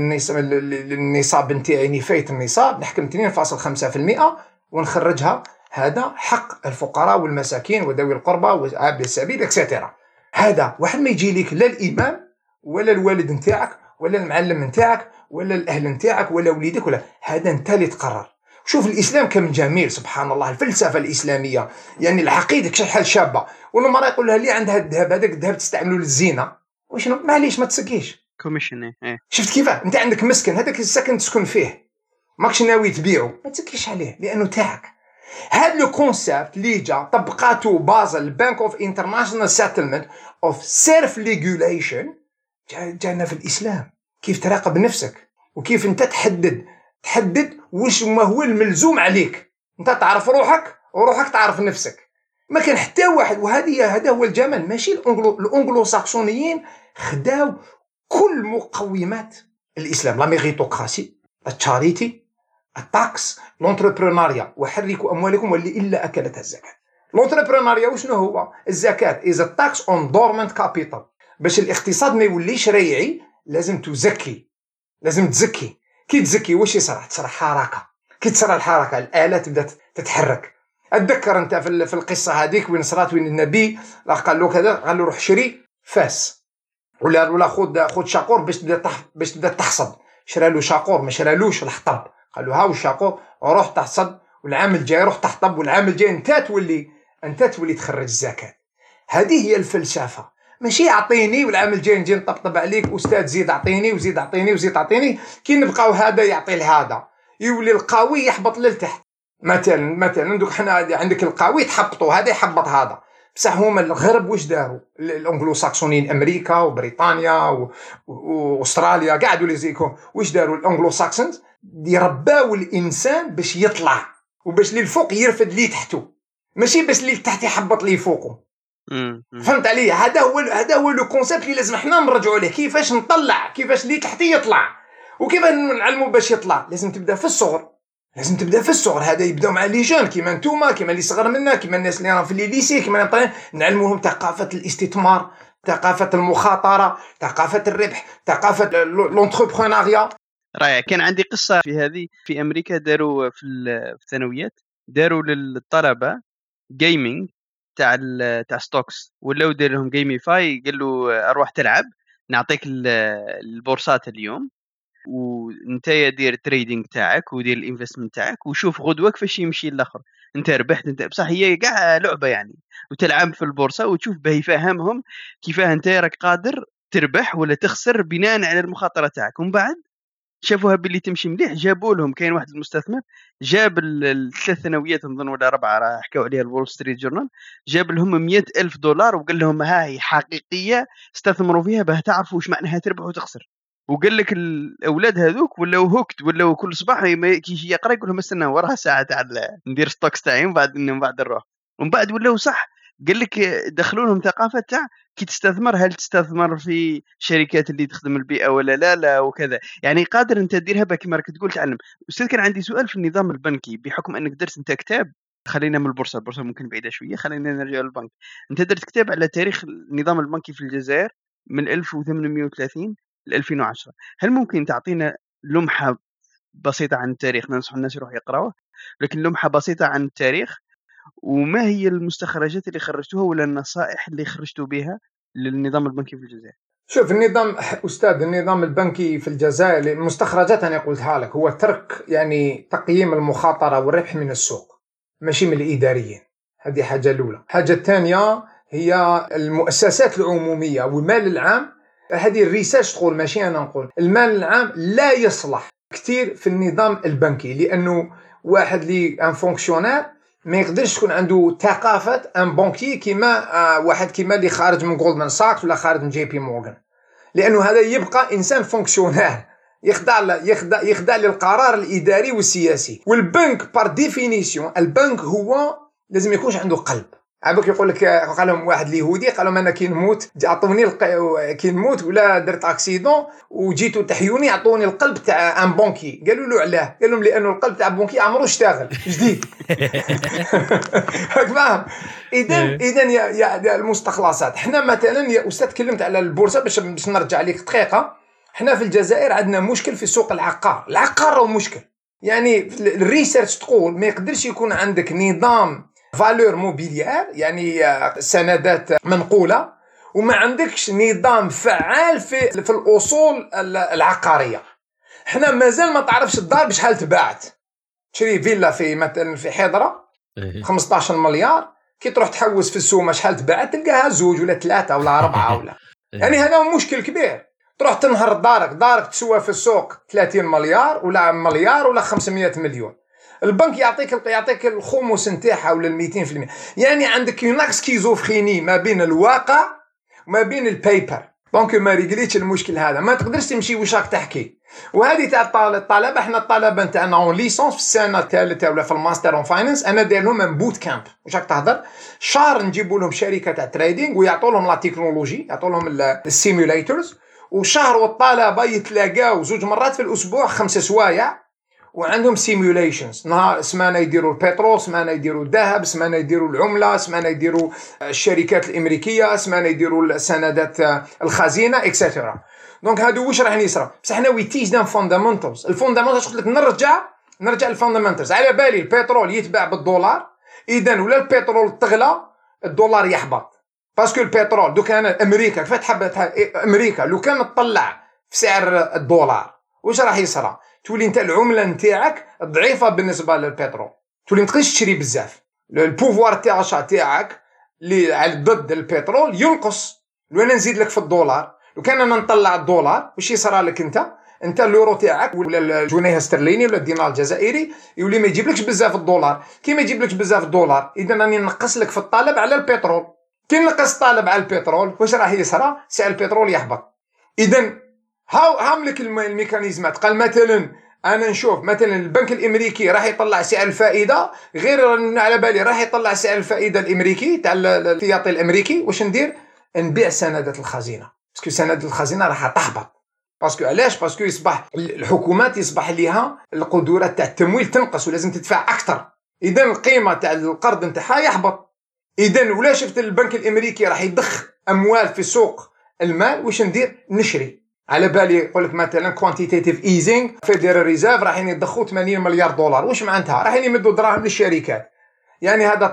النصاب نتاعي نفايت النصاب، نحكم 2.5% ونخرجها. هذا حق الفقراء والمساكين وذوي القربى وعابر السبيل اكسترا. هذا واحد ما يجي لك لا الامام ولا الوالد نتاعك ولا المعلم نتاعك ولا الاهل نتاعك ولا وليدك ولا هذا انت اللي تقرر. شوف الاسلام كم جميل سبحان الله. الفلسفه الاسلاميه يعني العقيده شحال شابه. والمراه يقول لها اللي عندها الذهب، هذاك الذهب تستعملوا للزينه، واش معليش ما تسكيش كوميشن. شفت كيف انت عندك مسكن، هذاك السكن تسكن فيه ماكش ناوي تبيعه، ما تسكيش عليه لانه تاعك. هذا لو كونسيبت اللي جا طبقاته بازل بانك اوف انترناشونال سيتلمنت اوف سيلف ريغوليشن جانا في الاسلام. كيف تراقب نفسك وكيف انت تحدد وش ما هو الملزوم عليك. انت تعرف روحك وروحك تعرف نفسك. ما كان حتى واحد. هذا هو الجمال. ماشي الانجلو ساكسونيين خداو كل مقومات الاسلام، لا ميريتوكراسي، التشاريتي، التاكس، لونتربرونيا، وحركوا اموالكم واللي الا اكلتها الزكاه. لونتربرونيا وشنو هو؟ الزكاه از تاكس اون دورمنت كابيتال. باش الاقتصاد ما يوليش ريعي لازم تزكي، لازم تزكي. كي تزكي واش يصرى؟ تصرى حركه. كي تصرى الحركه الآلة تبدا تتحرك. اتذكر انت في القصه هذيك وين صرات وين النبي قال له كذا، قال له روح شري فاس ولا خذ شاقور باش تبدا تحصد. شرى له شاقور، ما شرالوش الحطب. قال له هاو الشاقور وروح تحصد، والعام الجاي روح تحطب، والعام الجاي انت تولي تخرج الزكاه. هذه هي الفلسفه. ماشي اعطيني والعام الجاي نجي نطبطب عليك استاذ زيد اعطيني وزيد اعطيني وزيد اعطيني. كي نبقاو هذا يعطي لهذا يولي القوي يحبط للتحت مثلا دوك حنا عندك القاوي تحبطوا هذا يحبط هذا، بصح هما الغرب واش داروا الانجلو ساكسونيين امريكا وبريطانيا واستراليا كاع دول زيكم واش داروا الانجلو ساكسونز يرباو الانسان باش يطلع وباش للفوق يرفد لي تحته ماشي باش لي تحت يحبط لي فوقه. فهمت علي؟ هذا هو لو كونسيبت اللي لازم حنا نرجعوا له، كيفاش نطلع كيفاش لي تحتي يطلع وكيف نعلموا باش يطلع. لازم تبدا في الصغر، هذا يبداو مع لي جون كيما نتوما كيما اللي صغر منا كيما الناس اللي راهم في لي ليسي كيما نعلموهم ثقافه الاستثمار، ثقافه المخاطره، ثقافه الربح، ثقافه لونتربرونيا. رائع. كان عندي قصه في هذه في امريكا، داروا في الثانويات داروا للطلبه جيمنج تاع ستوكس، ولاو دار لهم جيميفاي، قال له اروح تلعب نعطيك البورصات اليوم وانت دير تريدينغ تاعك ودير الانفستمنت تاعك وشوف غدوه كيفاش يمشي الاخر. انت ربحت انت بصح هي كاع لعبه يعني، وتلعب في البورصه وتشوف به يفهمهم كيفاه انت راك قادر تربح ولا تخسر بناء على المخاطره تاعك. ومن بعد شافوها باللي تمشي مليح، جابوا لهم كاين واحد المستثمر جاب الثلاث ثانويات نظن ولا 4 راه حكاو عليها الول ستريت جورنال، جاب لهم $100,000 وقال لهم ها هي حقيقيه استثمروا فيها باه تعرفوا واش معناها تربح وتخسر. وقال لك الاولاد هذوك ولاو هوكت، ولاو كل صباح كي يقرا يقول لهم استنى وراها ساعه تاع ندير ستوكس تاعي ومن بعد نروح. ومن بعد ولاو صح. قال لك دخلوا لهم ثقافه تاع كي تستثمر هل تستثمر في شركات اللي تخدم البيئه ولا لا وكذا، يعني قادر انت ديرها كما راك تقول تعلم. استاذ كان عندي سؤال في النظام البنكي، بحكم انك درت انت كتاب، خلينا من البورصه ممكن بعيده شويه، خلينا نرجع للبنك. انت درت كتاب على تاريخ النظام البنكي في الجزائر من 1830 ل 2010. هل ممكن تعطينا لمحه بسيطه عن التاريخ؟ ننصح الناس يروحوا يقراوه، لكن لمحه بسيطه عن التاريخ، وما هي المستخرجات اللي خرجتوها ولا النصائح اللي خرجتوا بها للنظام البنكي في الجزائر؟ شوف النظام البنكي في الجزائر المستخرجات أنا قلتها لك هو ترك يعني تقييم المخاطرة والربح من السوق ماشي من الإداريين. هذه حاجة الأولى. حاجة الثانية هي المؤسسات العمومية والمال العام. هذه الريسيرش تقول ماشي أنا نقول، المال العام لا يصلح كتير في النظام البنكي، لأنه واحد لي ان فونكسيونير ما يقدرش تكون عنده ثقافه ان بانكي كيما واحد كيما اللي خارج من جولدمان ساكس ولا خارج من جي بي مورغان، لانه هذا يبقى انسان فونكسيونير يخضع للقرار الاداري والسياسي. والبنك بار ديفينيسيون البنك هو لازم يكونش عنده قلب. عباك يقول لك قال لهم واحد اليهودي قال لهم انا كي نموت عطوني كي نموت ولا درت اكسيدون وجيتو تحيوني عطوني القلب تاع ان بانكي. قالوا له علاه؟ قال لهم لانه القلب تاع بانكي عمره اشتغل جديد. فاهم؟ اذا يا المستخلصات احنا مثلا يا استاذ تكلمت على البورصه باش نرجع لك دقيقه. احنا في الجزائر عندنا مشكل في سوق العقار هو مشكل. يعني الريسيرش تقول ما يقدرش يكون عندك نظام فالور موبيليار يعني سندات منقولة وما عندكش نظام فعال في الأصول العقارية. احنا مازال ما تعرفش الدار بشحال تباعت. تشري فيلا في مثلا في حضرة 15 مليار، كي تروح تحوس في السوق شحال تباعت تلقاها 2 ولا 3 ولا 4 ولا يعني هذا مشكل كبير. تروح تنهر دارك تسوى في السوق 30 مليار ولا 500 مليون. البنك يعطيك الخمس نتاعها ولا 200%. يعني عندك هناك سكيزوفريني ما بين الواقع وما بين البيبر. دونك ما ريغليتش المشكل هذا، ما تقدرش تمشي واش راك تحكي. وهذه تاع الطلبه، احنا الطلبه نتاعنا اون ليسونس في السنه الثالثه ولا في الماستر اون فاينانس، انا داير لهم ان بوت كامب. واش راك تهضر؟ شهر نجيبوا لهم شركه تاع تريدينغ ويعطوا لهم لا تكنولوجي، يعطوا لهم السيموليترز، وشهر والطلبه يتلاقاو 2 مرات في الاسبوع 5 سوايع وعندهم سيموليشنز. نهار سمانه يديروا البترول، سمانه يديروا الذهب، سمانه يديروا العمله، سمانه يديروا الشركات الامريكيه، سمانه يديروا السندات الخزينه اكسترا. دونك هادو واش راح يصرى؟ بصح حنا وي تيج دام فاندامنتالز. الفاندامنتالز قلت لك نرجع للفاندامنتالز. على بالي البترول يتباع بالدولار، اذا ولا البترول تغلى الدولار يحبط. باسكو البترول دوك انا امريكا كيف تحب امريكا لو كان تطلع في سعر الدولار واش راح يصرى؟ تولي انت العمله نتاعك ضعيفه بالنسبه للبترول، تولي ما تقدرش تشري بزاف. البوفوار تاعك اللي على ضد البترول ينقص. لو انا نزيد لك في الدولار، لو كان انا نطلع الدولار واش يصرى لك انت؟ انت اللورو تاعك ولا الجنيه الاسترليني ولا الدينار الجزائري يولي ما يجيبلكش بزاف الدولار. كي ما يجيبلكش بزاف الدولار اذا راني نقص لك في الطلب على البترول. كي نقص الطلب على البترول واش راح يصرى؟ سعر البترول يهبط. اذا هاملك الميكانيزمات. قال مثلا انا نشوف مثلا البنك الامريكي راح يطلع سعر الفائده، غير على بالي راح يطلع سعر الفائده الامريكي تاع الاحتياطي الامريكي، واش ندير؟ نبيع سندات الخزينه، باسكو سندات الخزينه راح تهبط. باسكو علاش؟ باسكو يصبح الحكومات يصبح ليها القدره تاع التمويل تنقص ولازم تدفع اكثر، اذا القيمه تاع القرض نتاعها يهبط. اذا ولا شفت البنك الامريكي راح يضخ اموال في سوق المال، واش ندير؟ نشري. على بالي يقول لك مثلا كوانتيتيف ايزينغ فيدرال ريزيرف راح يضخوا 80 مليار دولار، واش معناتها؟ راح يمدوا دراهم للشركات. يعني هذا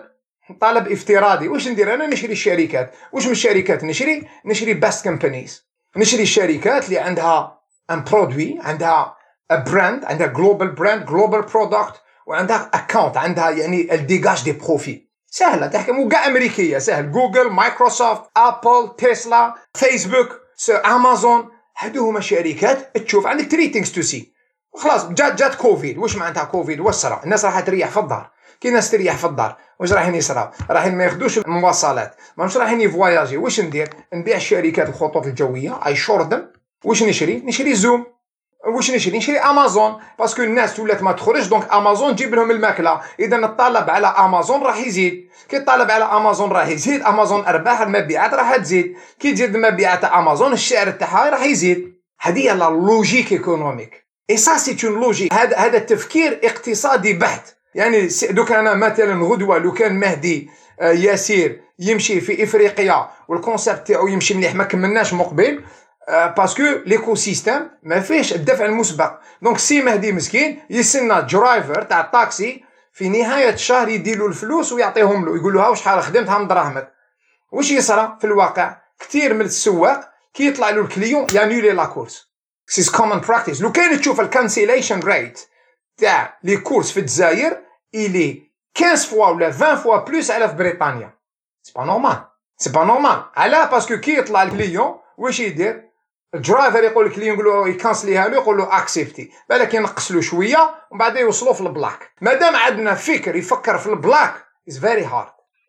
طلب افتراضي. واش ندير انا؟ نشري الشركات. واش من الشركات نشري باست كومبانيز، نشري الشركات اللي عندها ان برودوي، عندها براند، عندها جلوبال براند، جلوبال برودكت، وعندها اكونت، عندها يعني الديغاج دي بروفي. سهله تحكم وكاع امريكيه، سهل. جوجل، مايكروسوفت، ابل، تسلا، فيسبوك، امازون، هادو هما شركات تشوف عندك 3 things to see. خلاص جات كوفيد. واش معناتها كوفيد؟ وصرا الناس راح تريح في الدار. كي الناس تريح في الدار واش راح يصرا؟ راح ما ياخذوش المواصلات، ماهمش راح يفواياجي. واش ندير؟ نبيع الشركات الخطوط الجويه، اي شوردم. واش نشري زوم. واش نشري امازون، باسكو الناس ولات ما تخرج، دونك امازون تجيب لهم الماكله. اذا الطلب على امازون راح يزيد. كي الطلب على امازون راح يزيد، امازون ارباح المبيعات راح تزيد. كي تزيد المبيعات تاع امازون السعر تاعها راح يزيد. هذه هي لا لوجيك ايكونوميك. اي سا سي اون لوجيك. هذا التفكير اقتصادي بحت. يعني دوك انا مثلا غدوه لو كان مهدي ياسير يمشي في افريقيا والكونسيبت تاعو يمشي مليح، ما كملناش مقبل باسكو ليكو سيستيم ما فيهش الدفع المسبق. دونك سي مهدي مسكين يسنى درايفر تاع الطاكسي في نهايه الشهر يديلو الفلوس ويعطيهم له، يقول له ها شحال خدمت هم دراهمك. واش يصرى في الواقع؟ كثير من السواق كي يطلع له الكليون يانولي لا كورس. سيس كومن براكتيس. لو كان تشوف الكانسيليشن ريت تاع لي كورس في الجزائر إلي 15 فوا ولا 20 فوا بلوس على في بريطانيا. سي با نورمال. علاه؟ باسكو كي يطلع الكليون واش يدير؟ الدرايفر يقول الكليون يقول له يكانسليها له، يقول له اكسبتي، بالك ينقص له شويه ومن بعد يوصلوا في البلاك. مادام عندنا فكر يفكر في البلاك از فيري هارد.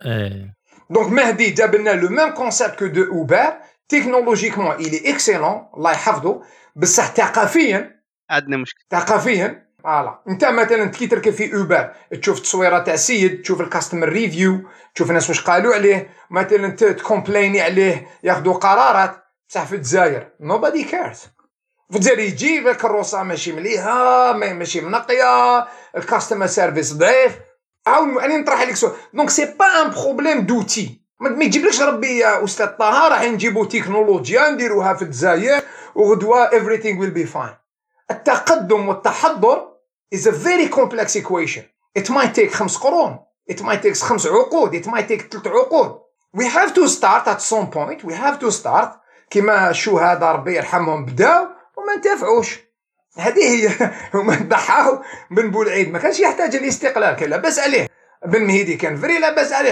دونك مهدي جاب لنا لو ميم كونسيبت كو دو اوبر. تكنولوجيكمون إلي اكسيلون الله يحفظه، بصح ثقافيا عندنا مشكل. ثقافيا فوالا. انت مثلا كي تركب في اوبر تشوف التصويره تاع السيد، تشوف الكاستمر ريفيو، تشوف الناس واش قالوا عليه، مثلا تكومبليني عليه، ياخذوا قرارات. بصح في الجزائر nobody cares. في الجزائر يجي الكروسه ماشي مليحه، ماشي منقيه، الكاستمر سيرفيس ضعيف. انا نطرح عليك سؤال. دونك سي با ان بروبليم دوتي. ما يجيبلكش ربي يا استاذ طه راح نجيبوا تكنولوجيا نديروها في الجزائر وغدوه everything will be fine. التقدم والتحضر is a very complex equation. It might take 5 قرون, it might take 5 عقود, it might take 3 عقود. We have to start at some point. We have to start. كما الشهداء ربي يرحمهم بداو وما انتفعوش. هذه هي. هما ضحاو بن بولعيد ما كانش يحتاج الاستقلال، كان لاباس عليه. بن مهيدي كان فري لاباس عليه.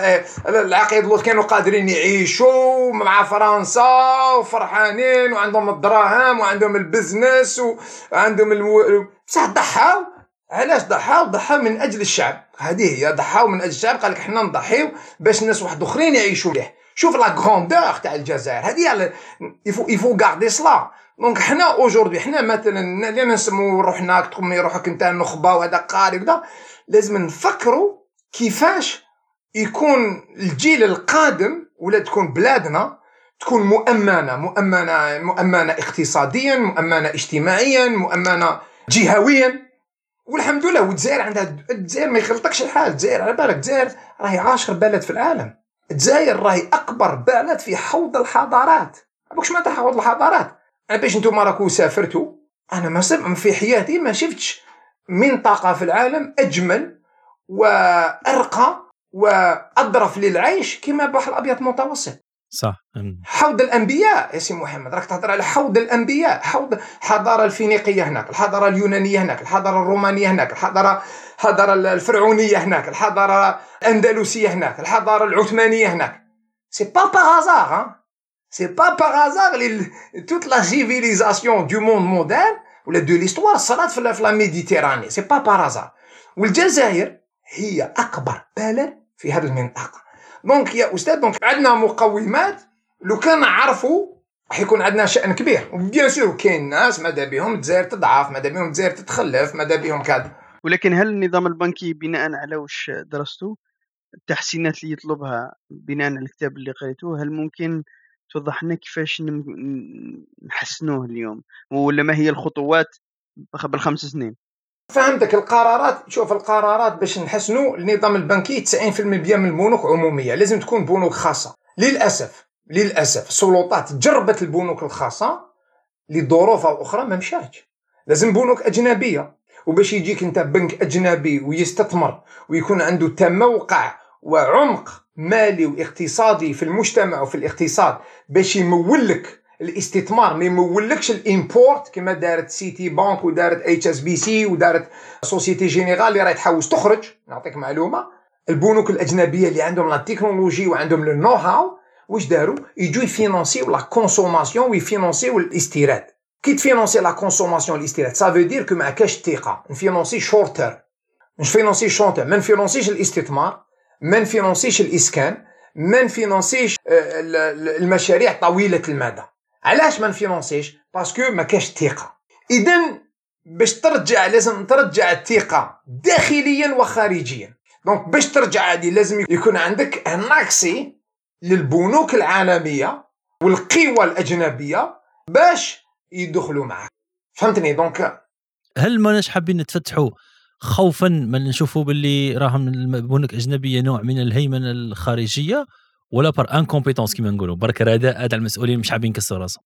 العقيد لوط كانوا قادرين يعيشوا مع فرنسا وفرحانين وعندهم الدراهم وعندهم البزنس وعندهم بصح ضحاو. علاش ضحاو من اجل الشعب. هذه هي، ضحاو من اجل الشعب. قال لك حنا نضحيو باش الناس واحد اخرين يعيشوا له. شوف لا غراندور تاع الجزائر هذه. يفو غاردي سلا. دونك حنا اوجوردي حنا مثلا اللي نسمو روحنا تخمي روحك انت نخبه وهذا قاري كذا، لازم نفكروا كيفاش يكون الجيل القادم ولا تكون بلادنا تكون مؤمنه اقتصاديا، مؤمنه اجتماعيا، مؤمنه جهويا. والحمد لله. والجزائر عندها، الجزائر ما يخلطكش الحال. الجزائر على بالك الجزائر راهي 10 بلد في العالم. الجزائر راهي اكبر بلد في حوض الحضارات. عرفتش معناتها حوض الحضارات؟ انا باش نتوما راكو سافرتوا، انا ما في حياتي ما شفتش منطقه في العالم اجمل وارقى واظرف للعيش كما البحر الابيض المتوسط. صح. حوض الانبياء يا سي محمد، راك تهضر على حوض الانبياء. حوض الحضاره الفينيقيه هناك، الحضاره اليونانيه هناك، الحضاره الرومانيه هناك، الحضاره الفرعونيه هناك، الحضاره الاندلسيه هناك، الحضاره العثمانيه هناك. سي با هازار. C'est pas par hasard toute la civilisation du monde moderne ولا de l'histoire صارت في la Méditerranée. C'est pas par hasard. والجزائر هي أكبر بلد في هذه المنطقة. دونك يا أستاذ دونك عندنا مقومات لو كان نعرفوا حيكون عندنا شأن كبير. وبيان سور كاين ناس ماذا بهم الجزائر تضعف، ماذا بهم الجزائر تتخلف، ماذا بهم كذا. ولكن هل النظام البنكي بناء على واش درستوا التحسينات اللي يطلبها بناء على الكتاب اللي قريتوه، هل ممكن توضح لنا كيفاش نحسنوه اليوم، ولا ما هي الخطوات بالخمس سنين؟ فهمتك. القرارات، شوف القرارات باش نحسنوا النظام البنكي 90% من البنوك عمومية، لازم تكون بنوك خاصة. للأسف السلطات جربت البنوك الخاصة لظروف أو أخرى ما مشاتش. لازم بنوك أجنبية، وباش يجيك انت بنك أجنبي ويستثمر ويكون عنده تموقع وعمق مالي واقتصادي في المجتمع وفي الاقتصاد باش يمولك الاستثمار، ما يمولكش الامبورت كما دارت سيتي بانك ودارت HSBC ودارت سوسيتي جينيرال اللي راهي تحوس تخرج. نعطيك معلومة، البنوك الأجنبية اللي عندهم لا تكنولوجي وعندهم لو نو هاو واش داروا؟ يجوا يفينانسيو لا كونسوماسيون ويفينانسيو الاستيراد. كي تفينانسي لا كونسوماسيون الاستيراد سافو دير كو ما كاش ثقة. نفينانسي شورت تيرم، مش فينانسي شورت تيرم، ما نفينانسيش الاستثمار، ما نفينانسيش الإسكان، ما نفينانسيش المشاريع طويلة المدى. علاش ما نفينانسيش؟ باسكو ما كاش ثقة. إذن باش ترجع لازم ترجع الثقة داخليا وخارجيا. دونك باش ترجع هذه لازم يكون عندك ناكسي للبنوك العالمية والقوى الأجنبية باش يدخلوا معك. فهمتني؟ دونك هل ماناش حابين نتفتحوا خوفا من نشوفوا باللي راهم البنوك الأجنبية نوع من الهيمنة الخارجية، ولا بار انكومبيتونس كما نقولوا برك هذا المسؤولين مش حابين يكسروا راسهم؟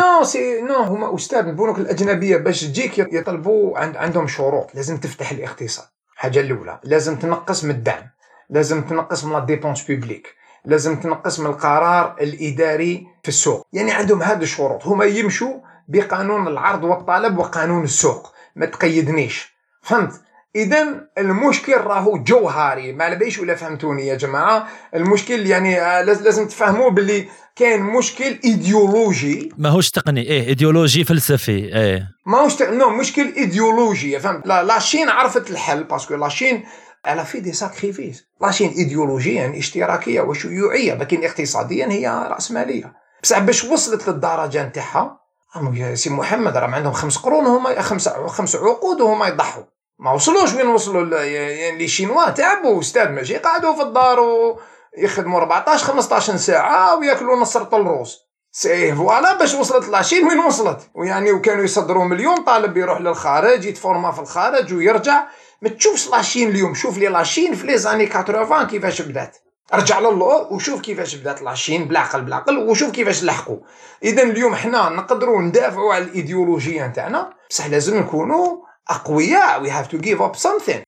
نو هما أستاذ البنوك الأجنبية باش تجيك يطلبوا عندهم شروط. لازم تفتح الاقتصاد، حاجة الأولى لازم تنقص من الدعم، لازم تنقص من الديبونس بيبليك، لازم تنقص من القرار الإداري في السوق. يعني عندهم هذه الشروط. هما يمشوا بقانون العرض والطلب وقانون السوق، ما تقيدنيش. فهمت؟ إذن المشكل راهو جوهري، ما لبيش ولا فهمتوني يا جماعة؟ المشكل يعني لازم تفهموه باللي كاين مشكل إيديولوجي، ماهوش تقني، إيديولوجي فلسفي، ماهوش مشكل إيديولوجي. فهمت؟ لا شين عرفت الحل باسكو لا شين على في دي ساكريفيس. لا شين إيديولوجيا اشتراكية وشيوعية، لكن اقتصاديا هي رأسمالية. بصح باش وصلت للدرجة نتاعها يا سي محمد راهم عندهم 5 قرون هما 5 عقود وهما يضحوا، ما وصلوش وين وصلوا. يعني لي شينوا تعبوا أستاذ، ماشي قعدوا في الدار ويخدموا 14-15 ساعة ويأكلوا نص رطل روز. سي فوالا باش وصلت لاشين وين وصلت. ويعني وكانوا يصدروا مليون طالب يروح للخارج يتفورما في الخارج ويرجع. ما تشوفش لاشين اليوم، شوف لي لاشين في لي زاني 80 كيفاش بدات. ارجع للور وشوف كيفاش بدات لاشين بالعقل وشوف كيفاش لحقوا. اذا اليوم حنا نقدروا ندافعوا على الايديولوجيه نتاعنا، بصح لازم نكونوا اقوياء. we have to give up something.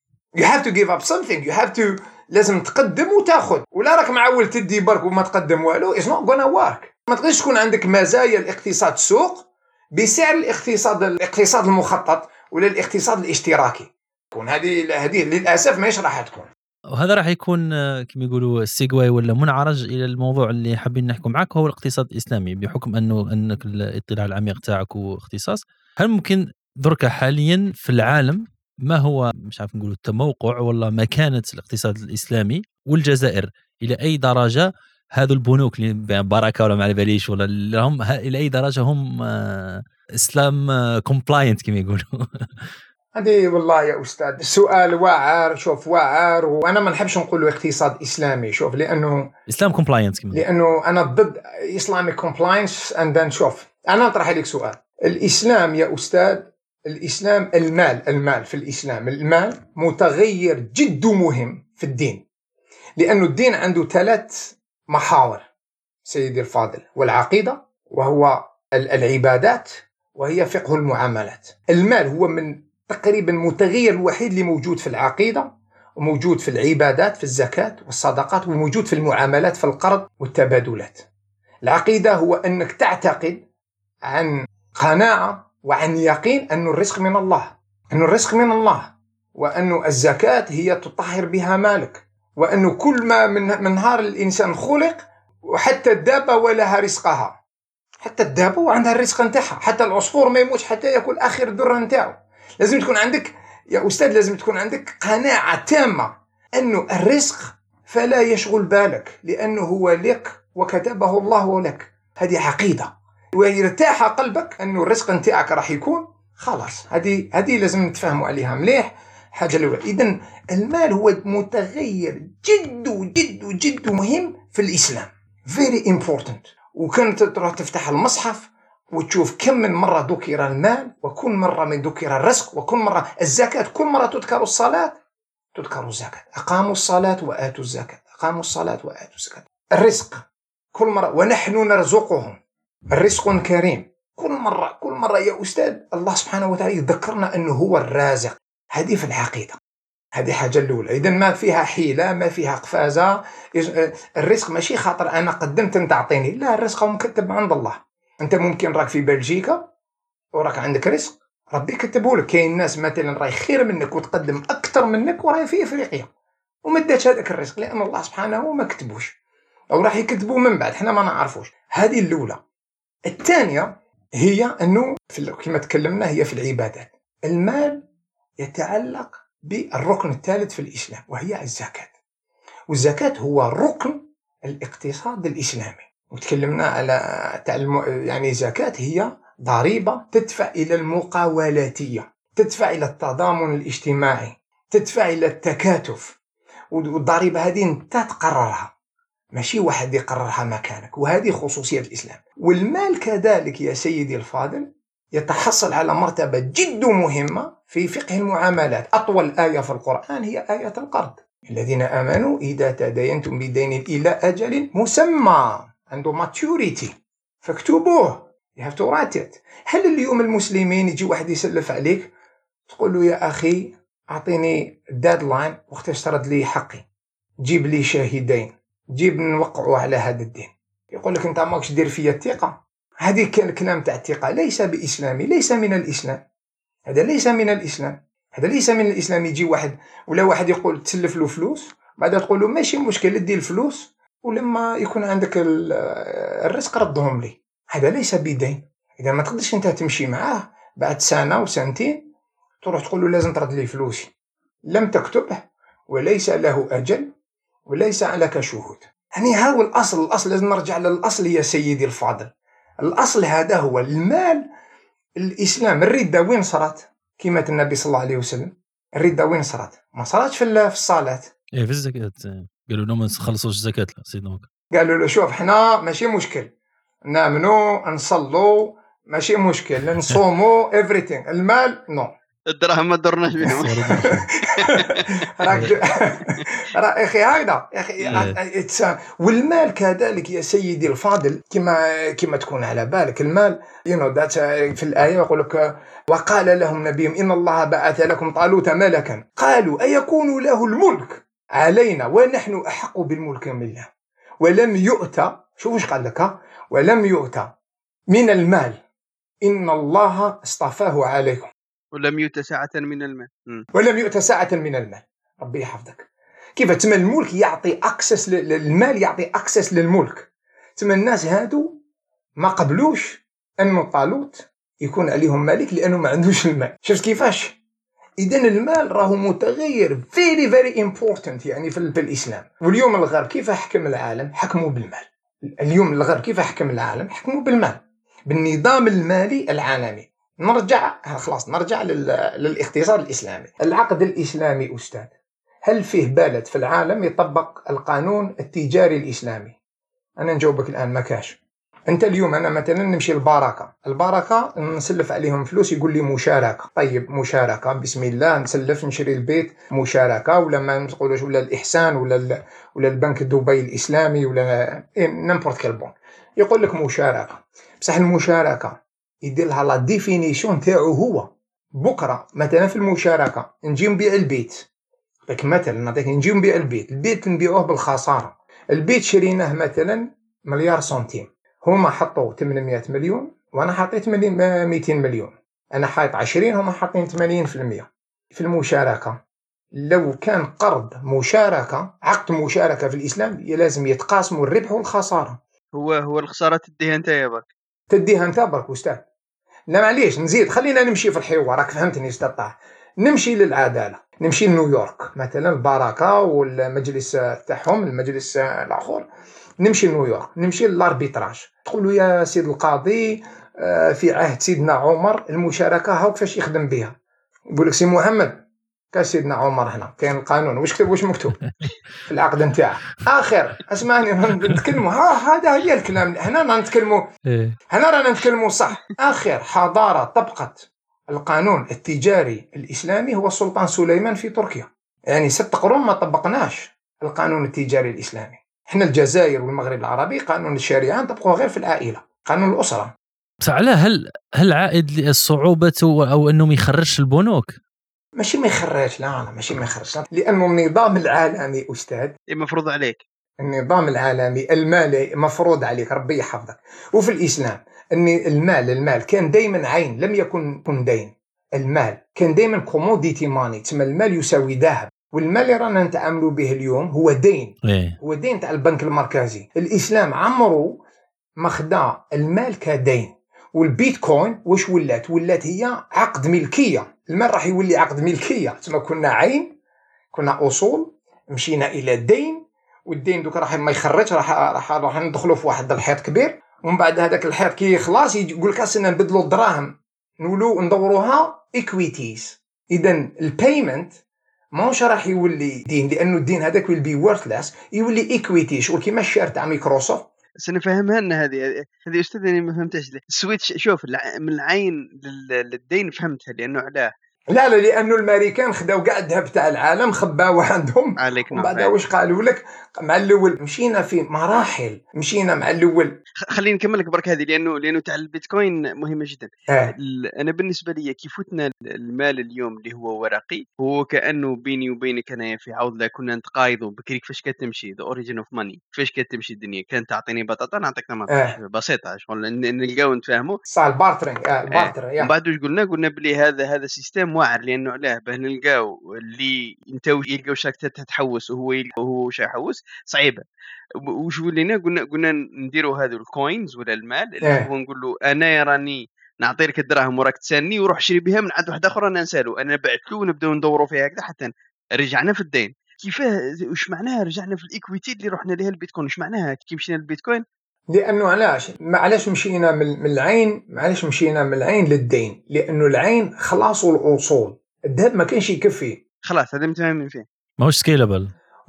you have to لازم تقدم وتاخذ. ولا راك معول تدي برك وما تقدم والو it's not gonna work. ما تقدرش تكون عندك مزايا الاقتصاد السوق بسعر الاقتصاد المخطط ولا الاقتصاد الاشتراكي. هذه للاسف ماهيش راح تكون. وهذا راح يكون كما يقولوا السيغواي ولا منعرج الى الموضوع اللي حابين نحكي معك، هو الاقتصاد الاسلامي. بحكم انك الاطلاع العميق تاعك واختصاص، هل ممكن درك حاليا في العالم ما هو مش عارف نقولوا التموقع ولا مكانة الاقتصاد الاسلامي والجزائر؟ الى اي درجة هذو البنوك اللي بركة ولا ما على باليش ولا هم الى اي درجة هم اسلام كومبلاينت كما يقولوا؟ هذه والله يا أستاذ السؤال واعر. شوف واعر، وأنا ما نحبش نقول اقتصاد إسلامي. شوف لأنه إسلام كومبلاينس، لأنه أنا ضد إسلامي كومبلاينس. شوف أنا أطرح لك سؤال. الإسلام يا أستاذ، الإسلام المال في الإسلام المال متغير جد مهم في الدين، لأنه الدين عنده 3 محاور سيدي الفاضل، والعقيدة وهو العبادات وهي فقه المعاملات. المال هو من تقريبا متغير الوحيد اللي موجود في العقيدة وموجود في العبادات في الزكاة والصدقات وموجود في المعاملات في القرض والتبادلات. العقيدة هو أنك تعتقد عن قناعة وعن يقين أن الرزق من الله، وأن الزكاة هي تطهر بها مالك، وأن كل ما من نهار الإنسان خلق وحتى الدابة ولها رزقها. حتى الدابة عندها الرزق نتاعها، حتى العصفور ما يموتش حتى ياكل آخر الذرة نتاعو. لازم تكون عندك يا أستاذ، لازم تكون عندك قناعة تامة أنه الرزق فلا يشغل بالك، لأنه هو لك وكتبه الله لك. هذه عقيدة، ويرتاح قلبك أنه الرزق نتاعك راح يكون خلاص. هذه لازم نتفاهموا عليها مليح. حاجة الأولى، إذن المال هو متغير جد جد جد مهم في الإسلام، very important. وكنت تروح تفتح المصحف وتشوف كم من مرة ذكر المال، وكل مرة من ذكر الرزق، وكل مرة الزكاة، كل مرة تذكر الصلاة تذكر الزكاة. أقاموا الصلاة وآتوا الزكاة، أقاموا الصلاة وآتوا الزكاة. الرزق كل مرة، ونحن نرزقهم، الرزق كريم. كل مرة يا أستاذ الله سبحانه وتعالى يذكرنا أنه هو الرازق. هذه في العقيدة، هذه حاجة الأولى. إذن ما فيها حيلة، ما فيها قفازة. الرزق ماشي خاطر أنا قدمت أنت تعطيني، لا، الرزق مكتب عند الله. أنت ممكن راك في بلجيكا وراك عندك رزق ربي كتبه لك. كاين ناس مثلا راي خير منك وتقدم أكثر منك وراي في إفريقيا وما داش هذاك الرزق، لأن الله سبحانه ما كتبوش، أو راح يكتبوه من بعد حنا ما نعرفوش. هذه الأولى. الثانية هي أنه كما تكلمنا هي في العبادات. المال يتعلق بالركن الثالث في الإسلام، وهي الزكاة. والزكاة هو ركن الاقتصاد الإسلامي. وتكلمنا على يعني الزكاة هي ضريبة تدفع إلى المقاولاتية، تدفع إلى التضامن الاجتماعي، تدفع إلى التكاتف. والضريبة هذه أنت تقررها، ماشي واحد يقررها مكانك، وهذه خصوصية الإسلام. والمال كذلك يا سيدي الفاضل يتحصل على مرتبة جد مهمة في فقه المعاملات. أطول آية في القرآن هي آية القرض. الذين آمنوا إذا تداينتم بدين إلى أجل مسمى، عنده maturity، فاكتبوه، you have to write it. هل اليوم المسلمين يجي واحد يسلف عليك تقول له يا أخي أعطيني ديدلاين وقت ترد لي حقي، جيب لي شاهدين، جيب نوقعوا على هذا الدين، يقول لك أنت ماكش دير فيا الثقة. هذه الكلام تاع الثقة ليس بإسلامي، ليس من الإسلام. هذا ليس من الإسلام، هذا ليس من الإسلام. يجي واحد ولا واحد يقول تسلف له فلوس، بعد تقول له ماشي مشكل ادي الفلوس، ولما يكون عندك الرزق ردهم لي. هذا ليس بدين. إذا ما تقدرش أنت تمشي معاه بعد سنة وسنتين تروح تقول له لازم ترد لي فلوسي، لم تكتبه وليس له أجل وليس لك شهود. يعني هذا الأصل لازم نرجع للأصل يا سيدي الفاضل. الأصل هذا هو المال. الإسلام الردة وين صارت؟ كما النبي صلى الله عليه وسلم، الردة وين صارت؟ ما صارتش في الصلاة، في الزكاة. قالوا لهم ما تخلصوش الزكاة. سيدنا قالوا له شوف حنا ماشي مشكل نامنوا نصلوا، ماشي مشكل نصوموا everything، المال نو، الدراهم ما درناش بهم. راك اخي هكذا اخي. والمال كذلك يا سيدي الفاضل كما تكون على بالك. المال ذات في الآية يقول لك وقال لهم نبيهم إن الله بعث لكم طالوت ملكا قالوا أيكون له الملك علينا ونحن أحق بالملك منه ولم يؤت، شوف ايش قال لك، ولم يؤت من المال إن الله اصطفاه عليكم ولم يؤت ساعة من المال. ولم يؤت ساعة من المال. ربي يحفظك. كيف تم الملك يعطي أكسس للمال، يعطي أكسس للملك. تم الناس هادو ما قبلوش أنه طالوت يكون عليهم ملك لأنه ما عندوش المال. شفت كيفاش؟ إذن المال راهو متغير very very important يعني في الإسلام. واليوم الغرب كيف حكم العالم؟ حكموا بالمال. اليوم الغرب كيف حكم العالم؟ حكموا بالمال، بالنظام المالي العالمي. نرجع للاقتصاد الإسلامي. العقد الإسلامي أستاذ، هل فيه بلد في العالم يطبق القانون التجاري الإسلامي؟ أنا نجاوبك الآن ما كاش. أنت اليوم أنا مثلا نمشي البركة نسلف عليهم فلوس، يقول لي مشاركة. طيب مشاركة، بسم الله نسلف نشري البيت مشاركة، ولا ما نقولوش ولا الإحسان ولا البنك الدبي الإسلامي ولا نمبورت كيل بنك، يقول لك مشاركة. بصح المشاركة يدير لها لا ديفينيسيون تاعو هو. بكرة مثلا في المشاركة نجي نبيع البيت، لك مثلا نعطيك نجي نبيع البيت نبيعوه بالخسارة. البيت شريناه مثلا مليار سنتيم، هما حطوا 800 مليون وانا حطيت 200 مليون، انا حاط 20 هما حاطين 80%. في المشاركة لو كان قرض مشاركة، عقد مشاركة في الإسلام لازم يتقاسموا الربح والخسارة. هو الخسارة تديها انت يا باك. تديها انت برك استاذ. لا معليش نزيد، خلينا نمشي في الحوار، راك فهمتني استاذ طه. نمشي للعداله، نمشي لنيويورك مثلا، البركه والمجلس تاعهم، المجلس الاخر، نمشي لنيويورك، نمشي للاربيتراج، تقولوا يا سيد القاضي في عهد سيدنا عمر المشاركه هاو كيفاش يخدم بها. يقول لك سي محمد كان سيدنا عمر هنا كاين القانون، واش كتب واش مكتوب في العقد نتاعه. اخر اسمعني نتكلموا هذا هي الكلام، هنا نتكلموا، هنا رانا نتكلموا صح. اخر حضاره طبقت القانون التجاري الاسلامي هو السلطان سليمان في تركيا. يعني 6 قرون ما طبقناش القانون التجاري الاسلامي. احنا الجزائر والمغرب العربي قانون الشريعه نطبقوه غير في العائله، قانون الاسره. فعلا هل عائد الصعوبه او انه ما يخرجش البنوك؟ ماشي ما يخرج، لا ماشي ما يخرج، لانه النظام العالمي استاذ مفروض عليك، النظام العالمي المالي مفروض عليك، ربي يحفظك. وفي الاسلام ان المال كان دائما عين، لم يكن دين. المال كان دائما كوموديتي ماني، تسمى المال يساوي ذهب. والمال اللي رانا نتعاملوا به اليوم هو دين، هو دين تاع البنك المركزي. الاسلام عمره ما خدا المال كدين. والبيتكوين واش ولات هي عقد ملكيه. المال راح يولي عقد ملكيه، تسمى كنا عين، كنا اصول، مشينا الى دين، والدين دوك راح ما يخرج، راح ندخلوا في واحد الحيط كبير، ومن بعد هذاك الحيط كي يخلص يقول لك اسنا نبدلوا الدراهم نولوا ندوروها ايكويتيز. اذا البيمنت ماهوش راح يولي دين، لانه الدين هذاك ويل بي وورثلس، يولي ايكويتي، شغل كيما الشير تاع مايكروسوفت. سنفهمها لنا هذه استاذ، انا ما فهمتش السويتش. شوف من العين للدين فهمتها، لانه علاه لا لانه الامريكان خداو كاع الذهب تاع العالم خباوه عندهم، ومن بعد واش قالوا لك مع الاول مشينا في مراحل، مشينا مع الاول. خليني نكمل لك برك هذه، لانه تاع البيتكوين مهمه جدا. انا بالنسبه لي كيف فتنا المال اليوم اللي هو ورقي، هو كانه بيني وبينك انا في عوض لا كنا نتقايضوا بكري كيفاش كتمشي ذا اوريجين اوف ماني، كيفاش كتمشي الدنيا. كانت تعطيني بطاطا نعطيك طماطم، بسيطه شغل نلقاو نتفاهموا صح. البارترينغ ومن بعد واش قلنا بلي هذا سيستم واعر، لانه علاه باه نلقاو اللي انت يلقاو شراكه تتحوس وهو واش يحوس صعيبه. وش ولينا قلنا نديروا هذو الكوينز ولا المال اللي هو نقول له انا راني نعطي لك الدراهم وراك تسالني وروح شري بها من عند واحد اخر انا نسالو، انا بعت له ونبداو ندوروا فيها هكذا حتى رجعنا في الدين. كيفاه واش معناها رجعنا في الايكويتي اللي رحنا لها البيتكوين؟ واش معناها كي مشينا للبيتكوين؟ لانه علاش مشينا من العين، معليش مشينا من العين للدين، لانه العين خلاصوا الاصول، الذهب ما كانش يكفي خلاص، هذا متفاهمين فيه، ماهوش سكيلابل.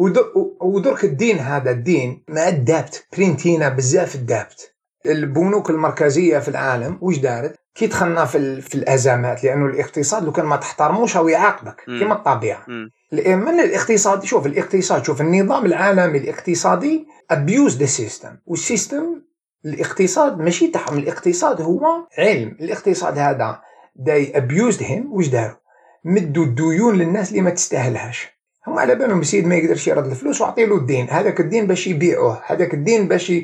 ودرك الدين، هذا الدين مع الدابت برينتينا بزاف. الدابت البنوك المركزيه في العالم واش دارت كي دخلنا في الازمات، لانه الاقتصاد لو كان ما تحترموش هو يعاقبك كما الطبيعه. من الاقتصاد، شوف الاقتصاد، شوف النظام العالمي الاقتصادي abuse the system، والسيستم الاقتصاد ماشي تاعهم. الاقتصاد هو علم، الاقتصاد هذا they abused him. واش داروا؟ مدوا الديون للناس اللي ما تستاهلهاش. هم على بالهم السيد ما يقدرش يرد الفلوس وعطي له الدين، هذاك الدين باش يبيعوه، هذاك الدين باش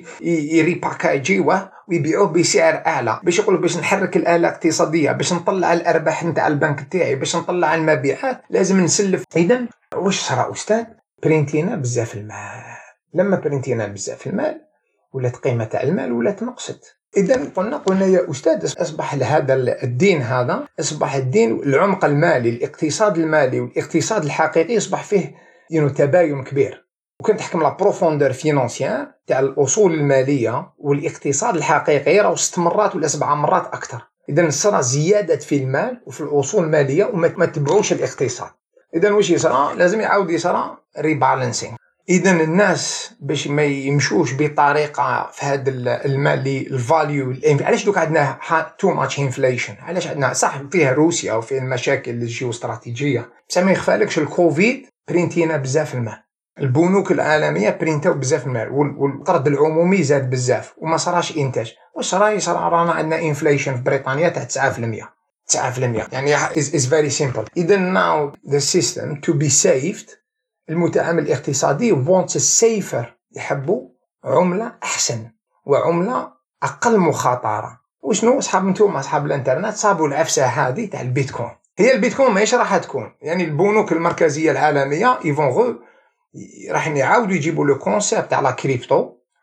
يريباكاجيوه ويبيعوه بسعر اعلى، باش يقولوا باش نحرك الاله الاقتصاديه، باش نطلع الارباح نتاع البنك تاعي، باش نطلع المبيعات لازم نسلف. اذا واش صرا استاذ؟ برينتينا بزاف المال. لما برينتينا بزاف المال ولات قيمه تاع المال ولات نقصت. إذا قلنا يا أستاذ أصبح هذا الدين، هذا أصبح الدين العمق المالي، الاقتصاد المالي والاقتصاد الحقيقي أصبح فيه تباين كبير. وكنت تحكم لا بروفوندور فينانسيير تاع الأصول المالية والاقتصاد الحقيقي راه 6 مرات ولا 7 مرات أكثر. إذا صار زيادة في المال وفي الأصول المالية وما تبعوش الاقتصاد. إذا واش يصرى؟ لازم يعاود يصرى ريبالانسينغ. إذا الناس باش ما يمشوش بطريقة في هذا المال الفاليو. علاش دوك عندنا تو ماتش انفليشن؟ علاش عندنا صح فيها روسيا وفيه المشاكل الجيوستراتيجية، بس ما يخفالكش الكوفيد برينتينا بزاف المال، البنوك العالمية برينتاو بزاف المال، والقرض العمومي زاد بزاف وما صراش إنتاج. واش صرا رانا عندنا انفليشن في بريطانيا تاع 9%. 9% يعني is very simple. إذا now the system to be saved، المتعامل الاقتصادي wants a safer، يحبوا عملة أحسن وعملة أقل مخاطرة. وشنو أصحاب الانترنت صابوا العفسة هذه تاع البيتكوين. هي البيتكوين ماهيش راح تكون، يعني البنوك المركزية العالمية راح يعاودوا يجيبوا لو كونسيبت تاع لا كريبتو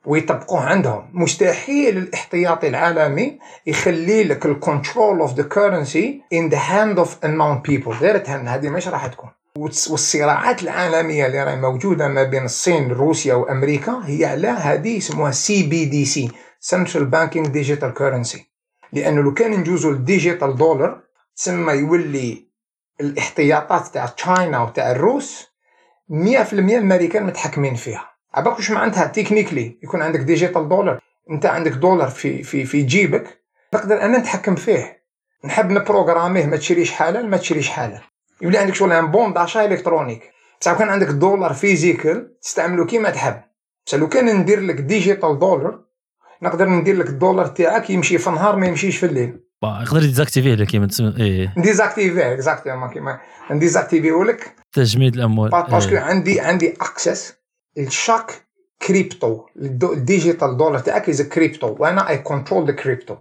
ويطبقوه عندهم. مستحيل الاحتياطي العالمي يخلي لك الكنترول اوف ذا كورنسي in the hand of unknown people. غير هذه مش راح تكون. والصراعات العالمية اللي راهي موجودة ما بين الصين روسيا وأمريكا هي على هذه اسمها CBDC Central Banking Digital Currency. لأنه لو كان نجوزوا الديجيتال دولار تسمى يولي الاحتياطات تاع تشاينا وتاع الروس 100% الأمريكان متحكمين فيها. عباكوش معناتها تكنيكلي يكون عندك ديجيتال دولار، انت عندك دولار في جيبك، نقدر انا نتحكم فيه، نحب نبروغراميه ما تشريش حلال ما تشريش حلال، يولي عندك شغل ان بون داشا الكترونيك. بصح كان عندك دولار فيزيكال تستعمله كيما تحب. بصح لو كان ندير لك ديجيتال دولار نقدر ندير لك الدولار تاعك يمشي في النهار ما يمشيش في الليل. يقدر ديزاكتيفيه لك كيما تسمى ديزاكتيفيه اكزاكتومون كيما نديزاكتيفيه لك تجميد الاموال باسكو عندي اكسس الشاك كريبتو. الديجيتال دولار تاعك از كريبتو وانا اي كنترول ذا كريبتو.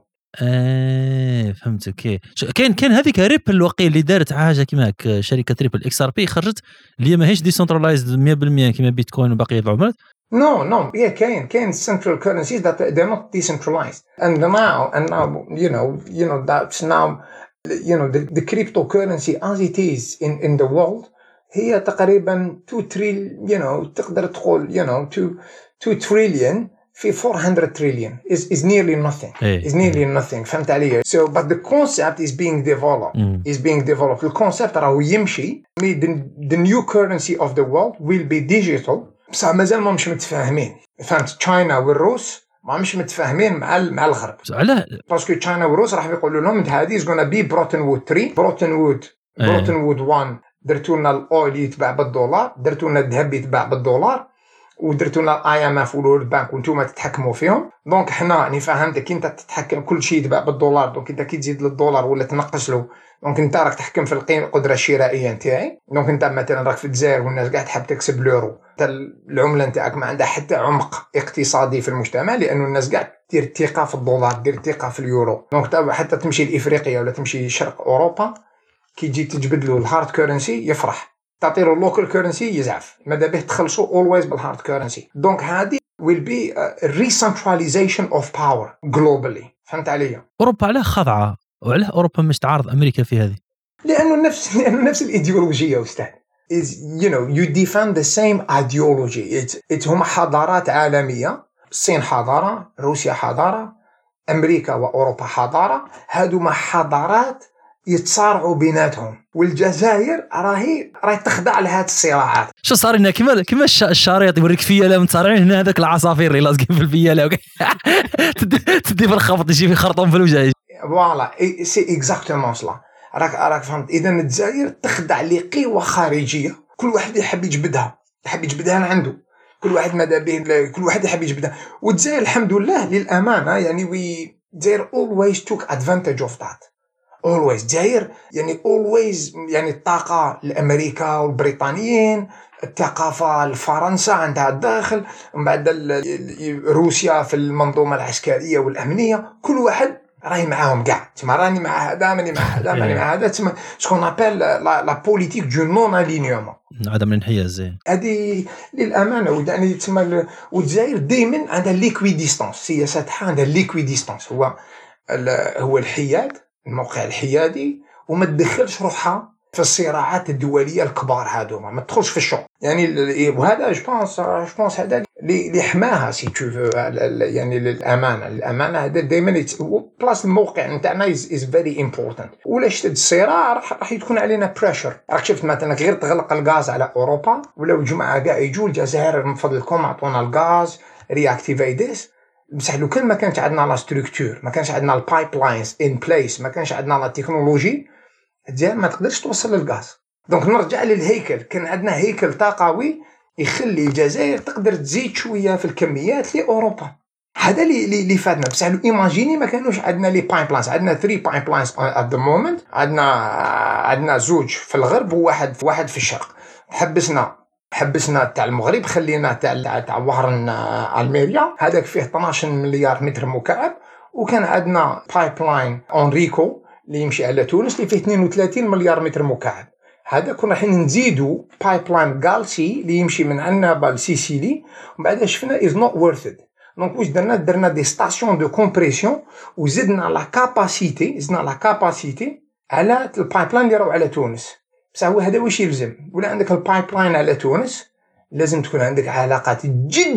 فهمتك. كان هذيك ريبل الوقيل اللي دارت حاجه كيما هكا، شركه ريبل اكس ار بي خرجت اللي ماهيش ديسنترلايزد 100% كيما بيتكوين وبقيه العملات. No, yeah, كاين central currencies that they're not decentralized, and now you know that's now the cryptocurrency as it is in the world هي تقريبا 2 trillion تقدر تقول 2 trillion في 400 trillion is nearly nothing. فهمت علي؟ So but the concept is being developed. الكونسيبت راهو يمشي. The new currency of the world will be digital. بصح مازال ما مش متفاهمين. فهمت؟ تشاينا والروس ما مش متفاهمين مع الغرب. علاه؟ باسكو تشاينا والروس راح يقولوا لهم هذه is gonna be Bretton Woods 3 Bretton Woods 1 درتوا لنا الاويل يتباع بالدولار، درتوا لنا الذهب يتباع بالدولار، ودرتوا لنا IMF والورلد بانك وانتم تتحكموا فيهم. دونك حنا راني فهمتك انت تتحكم كل شيء يتباع بالدولار، دونك انت كي تزيد للدولار ولا تنقص له دونك انت راك تحكم في القيمه القدره الشرائيه نتاعي. دونك انت مثلا راك في الجزائر والناس قاعد تحب تكسب اليورو، العمله نتاعك ما عندها حتى عمق اقتصادي في المجتمع لانه الناس قاعد دير الثقه في الدولار، دير الثقه في اليورو. دونك حتى تمشي لافريقيا ولا تمشي شرق اوروبا كي تجي تجبد له الهارد كورنسي يفرح، تعطيله اللوكال كورنسي يزعف، ماذا به تخلصوا always بالهارد كورنسي. دونك هذه will be a recentralization of power globally. فهمت علي؟ اوروبا علاه خاضعه وعلاه اوروبا مش تعارض امريكا في هذه؟ لانه نفس الايديولوجيه استاذ. is you defend the same ideology. it's هما حضارات عالميه، الصين حضاره، روسيا حضاره، امريكا واوروبا حضاره، هذوما حضارات يتصارعوا بيناتهم، والجزائر راهي تخضع لهذه الصراعات. شو صار لنا كما الشريط يوريك فياله متصارعين هنا، هذاك العصافير اللي لاصقين في الفياله تدي بالخبط يجي في خرطوم في الوجه. فوالا سي اكزاكتومون سلا. راك فهمت؟ اذا الجزائر تخضع لقوى خارجيه، كل واحد يحب يجبدها عنده، كل واحد ماذا به كل واحد يحب يجبدها. والجزائر الحمد لله للامانه يعني الجزائر always took advantage of that. always جاير يعني always يعني الطاقة لأمريكا والبريطانيين، الثقافة لفرنسا عندها الداخل، ومن بعد روسيا في المنظومة العسكرية والأمنية، كل واحد راهي معاهم قاع. تسمى راني مع هذا ماني مع هذا ماني مع هذا، تسمى شكون نابيل لا بوليتيك دو نون الينيومون، عدم الانحياز. هذه للأمانة يعني تسمى. والجزائر دائما عندها ليكويديستانس، سياستها عندها ليكويديستانس، هو الحياد، الموقع الحيادي، وما تدخلش روحها في الصراعات الدوليه الكبار هذوما، ما تدخلش في الشغل يعني. وهذا جو بونس هذا اللي حماها سي تو يعني الامانه هذا دائما بلاص الموقع نتاعنا از فيري امبورطانت. ولا شتد الصراع راح يكون علينا بريشر. راك شفت مثلا غير تغلق الغاز على اوروبا ولا الجماعه كاع يجوا الجزائر من فضلكم اعطونا الغاز رياكتيفيتيس. بصح لو كان ما كانش عندنا لا ستركتور، ما كانش عندنا البايب لاينز ان بليس، ما كانش عندنا لا تكنولوجي، الجزائر ما تقدرش توصل للغاز. دونك نرجع للهيكل، كان عندنا هيكل طاقوي يخلي الجزائر تقدر تزيد شويه في الكميات لاوروبا. هذا اللي فاتنا. بصح لو ايماجيني ما كانوش عندنا لي بايب لاينز، عندنا 3 بايب لاينز ات ذا مومنت، عندنا زوج في الغرب وواحد في الشرق. حبسنا تاع المغرب، خلينا تاع وهران الميريا، هذاك فيه 12 مليار متر مكعب. وكان عندنا بايب لاين اونريكو اللي يمشي على تونس اللي فيه 32 مليار متر مكعب. هذا كنا رايحين نزيدوا بايب لاين غالسي اللي يمشي من عنابه لسيسيلي، ومن بعد شفنا is not worth it. دونك واش درنا دي ستاسيون دو كومبريسيون وزدنا لا كاباسيتي على البايبلاين اللي راهو على تونس. بصح هو هذا واش يلزم؟ ولا عندك البايبلاين على تونس لازم تكون عندك علاقات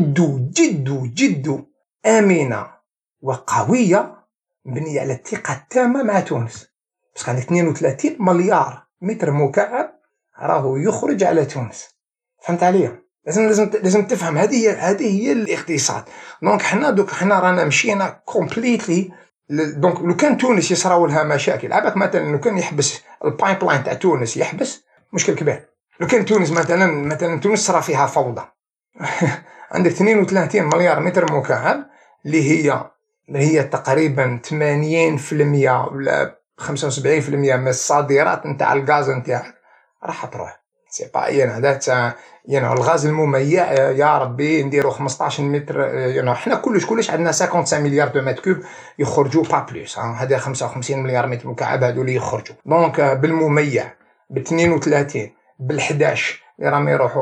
جد امنه وقويه مبنيه على الثقه التامه مع تونس. بس عندك 32 مليار متر مكعب راهو يخرج على تونس. فهمت عليا؟ لازم تفهم هذه هي الاقتصاد. دونك حنا رانا مشينا كومبليتلي. دونك لو كان تونس يصراو لها مشاكل، عباك مثلا لو كان يحبس البايبلاين تاع تونس يحبس مشكل كبير. لو كان تونس مثلا تونس صرا فيها فوضى عندك 32 مليار متر مكعب اللي هي تقريبا 80% ولا 75% من الصادرات نتاع الغاز نتاعك راح تروح. سي با هذا الغاز المميع يا ربي نديرو 15 متر. حنا كلش عندنا 55 مليار دو متر كوب يخرجوا با بلوس. هذا 55 مليار متر مكعب هذو اللي يخرجوا. دونك بالمميع ب32 بال11 اللي راهم يروحوا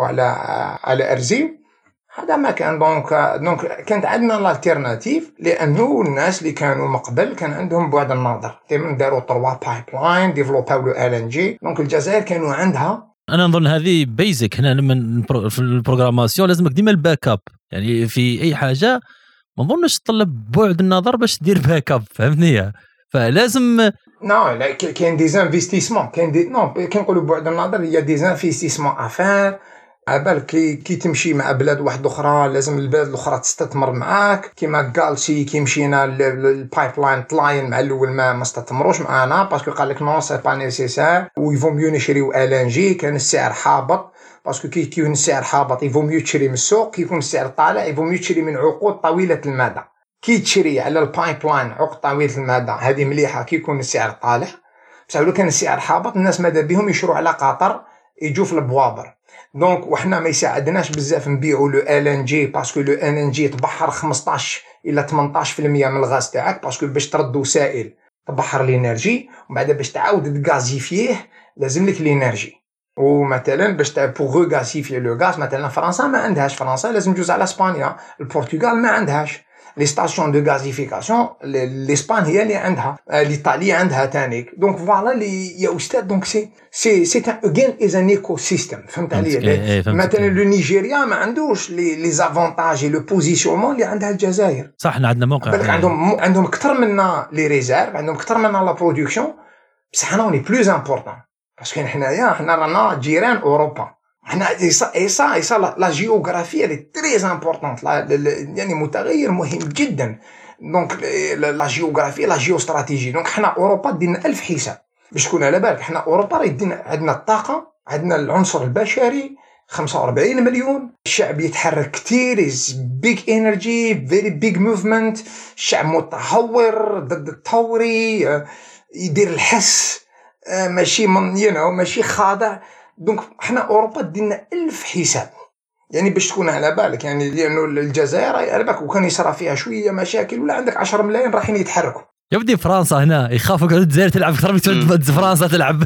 على ارزيم هذا ما كان. دونك كانت عندنا الالتيرناتيف، لانه الناس اللي كانوا مقبل كان عندهم بعد النظر. داروا 3 بايبلاين ديفلوباو ال ان جي. دونك الجزائر كانوا عندها. انا نظن هذه بيزك. هنا لما في البروغراماسيون لازمك ديما الباك اب، يعني في اي حاجه ما نظنش تطلب بعد النظر باش دير باك اب، فهمتني؟ فلازم كاين دي انفستيسمون، كنقولوا بعد النظر هي دي انفستيسمون افير. عبالك كي تمشي مع بلاد واحد اخرى لازم البلاد الاخرى تستثمر معاك. كيما قالسي كي مشينا البايبلاين طلاين مع الاول ما استثمروش معانا باسكو قال لك نو سي با نيسيسير ويفو ميو نشريو الانجي. كان السعر حابط باسكو كي يكون السعر حابط يفو ميو تشري من السوق. كي يكون السعر طالع يفو ميو تشري من عقود طويله المدى. كي تشري على البايبلاين عقد طويله المدى هذه مليحه كي يكون السعر طالع. بصح لو كان السعر حابط الناس ماذا بهم يشروا على قطر يجوا في البوابر. دونك وحنا ما يساعدناش بزاف نبيعوا لو ال ان جي باسكو لو ان ان جي تبحر 15 الى 18% من الغاز تاعك باسكو باش تردو سائل تبحر الانرجي ومن بعد باش تعاود تغازيفيه لازم لك الانرجي. ومثلا باش بوغ غازيفي لو غاز مثلا فرنسا ما عندهاش. فرنسا لازم جوز على اسبانيا. البرتغال ما عندهاش لي ستاسيون دو غازيفيكاسيون. الاسبان هي اللي عندها. الايطاليا عندها تانيك. دونك فوالا لي يا استاذ. دونك سي اغين از ان ايكو سيستم. فهمت عليا؟ مثلا لو نيجيريا ما عندوش لي زافونتاج لو بوزيسيونمون اللي عندها الجزائر. صح احنا عندنا موقع عندهم اكثر منا لي ريزيرف، عندهم اكثر منا لا برودكسيون. بصح حنا اوني بلوز امبورطون باسكو حنا رانا جيران اوروبا. حنا ايسا لا جيوغرافيا لي تري امبورطونت يعني متغير مهم جدا. دونك لا جيوغرافيا لا جيوستراتيجي. دونك حنا اوروبا دينا 1000 حساب باش تكون على بالك. حنا اوروبا راه يدينا عندنا الطاقه، عندنا العنصر البشري 45 مليون. الشعب يتحرك كتير is big energy very big movement. الشعب متهور ضد الثوري يدير الحس ماشي ماشي خاضع. دونك حنا اوروبا دينا 1000 حساب يعني باش تكون على بالك. يعني لانه الجزائر على بالك وكان يصرى فيها شويه مشاكل ولا عندك 10 ملايين رايحين يتحركوا. يا ودي فرنسا هنا يخافوا قاعد الجزائر تلعب اكثر من فرنسا تلعب.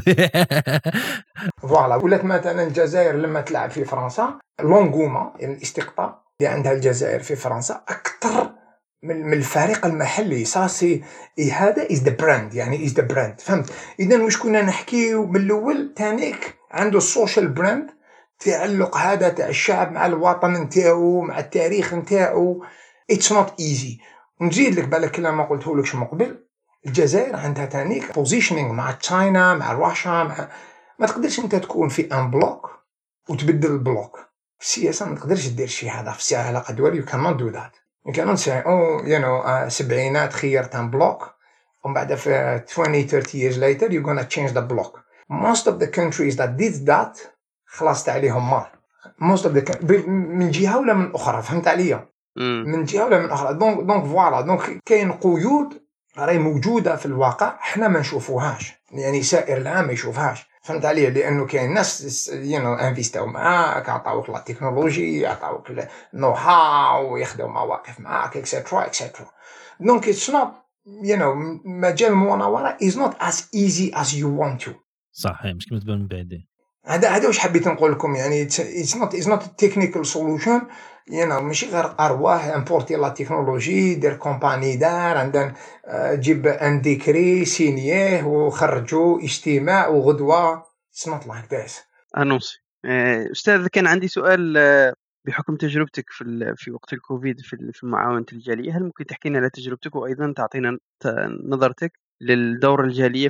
فوالا ولات مثلا الجزائر لما تلعب في فرنسا لونغوما يعني الاستقطاب اللي عندها الجزائر في فرنسا اكثر من الفريق المحلي. ساسي هذا is the brand يعني is the brand. فهمت؟ اذا واش كنا نحكيو من الاول تانيك عنده السوشيال براند تعلق هذا تاع الشعب مع الوطن نتاعو مع التاريخ نتاعو. it's not easy. ونزيد لك بالك كلام ما قلته لكش من قبل. الجزائر عندها تانيك بوزيشنينغ مع تشاينا مع روسيا ما تقدرش انت تكون في ان بلوك وتبدل البلوك. في السياسه ما تقدرش دير شيء هذا. في العلاقه الدوليه you cannot do that. you cannot say سبعينات خيرت ان بلوك ومن بعد في 20-30 years later you're gonna change the block. most of the countries that did that خلصت عليهم مال. most of the من جهه ولا من اخرى. فهمت عليا؟ من جهه ولا من اخرى. دونك فوالا. دونك كاين قيود راهي موجوده في الواقع احنا ما نشوفوهاش يعني سائر العام ما يشوفهاش. فهمت عليا؟ لانه كاين ناس انفيستاو معاك عطاوك لا تكنولوجي عطاوك النو هاو وياخذوا مواقف معاك اكسترا. دونك اتس نوت مجال المناوره is not as easy as you want to. صح مش كما تبان من بعيد. هذا واش حبيت نقول لكم يعني it's not a technical solution. ماشي غير ارواح امبورتي لا تكنولوجي دير كومباني دار عندنا جيب ان ديكري سينيه وخرجوا اجتماع وغدوه سمعت لايك ذس. انونسي. استاذ، كان عندي سؤال. بحكم تجربتك في وقت الكوفيد في معاونة الجالية، هل ممكن تحكي لنا على تجربتك وأيضا تعطينا نظرتك للدور الجالية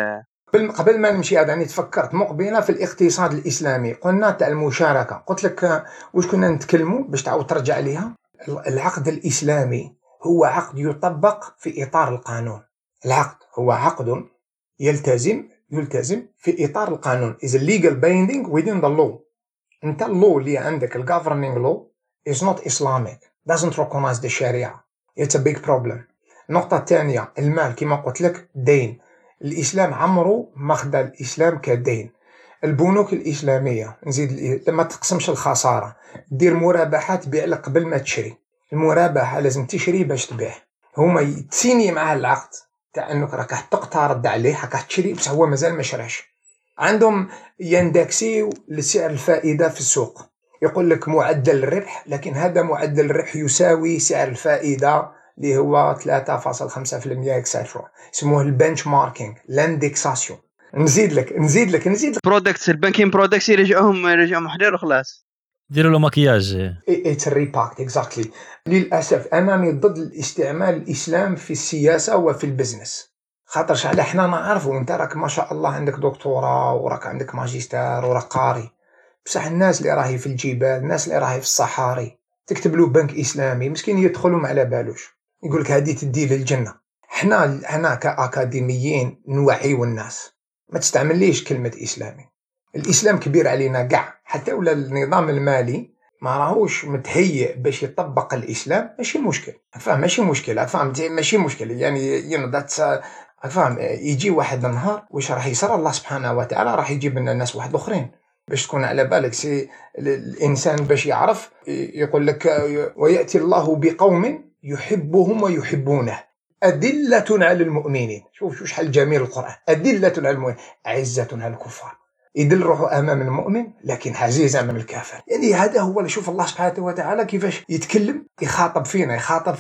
قبل ما نمشي هذا يعني تفكرت مقبلة في الاقتصاد الإسلامي، قلنا تاع المشاركة، قلت لك واش كنا نتكلموا باش تعاود ترجع ليها. العقد الإسلامي هو عقد يطبق في إطار القانون. العقد هو عقد يلتزم في إطار القانون is a legal binding within the law. انت اللو اللي عندك governing law is not Islamic, doesn't recognize the Sharia. It's a big problem. النقطة الثانية المال، كما قلت لك دين. الإسلام عمره ما خدا الإسلام كدين. البنوك الإسلامية نزيد لما تقسمش الخسارة، دير مرابحة تبيع لك قبل ما تشري. المرابحة لازم تشري باش تبيع. هما يتسيني مع العقد تاع انك راك تقترض عليه راك تشري بس هو مازال ما شراش. عندهم يندكسيو لسعر الفائدة في السوق، يقول لك معدل الربح، لكن هذا معدل الربح يساوي سعر الفائدة اللي هو 3.5% اكسترا. اسمه البنش ماركينج، لاندكساسيون. نزيد لك برودكتس البانكين برودكتس يرجعهم حدير وخلاص. ديروا له مكياج. اتس ريباكت اكزاكتلي. للاسف انني ضد الاستعمال الاسلام في السياسه وفي البزنس، خاطرش على حنا نعرفوا انت راك ما شاء الله عندك دكتوراه وراك عندك ماجستير وراك قاري، بصح الناس اللي راهي في الجبال، الناس اللي راهي في الصحاري، تكتب له بنك اسلامي مسكين يدخلوا ما على بالوش، يقول لك هذه تدي للجنه. حنا كاكاديميين نوعيو الناس، ما تستعمليش كلمه اسلامي. الاسلام كبير علينا كاع، حتى ولا النظام المالي ما راهوش متهيئ باش يطبق الاسلام. ماشي مشكل، فاهم؟ ماشي مشكل، فاهم؟ ماشي مشكل يعني ذاتس فاهم. يجي واحد النهار واش راح يصير؟ الله سبحانه وتعالى راح يجيب لنا الناس واحد اخرين باش تكون على بالك. سي الانسان باش يعرف يقول لك وياتي الله بقوم يحبهم ويحبونه أدلة على المؤمنين. شوف شحال جميل القرآن، أدلة على المؤمنين عزة على الكفار. يدل روحه أمام المؤمن لكن عزيز أمام الكافر. يعني هذا هو اللي شوف الله سبحانه وتعالى كيفاش يتكلم، يخاطب فينا، يخاطب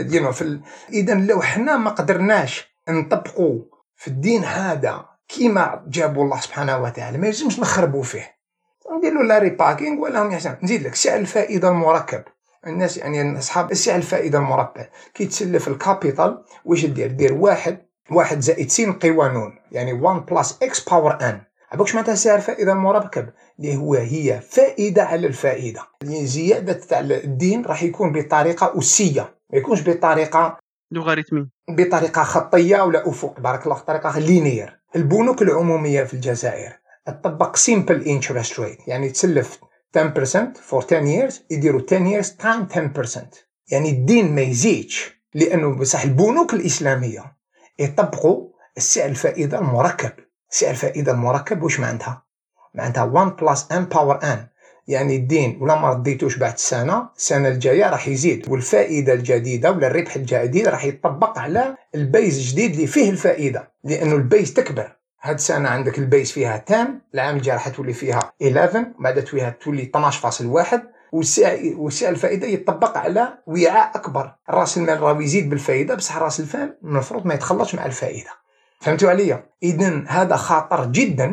إذا لو حنا ما قدرناش نطبقوا في الدين هذا كيما جابوا الله سبحانه وتعالى، ما يلزمش نخربوا فيه نديروا لا ريباكينغ ولا هم يحسن. نزيد لك سعر الفائدة المركب. الناس يعني أصحاب السعر الفائدة المركب كي تسلف الكابيتال واش دير واحد زائد سين قوانون، يعني 1 بلس اكس باور ان. عباك معناتها سعر الفائدة المركب اللي هي فائدة على الفائدة. يعني زيادة تاع الدين راح يكون بطريقة أسية، ما يكونش بطريقة لوغاريتمي، بطريقة خطية ولا أفق، بارك الله، طريقة لينير. البنوك العمومية في الجزائر تطبق simple interest rate، يعني تسلف 10% for 10 years، يديروا 10 years time 10%. يعني الدين ما يزيدش، لأنه بصح البنوك الإسلامية يطبقوا السعر الفائدة المركب. سعر الفائدة المركب واش معناتها 1 plus n power n، يعني الدين ولا ما رديتوش بعد السنة الجاية راح يزيد، والفائدة الجديدة ولا الربح الجديد راح يطبق على البيز الجديد اللي فيه الفائدة، لأنه البيز تكبر. هاد السنة عندك البيز فيها 10، العام الجاي راح تولي فيها 11، بعد تولي 12.1، وسعر الفائدة يطبق على وعاء أكبر. رأس المال راه يزيد بالفائدة، بس رأس المال المفروض ما يتخلطش مع الفائدة. فهمتوا عليا؟ إذن هذا خطر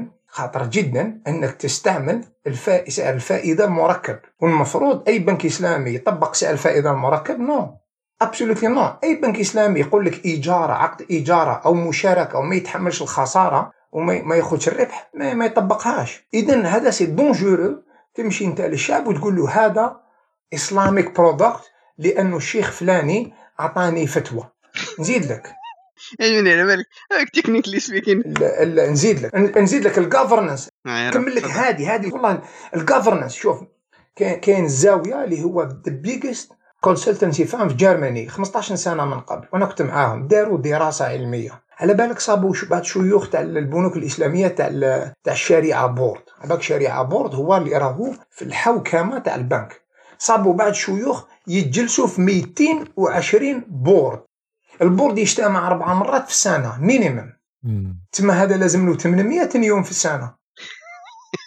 جدا أنك تستعمل سعر الفائدة المركب. والمفروض أي بنك إسلامي يطبق سعر الفائدة المركب؟ نو، absolutely نو. أي بنك إسلامي يقول لك إيجارة، عقد إيجارة أو مشاركة وما يتحملش الخسارة وما ياخذش الربح ما يطبقهاش. إذن هذا سي دونجورو. تمشي انت للشعب وتقول له هذا إسلاميك برودكت لأنه الشيخ فلاني أعطاني فتوى. نزيد لك يعني على بالك تكنيكلي سبيكين. نزيد لك الجوفرنس. كمل لك هذه والله الجوفرنس. شوف كاين الزاوية اللي هو the biggest consultancy firm في جرماني 15 سنة من قبل، وانا كنت معاهم، داروا دراسة علمية. على بالك صابوا بعض شيوخ تاع البنوك الإسلامية تاع الشريعة بورد. عباك شريعة بورد هو اللي راهو في الحوكمة تاع البنك. صابوا بعض شيوخ يتجلسوا في 220 بورد. البورد يجتمع 4 مرات في السنة مينيمم. تما هذا لازم له 800 يوم في السنة.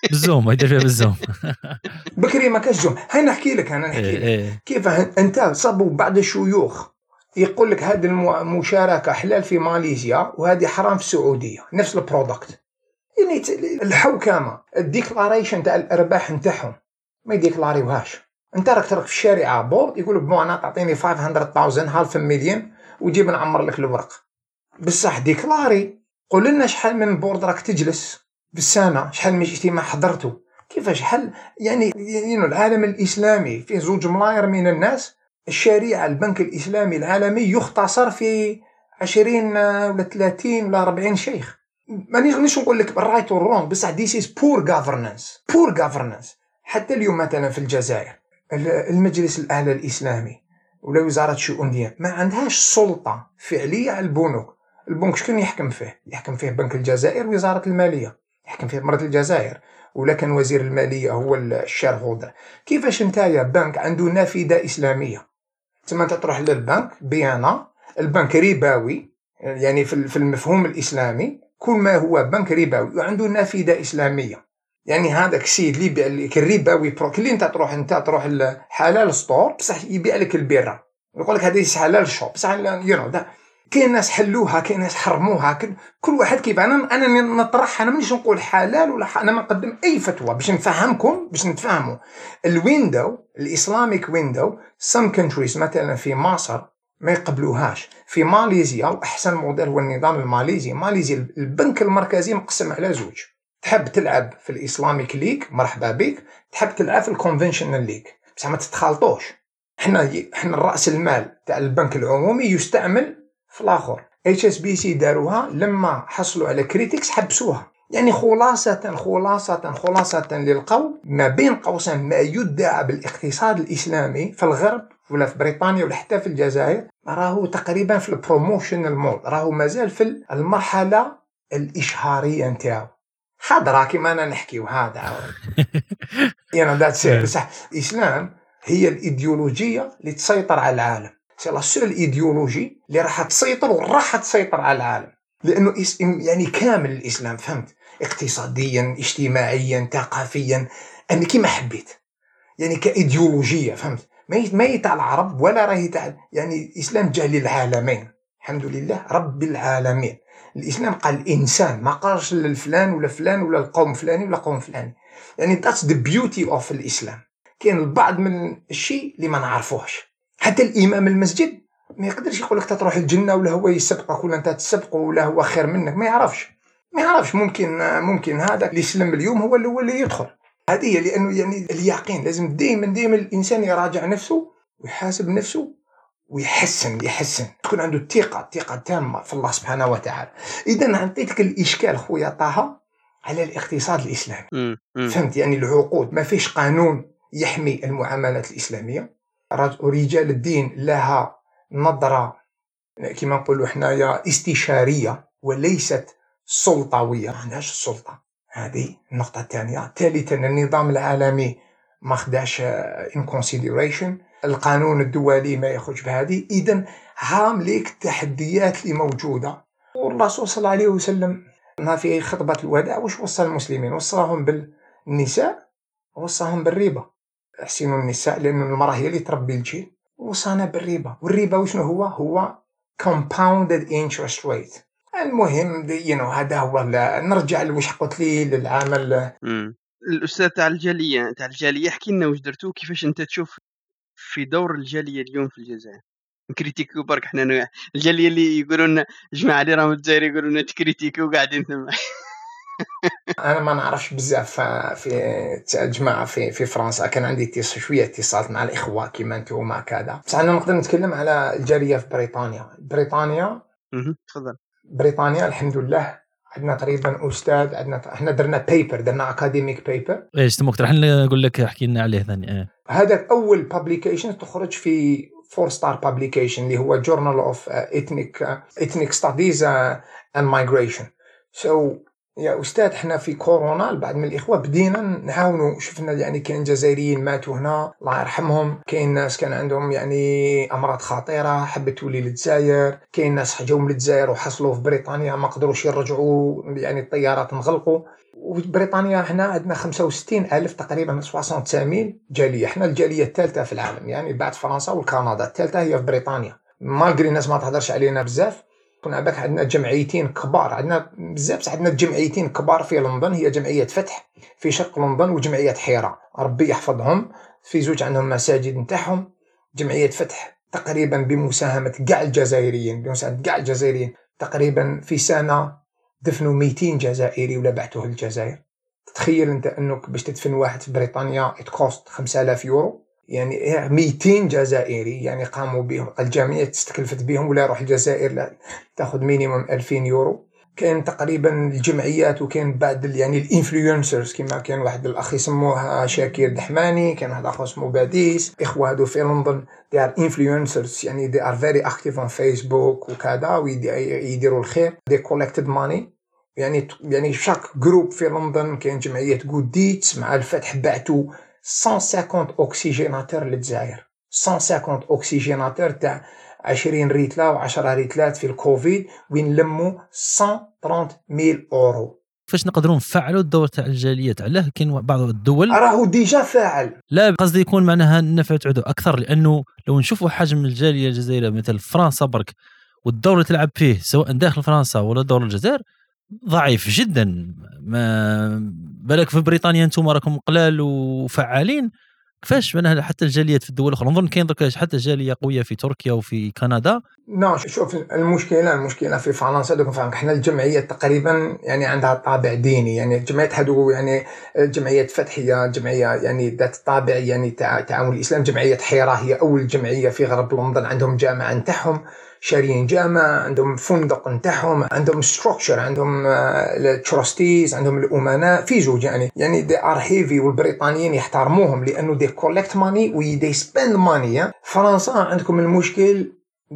بالزوم يدير فيها بالزوم. بكري ما كاش زوم. هاي نحكي لك كيف انت صبوا بعض الشيوخ يقول لك هذه المشاركه حلال في ماليزيا وهذه حرام في السعوديه، نفس البرودكت. يعني الحوكمه الديكلاريشن تاع الارباح نتاعهم ما يديكلاريوهاش. انت راك ترك في الشارع بورد يقول لك بو انا تعطيني 500,000 half a million وجيب نعمر لك الورق. بصح ديكلاري، قول لنا شحال من بورد راك تجلس بالسنه، شحال من اجتماع حضرته، كيفاش شحال يعني العالم الاسلامي فيه 2 ملاير من الناس. الشريعه البنك الاسلامي العالمي يختصر في 20 ولا 30 ولا 40 شيخ. ما نجمش نقول لك بالرايت والرونغ، بصح ديس از بور غافرنانس. حتى اليوم مثلا في الجزائر المجلس الاعلى الاسلامي ولا وزاره الشؤون ديالها ما عندهاش سلطه فعليه على البنوك. البنك شكون يحكم فيه؟ يحكم فيه بنك الجزائر، وزاره الماليه يحكم فيه مرة الجزائر، ولا كان وزير الماليه هو الشير هولدر. كيفاش نتايا بنك عنده نافذه اسلاميه ثم انت تروح للبنك بيانا البنك ربوي، يعني في المفهوم الاسلامي كل ما هو بنك ربوي وعنده نافذه اسلاميه، يعني هذاك السيد اللي يبيع لك الربوي اللي انت تروح الحلال ستور بصح يبيع لك البيره، يقول لك هذه حلال شوب بصح ده. كاين ناس حلوها، كاين ناس حرموها، كل واحد كيف. انا نطرح، انا مانيش نقول حلال ولا انا ما نقدم اي فتوى باش نفهمكم، باش نتفاهموا الويندو الاسلاميك ويندو. some countries مثلا في مصر ما يقبلوهاش، في ماليزيا واحسن موديل هو النظام الماليزي. ماليزيا البنك المركزي مقسم على 2، تحب تلعب في الاسلاميك ليج مرحبا بك، تحب تلعب في الكونفنشنال ليج بصح ما تتخلطوش. احنا الراس المال تاع البنك العمومي يستعمل في الاخر. HSBC داروها لما حصلوا على كريتيكس حبسوها. يعني خلاصة للقول ما بين قوسين ما يدعى بالاقتصاد الإسلامي في الغرب ولا في بريطانيا ولا حتى في الجزائر راهو تقريبا في البروموشنال مود، راهو مازال في المرحلة الإشهارية نتاعو. حاضرة كيما أنا نحكي وهذا يعني ذاتس بصح الإسلام هي الإيديولوجية اللي تسيطر على العالم. سي لا سول ايديولوجي اللي راح تسيطر على العالم، لانه يعني كامل الاسلام، فهمت؟ اقتصاديا اجتماعيا ثقافيا، ان كيما حبيت يعني كايديولوجيه، فهمت؟ ما يتاع العرب ولا راهي تاع يعني الاسلام جاء للعالمين الحمد لله رب العالمين. الاسلام قال الانسان، ما قالش للفلان ولا فلان ولا القوم فلاني ولا قوم فلاني. يعني that's the beauty of الاسلام. كاين البعض من الشيء اللي ما نعرفوش. حتى الامام المسجد ما يقدرش يقول لك تروح الجنه ولا هو يسبقك ولا انت تسبقه ولا هو خير منك، ما يعرفش. ممكن هذا اللي يسلم اليوم هو اللي يدخل. هذه لانه يعني اليقين لازم دائما الانسان يراجع نفسه ويحاسب نفسه ويحسن تكون عنده الثقه تامه في الله سبحانه وتعالى. اذا عطيتك الاشكال خويا طه على الاقتصاد الاسلامي. فهمت؟ يعني العقود ما فيش قانون يحمي المعاملات الاسلاميه. رجال الدين لها نظرة كما نقولوا حنايا استشارية وليست سلطوية، ما عندهاش السلطة. هذه النقطة الثانية. ثالثا النظام العالمي ما خداش in consideration، القانون الدولي ما يخرج بهذه. إذن هام ليك التحديات اللي موجودة. والرسول صلى الله عليه وسلم في خطبة الوداع وش وصى المسلمين؟ وصاهم بالنساء وصاهم بالربا. احسنوا النساء لأن المرأة هي اللي تربي الجيل. وصانا بالربا، والربا وشنو هو compounded interest rate. المهم هذا هو. نرجع لوش قلت لي للعمل. الأستاذ تاع الجالية حكي لنا واش درتو، كيفاش أنت تشوف في دور الجالية اليوم في الجزائر. نكريتيكو برك حنا الجالية اللي يقولوا لنا جماعة اللي راهم الجزائر يقولوا لنا تكريتيكو وقاعدين ثم انا ما نعرفش بزاف في جماعه في فرنسا. كان عندي شويه اتصالات مع الاخوه كيما انتم كذا، بس انا نقدر نتكلم على الجاليه في بريطانيا. تفضل. بريطانيا الحمد لله عندنا تقريبا استاذ، احنا درنا بيبر، درنا اكاديميك بيبر. ايش تمقترح نقول لك احكي لنا عليه ثاني. هذا اول بابليكيشن تخرج في 4 ستار بابليكيشن اللي هو جورنال اوف ethnic studies and migration. يا أستاذ احنا في كورونا بعد من الإخوة بدينا نعاونوا. شفنا يعني كاين جزائريين ماتوا هنا الله يرحمهم، كاين ناس كان عندهم يعني أمراض خطيرة حبت تولي للجزائر، كاين ناس جاو من الجزائر وحصلوا في بريطانيا ما قدروش يرجعوا يعني الطيارات انغلقوا. وبريطانيا هنا عندنا 65,000 تقريبا 65,000 جالية. احنا الجالية الثالثة في العالم، يعني بعد فرنسا والكندا الثالثة هي في بريطانيا. مالغري الناس ما تهدرش علينا بزاف. كنا عباك عندنا جمعيتين كبار، عندنا بزاف، بصح عندنا جمعيتين كبار في لندن، هي جمعية فتح في شرق لندن وجمعية حيرة ربي يحفظهم. في زوج عندهم مساجد نتاعهم. جمعية فتح تقريبا بمساهمة كاع الجزائريين، تقريبا في سنة دفنوا 200 جزائري ولا بعثوه للجزائر. تخيل انت انك باش تدفن واحد في بريطانيا يتكوست 5000 يورو، يعني 200 جزائري يعني قاموا بهم، الجمعية تستكلفت بهم ولا يروح الجزائر تاخذ مينيموم 2000 يورو. كان تقريبا الجمعيات وكان بعد يعني الانفلونسرز، كما كان واحد الاخ يسموه شاكير دحماني، كان واحد اخر اسمه باديس. اخوه هذو في لندن they are influencers، يعني they are very active on Facebook وكذا، ويديروا الخير. they collected money، يعني شاك جروب في لندن كان جمعية جود ديتس مع الفتح بعتوا 150 اوكسيجيناتور للجزائر، 150 اوكسيجيناتور تاع 20 ريتلا و10 ريتلات في الكوفيد، وين لموا 130,000 اورو. فاش نقدروا نفعلوا الدور تاع الجاليات؟ علاه كاين بعض الدول راهو ديجا فاعل. لا قصدي يكون معناها النفع تعود اكثر، لانه لو نشوفوا حجم الجاليه الجزائريه مثل فرنسا برك والدور اللي تلعب فيه سواء داخل فرنسا ولا دور الجزائر ضعيف جدا. ما بالك في بريطانيا انتم راكم قلال وفعالين، كيفاش معناها حتى الجاليات في الدول الاخرى؟ نظن كاين درك حتى جاليه قويه في تركيا وفي كندا. شوف المشكله في فرنسا دوك فهمك احنا الجمعيه تقريبا يعني عندها طابع ديني، يعني الجمعيات هذو يعني جمعيه فتحيه جمعيه يعني ذات طابع يعني تعاون الاسلام. جمعيه حيره هي اول جمعيه في غرب لندن، عندهم جامعه نتاعهم، شاريين جامعه، عندهم فندق نتاعهم، عندهم ستراكشر، عندهم التراستيز، عندهم الامناء في زوج يعني دي ار هيفي، والبريطانيين يحترموهم لانه دي كولكت ماني ودي سبند ماني. فرنسا عندكم المشكل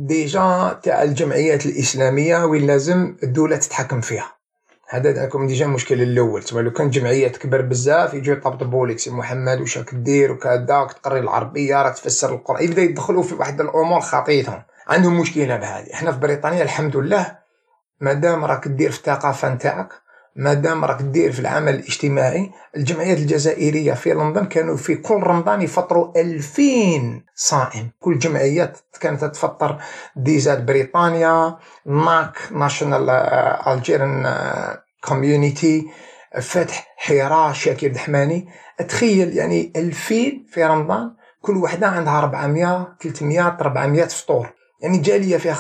ديجا تاع الجمعيات الإسلامية وين لازم الدولة تتحكم فيها، هذا عندكم ديجا المشكل الأول. تما لو كان جمعية تكبر بزاف يجوا يطبطبوا لك سي محمد واش راك دير وكذا، راك تقري العربية، راك تفسر القرآن، يبدا يدخلوا في واحد الأمور خطيتهم. عندهم مشكلة بهذه. احنا في بريطانيا الحمد لله مادام راك دير في الثقافة نتاعك، مادام راك دير في العمل الاجتماعي. الجمعيات الجزائرية في لندن كانوا في كل رمضان يفطروا 2000 صائم. كل جمعيات كانت تفطر، ديزات بريطانيا، ناك ناشونال الجيرن كوميونيتي، فتح، حراء، شاكير دحماني. تخيل يعني 2000 في رمضان، كل واحدة عندها 400 300 400 فطور، يعني جالية فيها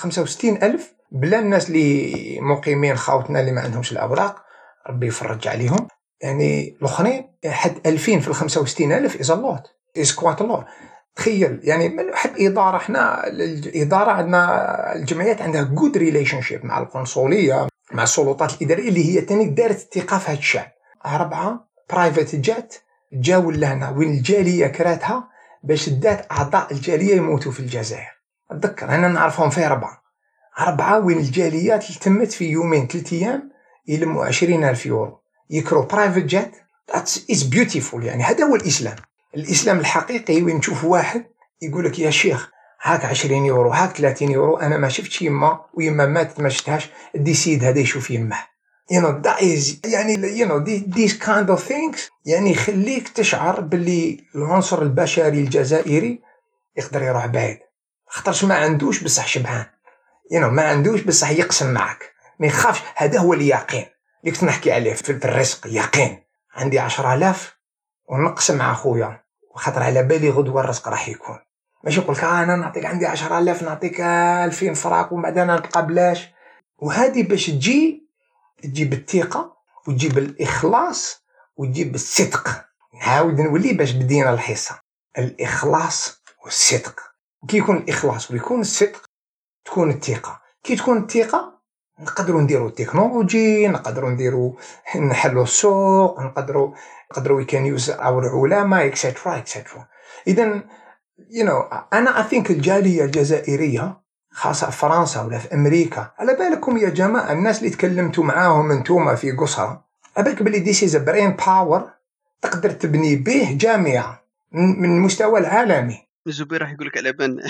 65,000 بلا الناس اللي مقيمين خاوتنا اللي ما عندهمش الأوراق ربي يفرج عليهم. يعني الآخرين حد 2000 في 65,000 is a lot, is quite a lot. تخيل يعني حد إدارة، احنا الإدارة عندنا الجمعيات عندها good relationship مع القنصلية، مع السلطات الإدارية اللي هي تاني دارت الثقة في هذا الشعب. 4 برايفت جات جاوا لهنا وين الجالية كراتها باش دات أعضاء الجالية يموتوا في الجزائر. أتذكر أنا نعرفهم في 4 وين الجاليات اللي تمت في يومين 3 أيام يلموا 20,000 يورو يكروا برايفت جات. It's beautiful. يعني هذا هو الإسلام الحقيقي، وين تشوف واحد يقولك يا شيخ هاك 20 يورو هاك 30 يورو أنا ما شفتش يما ويما ماتت ما شفتهاش، دي سيد هذا يشوف يمه. that is يعني these kind of things يعني يخليك تشعر باللي العنصر البشري الجزائري يقدر يروح بعيد، خطرش ما عندوش بصح شبعان، ما عندوش بصح يقسم معك، ما يخافش. هذا هو اليقين اللي كنت نحكي عليه في الرزق. يقين عندي 10,000 ونقسم مع خويا وخطر على بالي غدوة الرزق راح يكون. ماشي يقول لك انا نعطيك عندي 10,000 نعطيك 2000 فراق وبعد انا نلقى بلاش. وهذه باش تجي بالثقة وتجي بالإخلاص وتجي بالصدق. نعاود نولي باش بدينا الحصة، الإخلاص والصدق. كي يكون الإخلاص ويكون الصدق تكون الثقة. كي تكون الثقة نقدروا نديروا التكنولوجي، نقدروا نحلوا السوق، نقدروا we can use our علماء etc. إذن أنا I think الجالية الجزائرية خاصة في فرنسا ولا في أمريكا، على بالكم يا جماعة الناس اللي تكلمتوا معاهم انتوما في قصرة، أبالك بلي this is a brain power تقدر تبني به جامعة من المستوى العالمي. زبير راح يقولك على بن.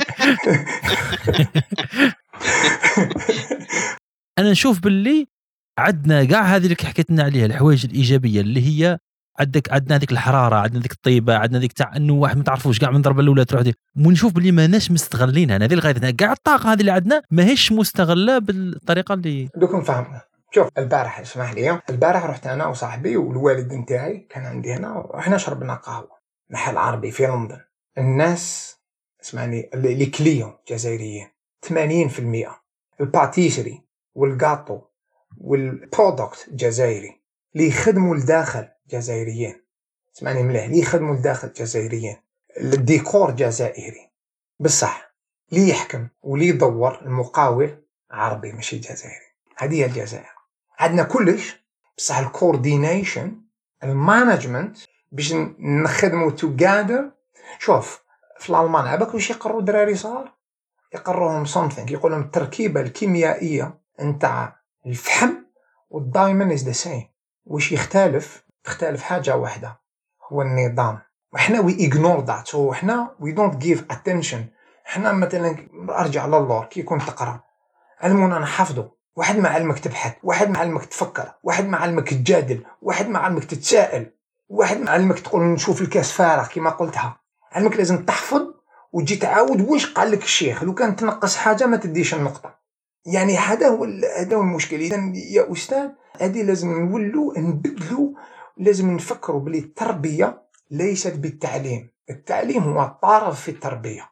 أنا نشوف باللي عندنا كاع هذه اللي حكيت لنا عليها الحوايج الايجابيه اللي هي عندنا هذيك الحراره، عندنا هذيك الطيبه، عندنا هذيك تاع انه واحد ما تعرفوش كاع من ضربه الاولى تروح ونشوف بلي ماناش مستغلينها. هذه الغايه كاع الطاقه هذه اللي عندنا ماهيش مستغله بالطريقه اللي دوك نفهمنا. شوف البارح اسمح لي، البارح رحت انا وصاحبي والوالد نتاعي كان عندي هنا، وحنا شربنا قهوه محل عربي في لندن. الناس اسمعني لي كليون جزائريين 80%، الباتيسري والغاطو والبرودكت جزائري، اللي يخدموا لداخل جزائريين، اسمعني مليح، اللي يخدموا لداخل جزائريين، الديكور جزائري بصح، اللي يحكم واللي يدور المقاول عربي ماشي جزائري. هذه هي الجزائر، عندنا كلش بصح الكوردينيشن المانجمنت باش نخدموا توغادر. شوف في الالمان عباك واش يقروا دراري صغار، يقروهم something، يقولهم التركيبه الكيميائيه نتاع الفحم والدايمن از ذا سيم. واش يختلف حاجه واحده، هو النظام. وحنا وي اغنور ذات، وحنا وي دونت جيف اتنشن. حنا مثلا ارجع للور كي كنت تقرا علمونا نحفظوا، واحد ما علمك تبحث، واحد ما علمك تفكر، واحد ما علمك تجادل، واحد ما علمك تتساءل، واحد ما علمك تقول نشوف الكاس فارغ كما قلتها. علمك لازم تحفظ وتجي تعاود واش قال لك الشيخ، لو كان تنقص حاجه ما تديش النقطه. يعني هذا هو المشكل. اذا يا استاذ هذه لازم نولوا نبدلوا، لازم نفكروا بلي التربيه ليست بالتعليم، التعليم هو طرف في التربيه.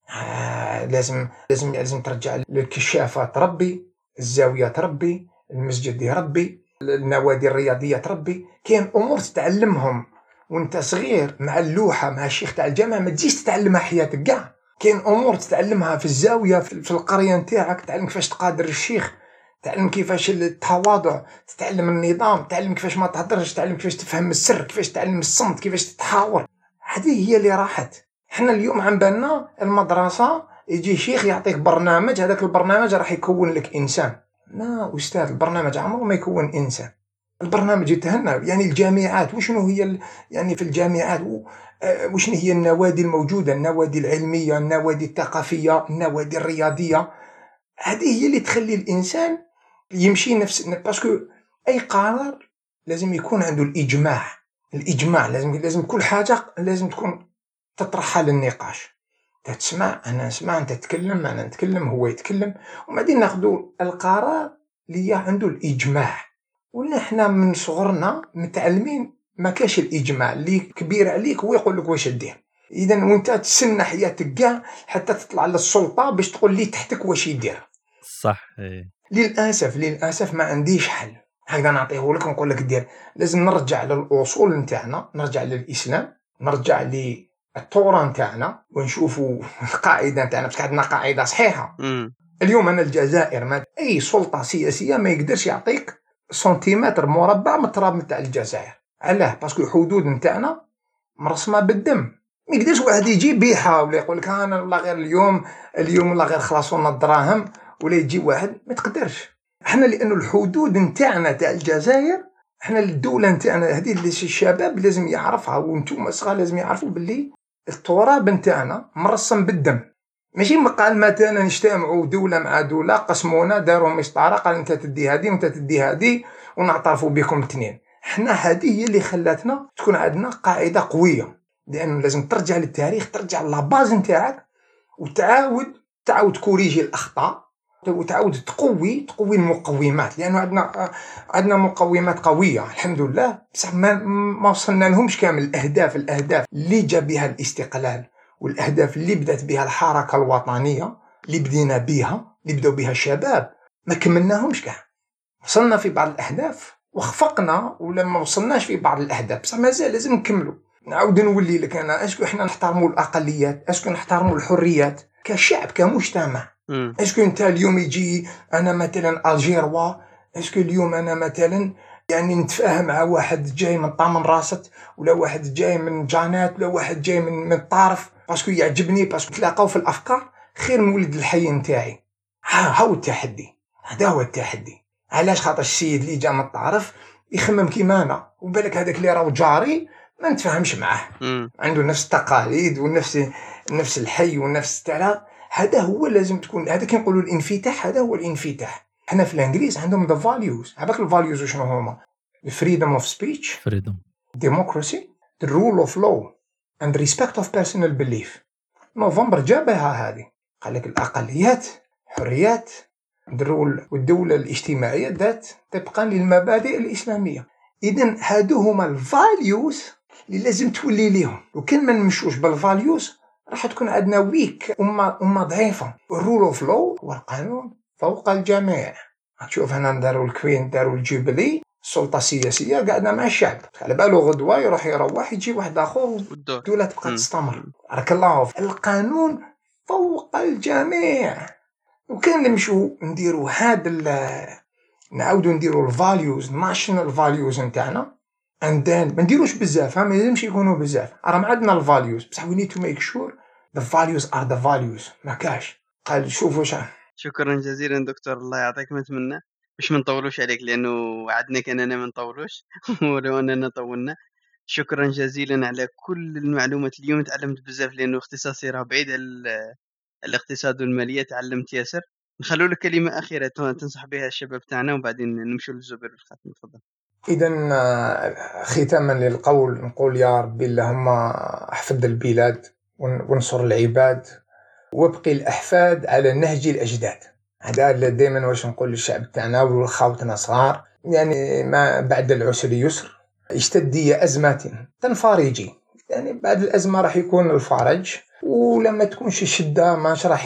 لازم ترجع للكشافه تربي، الزاويه تربي، المسجد يربي، النوادي الرياضيه تربي. كاين امور تتعلمهم وانت صغير مع اللوحه مع الشيخ تاع الجامع، ما تجيش تتعلمها حياتك كاع. كاين امور تتعلمها في الزاويه في القريه نتاعك، تعلم كيفاش تقادر الشيخ، تعلم كيفاش التواضع، تتعلم النظام، تعلم كيفاش ما تهضرش، تعلم كيفاش تفهم السر، كيفاش تعلم الصمت، كيفاش تتحاور. هذه هي اللي راحت. احنا اليوم عم بالنا المدرسه يجي شيخ يعطيك برنامج، هذاك البرنامج راح يكون لك انسان. لا استاذ، البرنامج عمره ما يكون انسان. البرنامج يتهنى. يعني الجامعات وشنو هي يعني في الجامعات وشنو هي النوادي الموجوده، النوادي العلميه، النوادي الثقافيه، النوادي الرياضيه. هذه هي اللي تخلي الانسان يمشي نفس، باسكو اي قرار لازم يكون عنده الاجماع. لازم كل حاجه لازم تكون تطرحها للنقاش. تسمع، انا نسمع، انت تتكلم، انا نتكلم، هو يتكلم، وبعدين ناخذوا القرار اللي عنده الاجماع. ونحن من صغرنا متعلمين ما كاش الاجماع، اللي كبير عليك هو يقول لك واش دير. اذا وانت تسنى حياتك كاع حتى تطلع للسلطه باش تقول لي تحتك واش يدير. صح. للاسف ما عنديش حل هكذا نعطيه لك ونقول لك دير. لازم نرجع للاصول نتاعنا، نرجع للاسلام، نرجع للتوراة نتاعنا، ونشوفوا القاعده نتاعنا، بس عندنا قاعده صحيحه. اليوم انا الجزائر ما اي سلطه سياسيه ما يقدرش يعطيك سنتيمتر مربع من التراب نتاع الجزائر. علاه؟ باسكو الحدود نتاعنا مرسمه بالدم. ما يقدرش واحد يجي بيحه ولا يقول لك انا والله غير اليوم والله غير خلاصونا الدراهم، ولا يجي واحد ما تقدرش. احنا لانه الحدود نتاعنا تاع الجزائر، احنا الدوله نتاعنا هذه اللي الشباب لازم يعرفها، وانتم صغار لازم يعرفوا باللي التراب نتاعنا مرسم بالدم. ماشي مقال مثلا نجتمعوا دوله مع دوله قسمونا داروا مسطره قال انت تدي هذه وانت تدي هذه ونعترفوا بكم الاثنين. احنا هذه هي اللي خلاتنا تكون عندنا قاعده قويه، لانه لازم ترجع للتاريخ، ترجع لاباز نتاعك، وتعاود كوريجي الاخطاء، وتعاود تقوي المقومات. لانه عندنا مقومات قويه الحمد لله، بصح ما وصلنا لهمش كامل. الاهداف اللي جا بها الاستقلال، والاهداف اللي بدات بها الحركه الوطنيه، اللي بدينا بها، اللي بداو بها الشباب، ما كملناهمش كاع. وصلنا في بعض الاهداف وخفقنا، ولا ما وصلناش في بعض الاهداف، بصح مازال لازم نكملوا. نعاود نولي لك انا، اسكو احنا نحترموا الاقليات، اسكو نحترموا الحريات كشعب كمجتمع. اسكو انت اليوم يجي انا مثلا الجيروا، اسكو اليوم انا مثلا يعني نتفاهم مع واحد جاي من طامن راست، ولا واحد جاي من جانات، ولا واحد جاي من الطارف، باسكو يعجبني، باسكو تلاقاو في الافكار خير من ولد الحي نتاعي. هاو التحدي، هذا هو التحدي. علاش؟ خاطر السيد اللي جا من الطارف يخمم كيما انا، وبالك هذاك اللي راهو جاري ما نتفاهمش معاه، عنده نفس التقاليد ونفس الحي ونفس تاع. هذا هو لازم تكون، هذا كنقولوا الانفتاح، هذا هو الانفتاح. احنا في الانجليز عندهم the values. عباك الفاليوز شنو هما؟ freedom of speech, فريدوم. democracy, the rule of law and respect of personal belief. نوفمبر جابها هذه، قال لك الأقليات حريات، والدولة الاجتماعية ذات طبقا للمبادئ الإسلامية. إذن هادو هما الفاليوز اللي لازم تولي ليهم. وكان ما نمشوش بالفاليوز راح تكون عندنا ويك، أمة ضعيفة. الرول اوف لو والقانون فوق الجميع. تشوف هنا داروا الكوين، داروا الجوبلي، السلطة السياسية قاعدة مع الشعب، على باله غدوة يروح يجي واحد آخر والدولة تبقى تستمر. بارك الله. القانون فوق الجميع. وكان نمشوا نديروا نعاودوا نديروا الفاليوز، ناشنال فاليوز نتاعنا، and then ما نديروش بزاف، ما لازمش يكونوا بزاف. راهم عندنا الفاليوز بصح we need to make sure the values are the values. ما كاش قال شوفوا شكرا جزيلا دكتور، الله يعطيك. نتمنى مش منطولوش عليك لأنه وعدناك أننا منطولوش ولو أننا طولنا. شكرا جزيلا على كل المعلومات اليوم، تعلمت بزاف لأنه اختصاصي راه بعيد الاقتصاد والمالية. تعلمت ياسر. نخلو لك كلمة أخيرة تنصح بها الشباب تاعنا وبعدين نمشوا للزبير بالخاتم. تفضل. إذن ختاما للقول نقول يا ربي اللهم احفظ البلاد وانصر العباد وابقي الأحفاد على نهج الأجداد. هذا دائما واش نقول للشعب تاعنا والخاوتنا صغار، يعني ما بعد العسر يسر، اشتدي أزمة تنفرجي. يعني بعد الأزمة راح يكون الفرج، ولما تكونش الشدة ماش راح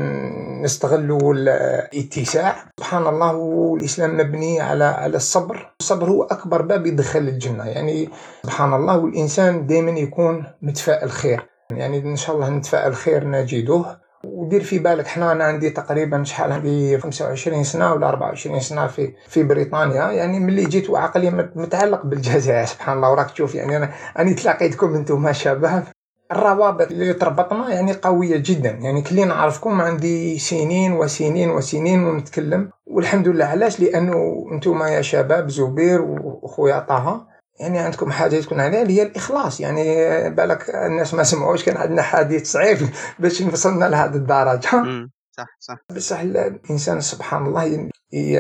نستغلوا الاتساع. سبحان الله، والإسلام مبني على الصبر. الصبر هو أكبر باب يدخل الجنة. يعني سبحان الله، والإنسان دائما يكون متفائل خير. يعني إن شاء الله نتفائل خير نجده. ودير في بالك أنا عندي تقريبا شحال، عندي 25 سنة ولا 24 سنة في بريطانيا. يعني ملي جيت وعقلي متعلق بالجزائر. سبحان الله، وراك تشوف يعني أنا تلاقيتكم أنتم شباب، الروابط اللي تربطنا يعني قوية جدا. يعني كلي نعرفكم عندي سنين وسنين وسنين ونتكلم، والحمد لله. علاش؟ لأنه أنتم يا شباب زبير وأخويا طه يعني عندكم حاجة تكون عليها اللي هي الإخلاص. يعني بالك الناس ما سمعوش، كان عندنا حديث صعيب باش نوصلنا لهذه الدرجة. صح. بس الإنسان سبحان الله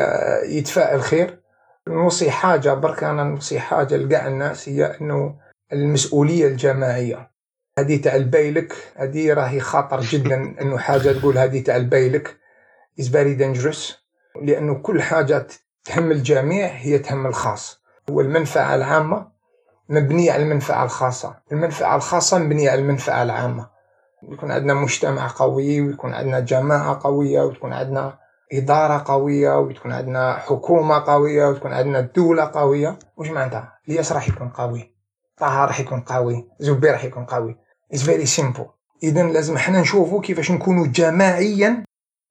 يتفائل خير. نوصي حاجة برك، أنا نوصي حاجة لقاع الناس، هي أنه المسؤولية الجماعية هذه تاع البيلك، هذه راهي خطر جدا. أنه حاجة تقول هذه تاع البيلك is very dangerous، لأنه كل حاجة تهم الجميع هي تهم الخاص. والمنفعة العامة مبنية على المنفعة الخاصة، المنفعة الخاصة مبنية على المنفعة العامة. يكون عندنا مجتمع قوي، ويكون عندنا جماعة قوية، وتكون عندنا إدارة قوية، وتكون عندنا حكومة قوية، وتكون عندنا دولة قوية. وش معناتها؟ الياس راح يكون قوي، طه راح يكون قوي، زبير راح يكون قوي. It's very simple. إذن لازم احنا نشوفوا كيفاش نكونوا جماعيا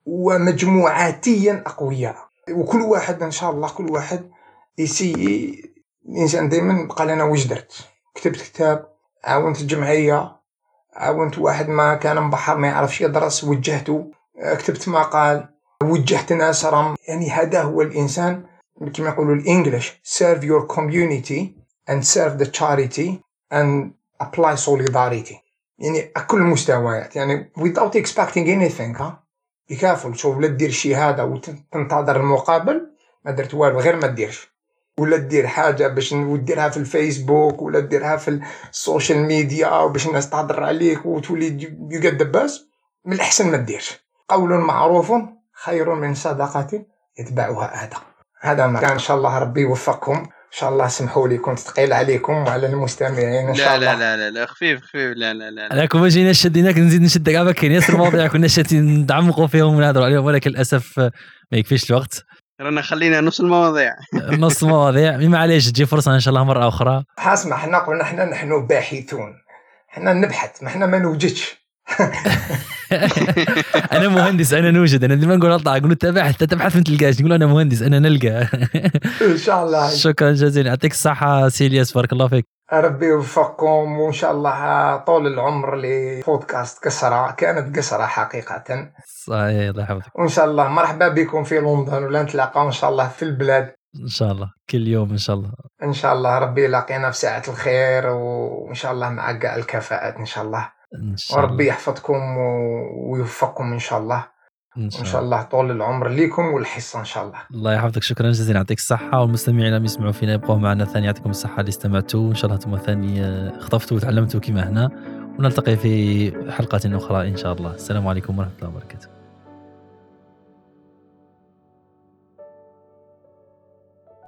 ومجموعاتيا أقوياء. وكل واحد إن شاء الله، كل واحد يسي. الإنسان دائما قال أنا وش درت، كتبت كتاب، عاونت الجمعية، عاونت واحد ما كان مبحر ما يعرفش يدرس وجهته، كتبت مقال، وجهت ناس رم. يعني هذا هو الإنسان كما يقولوا الإنجليش serve your community and serve the charity and apply solidarity. يعني أكل المستويات، يعني without expecting anything. بكافل شوف، لا تدير شي هذا وتنتظر المقابل، ما درت والو غير ما تديرش. ولا تدير حاجة باش وديرها في الفيسبوك، ولا تديرها في السوشيال ميديا وباش الناس تهضر عليك وتولي يقد باس. من الأحسن ما تديرش. قول معروف خير من صدقة يتبعها أذى. هذا ما كان. إن شاء الله ربي يوفقكم. إن شاع الله سمحوا لي كنت ثقيل عليكم وعلى المستمعين. إن شاء الله لا خفيف لا. أنا كما جينا شديناك نزيد نشدك على كاين ياسر مواضيع كنا شاتين نتعمقوا فيهم ونهضروا عليهم، ولكن للأسف ما يكفيش الوقت. رانا خلينا نص المواضيع نص المواضيع ما عليش، تجي فرصة إن شاء الله مرة أخرى. حاسمع، احنا قلنا نحن باحثون، احنا نبحث، ما احنا ما نوجدش. أنا مهندس، أنا نوجد. أنا ديما نقول أطلع أقول تبحث ما تلقاش، نقول أنا مهندس، أنا نلقى. إن شاء الله. شكرا جزيلا، يعطيك الصحة سيلياس، بارك الله فيك. ربي يوفقكم، وإن شاء الله طول العمر لبودكاست قصرة. كانت قصرة حقيقة. صحيح، الله يحفظك. وإن شاء الله مرحبا بكم في لندن، ولا نتلاقاو إن شاء الله في البلاد إن شاء الله كل يوم إن شاء الله. إن شاء الله ربي يلاقينا في ساعة الخير، وإن شاء الله مع كاع الكفاءات إن شاء الله. إن شاء الله. وربي يحفظكم ويوفقكم إن شاء الله. إن وإن شاء شاء الله. الله طول العمر ليكم والحصة إن شاء الله. الله يحفظك، شكرا جزيلا، يعطيك الصحة، والمستمعين اللي يسمعوا فينا يبقوا معنا ثاني، يعطيكم الصحة اللي استمعتوا، إن شاء الله انتم ثاني خطفتوا وتعلمتوا كما هنا، ونلتقي في حلقة أخرى إن شاء الله. السلام عليكم ورحمة الله وبركاته.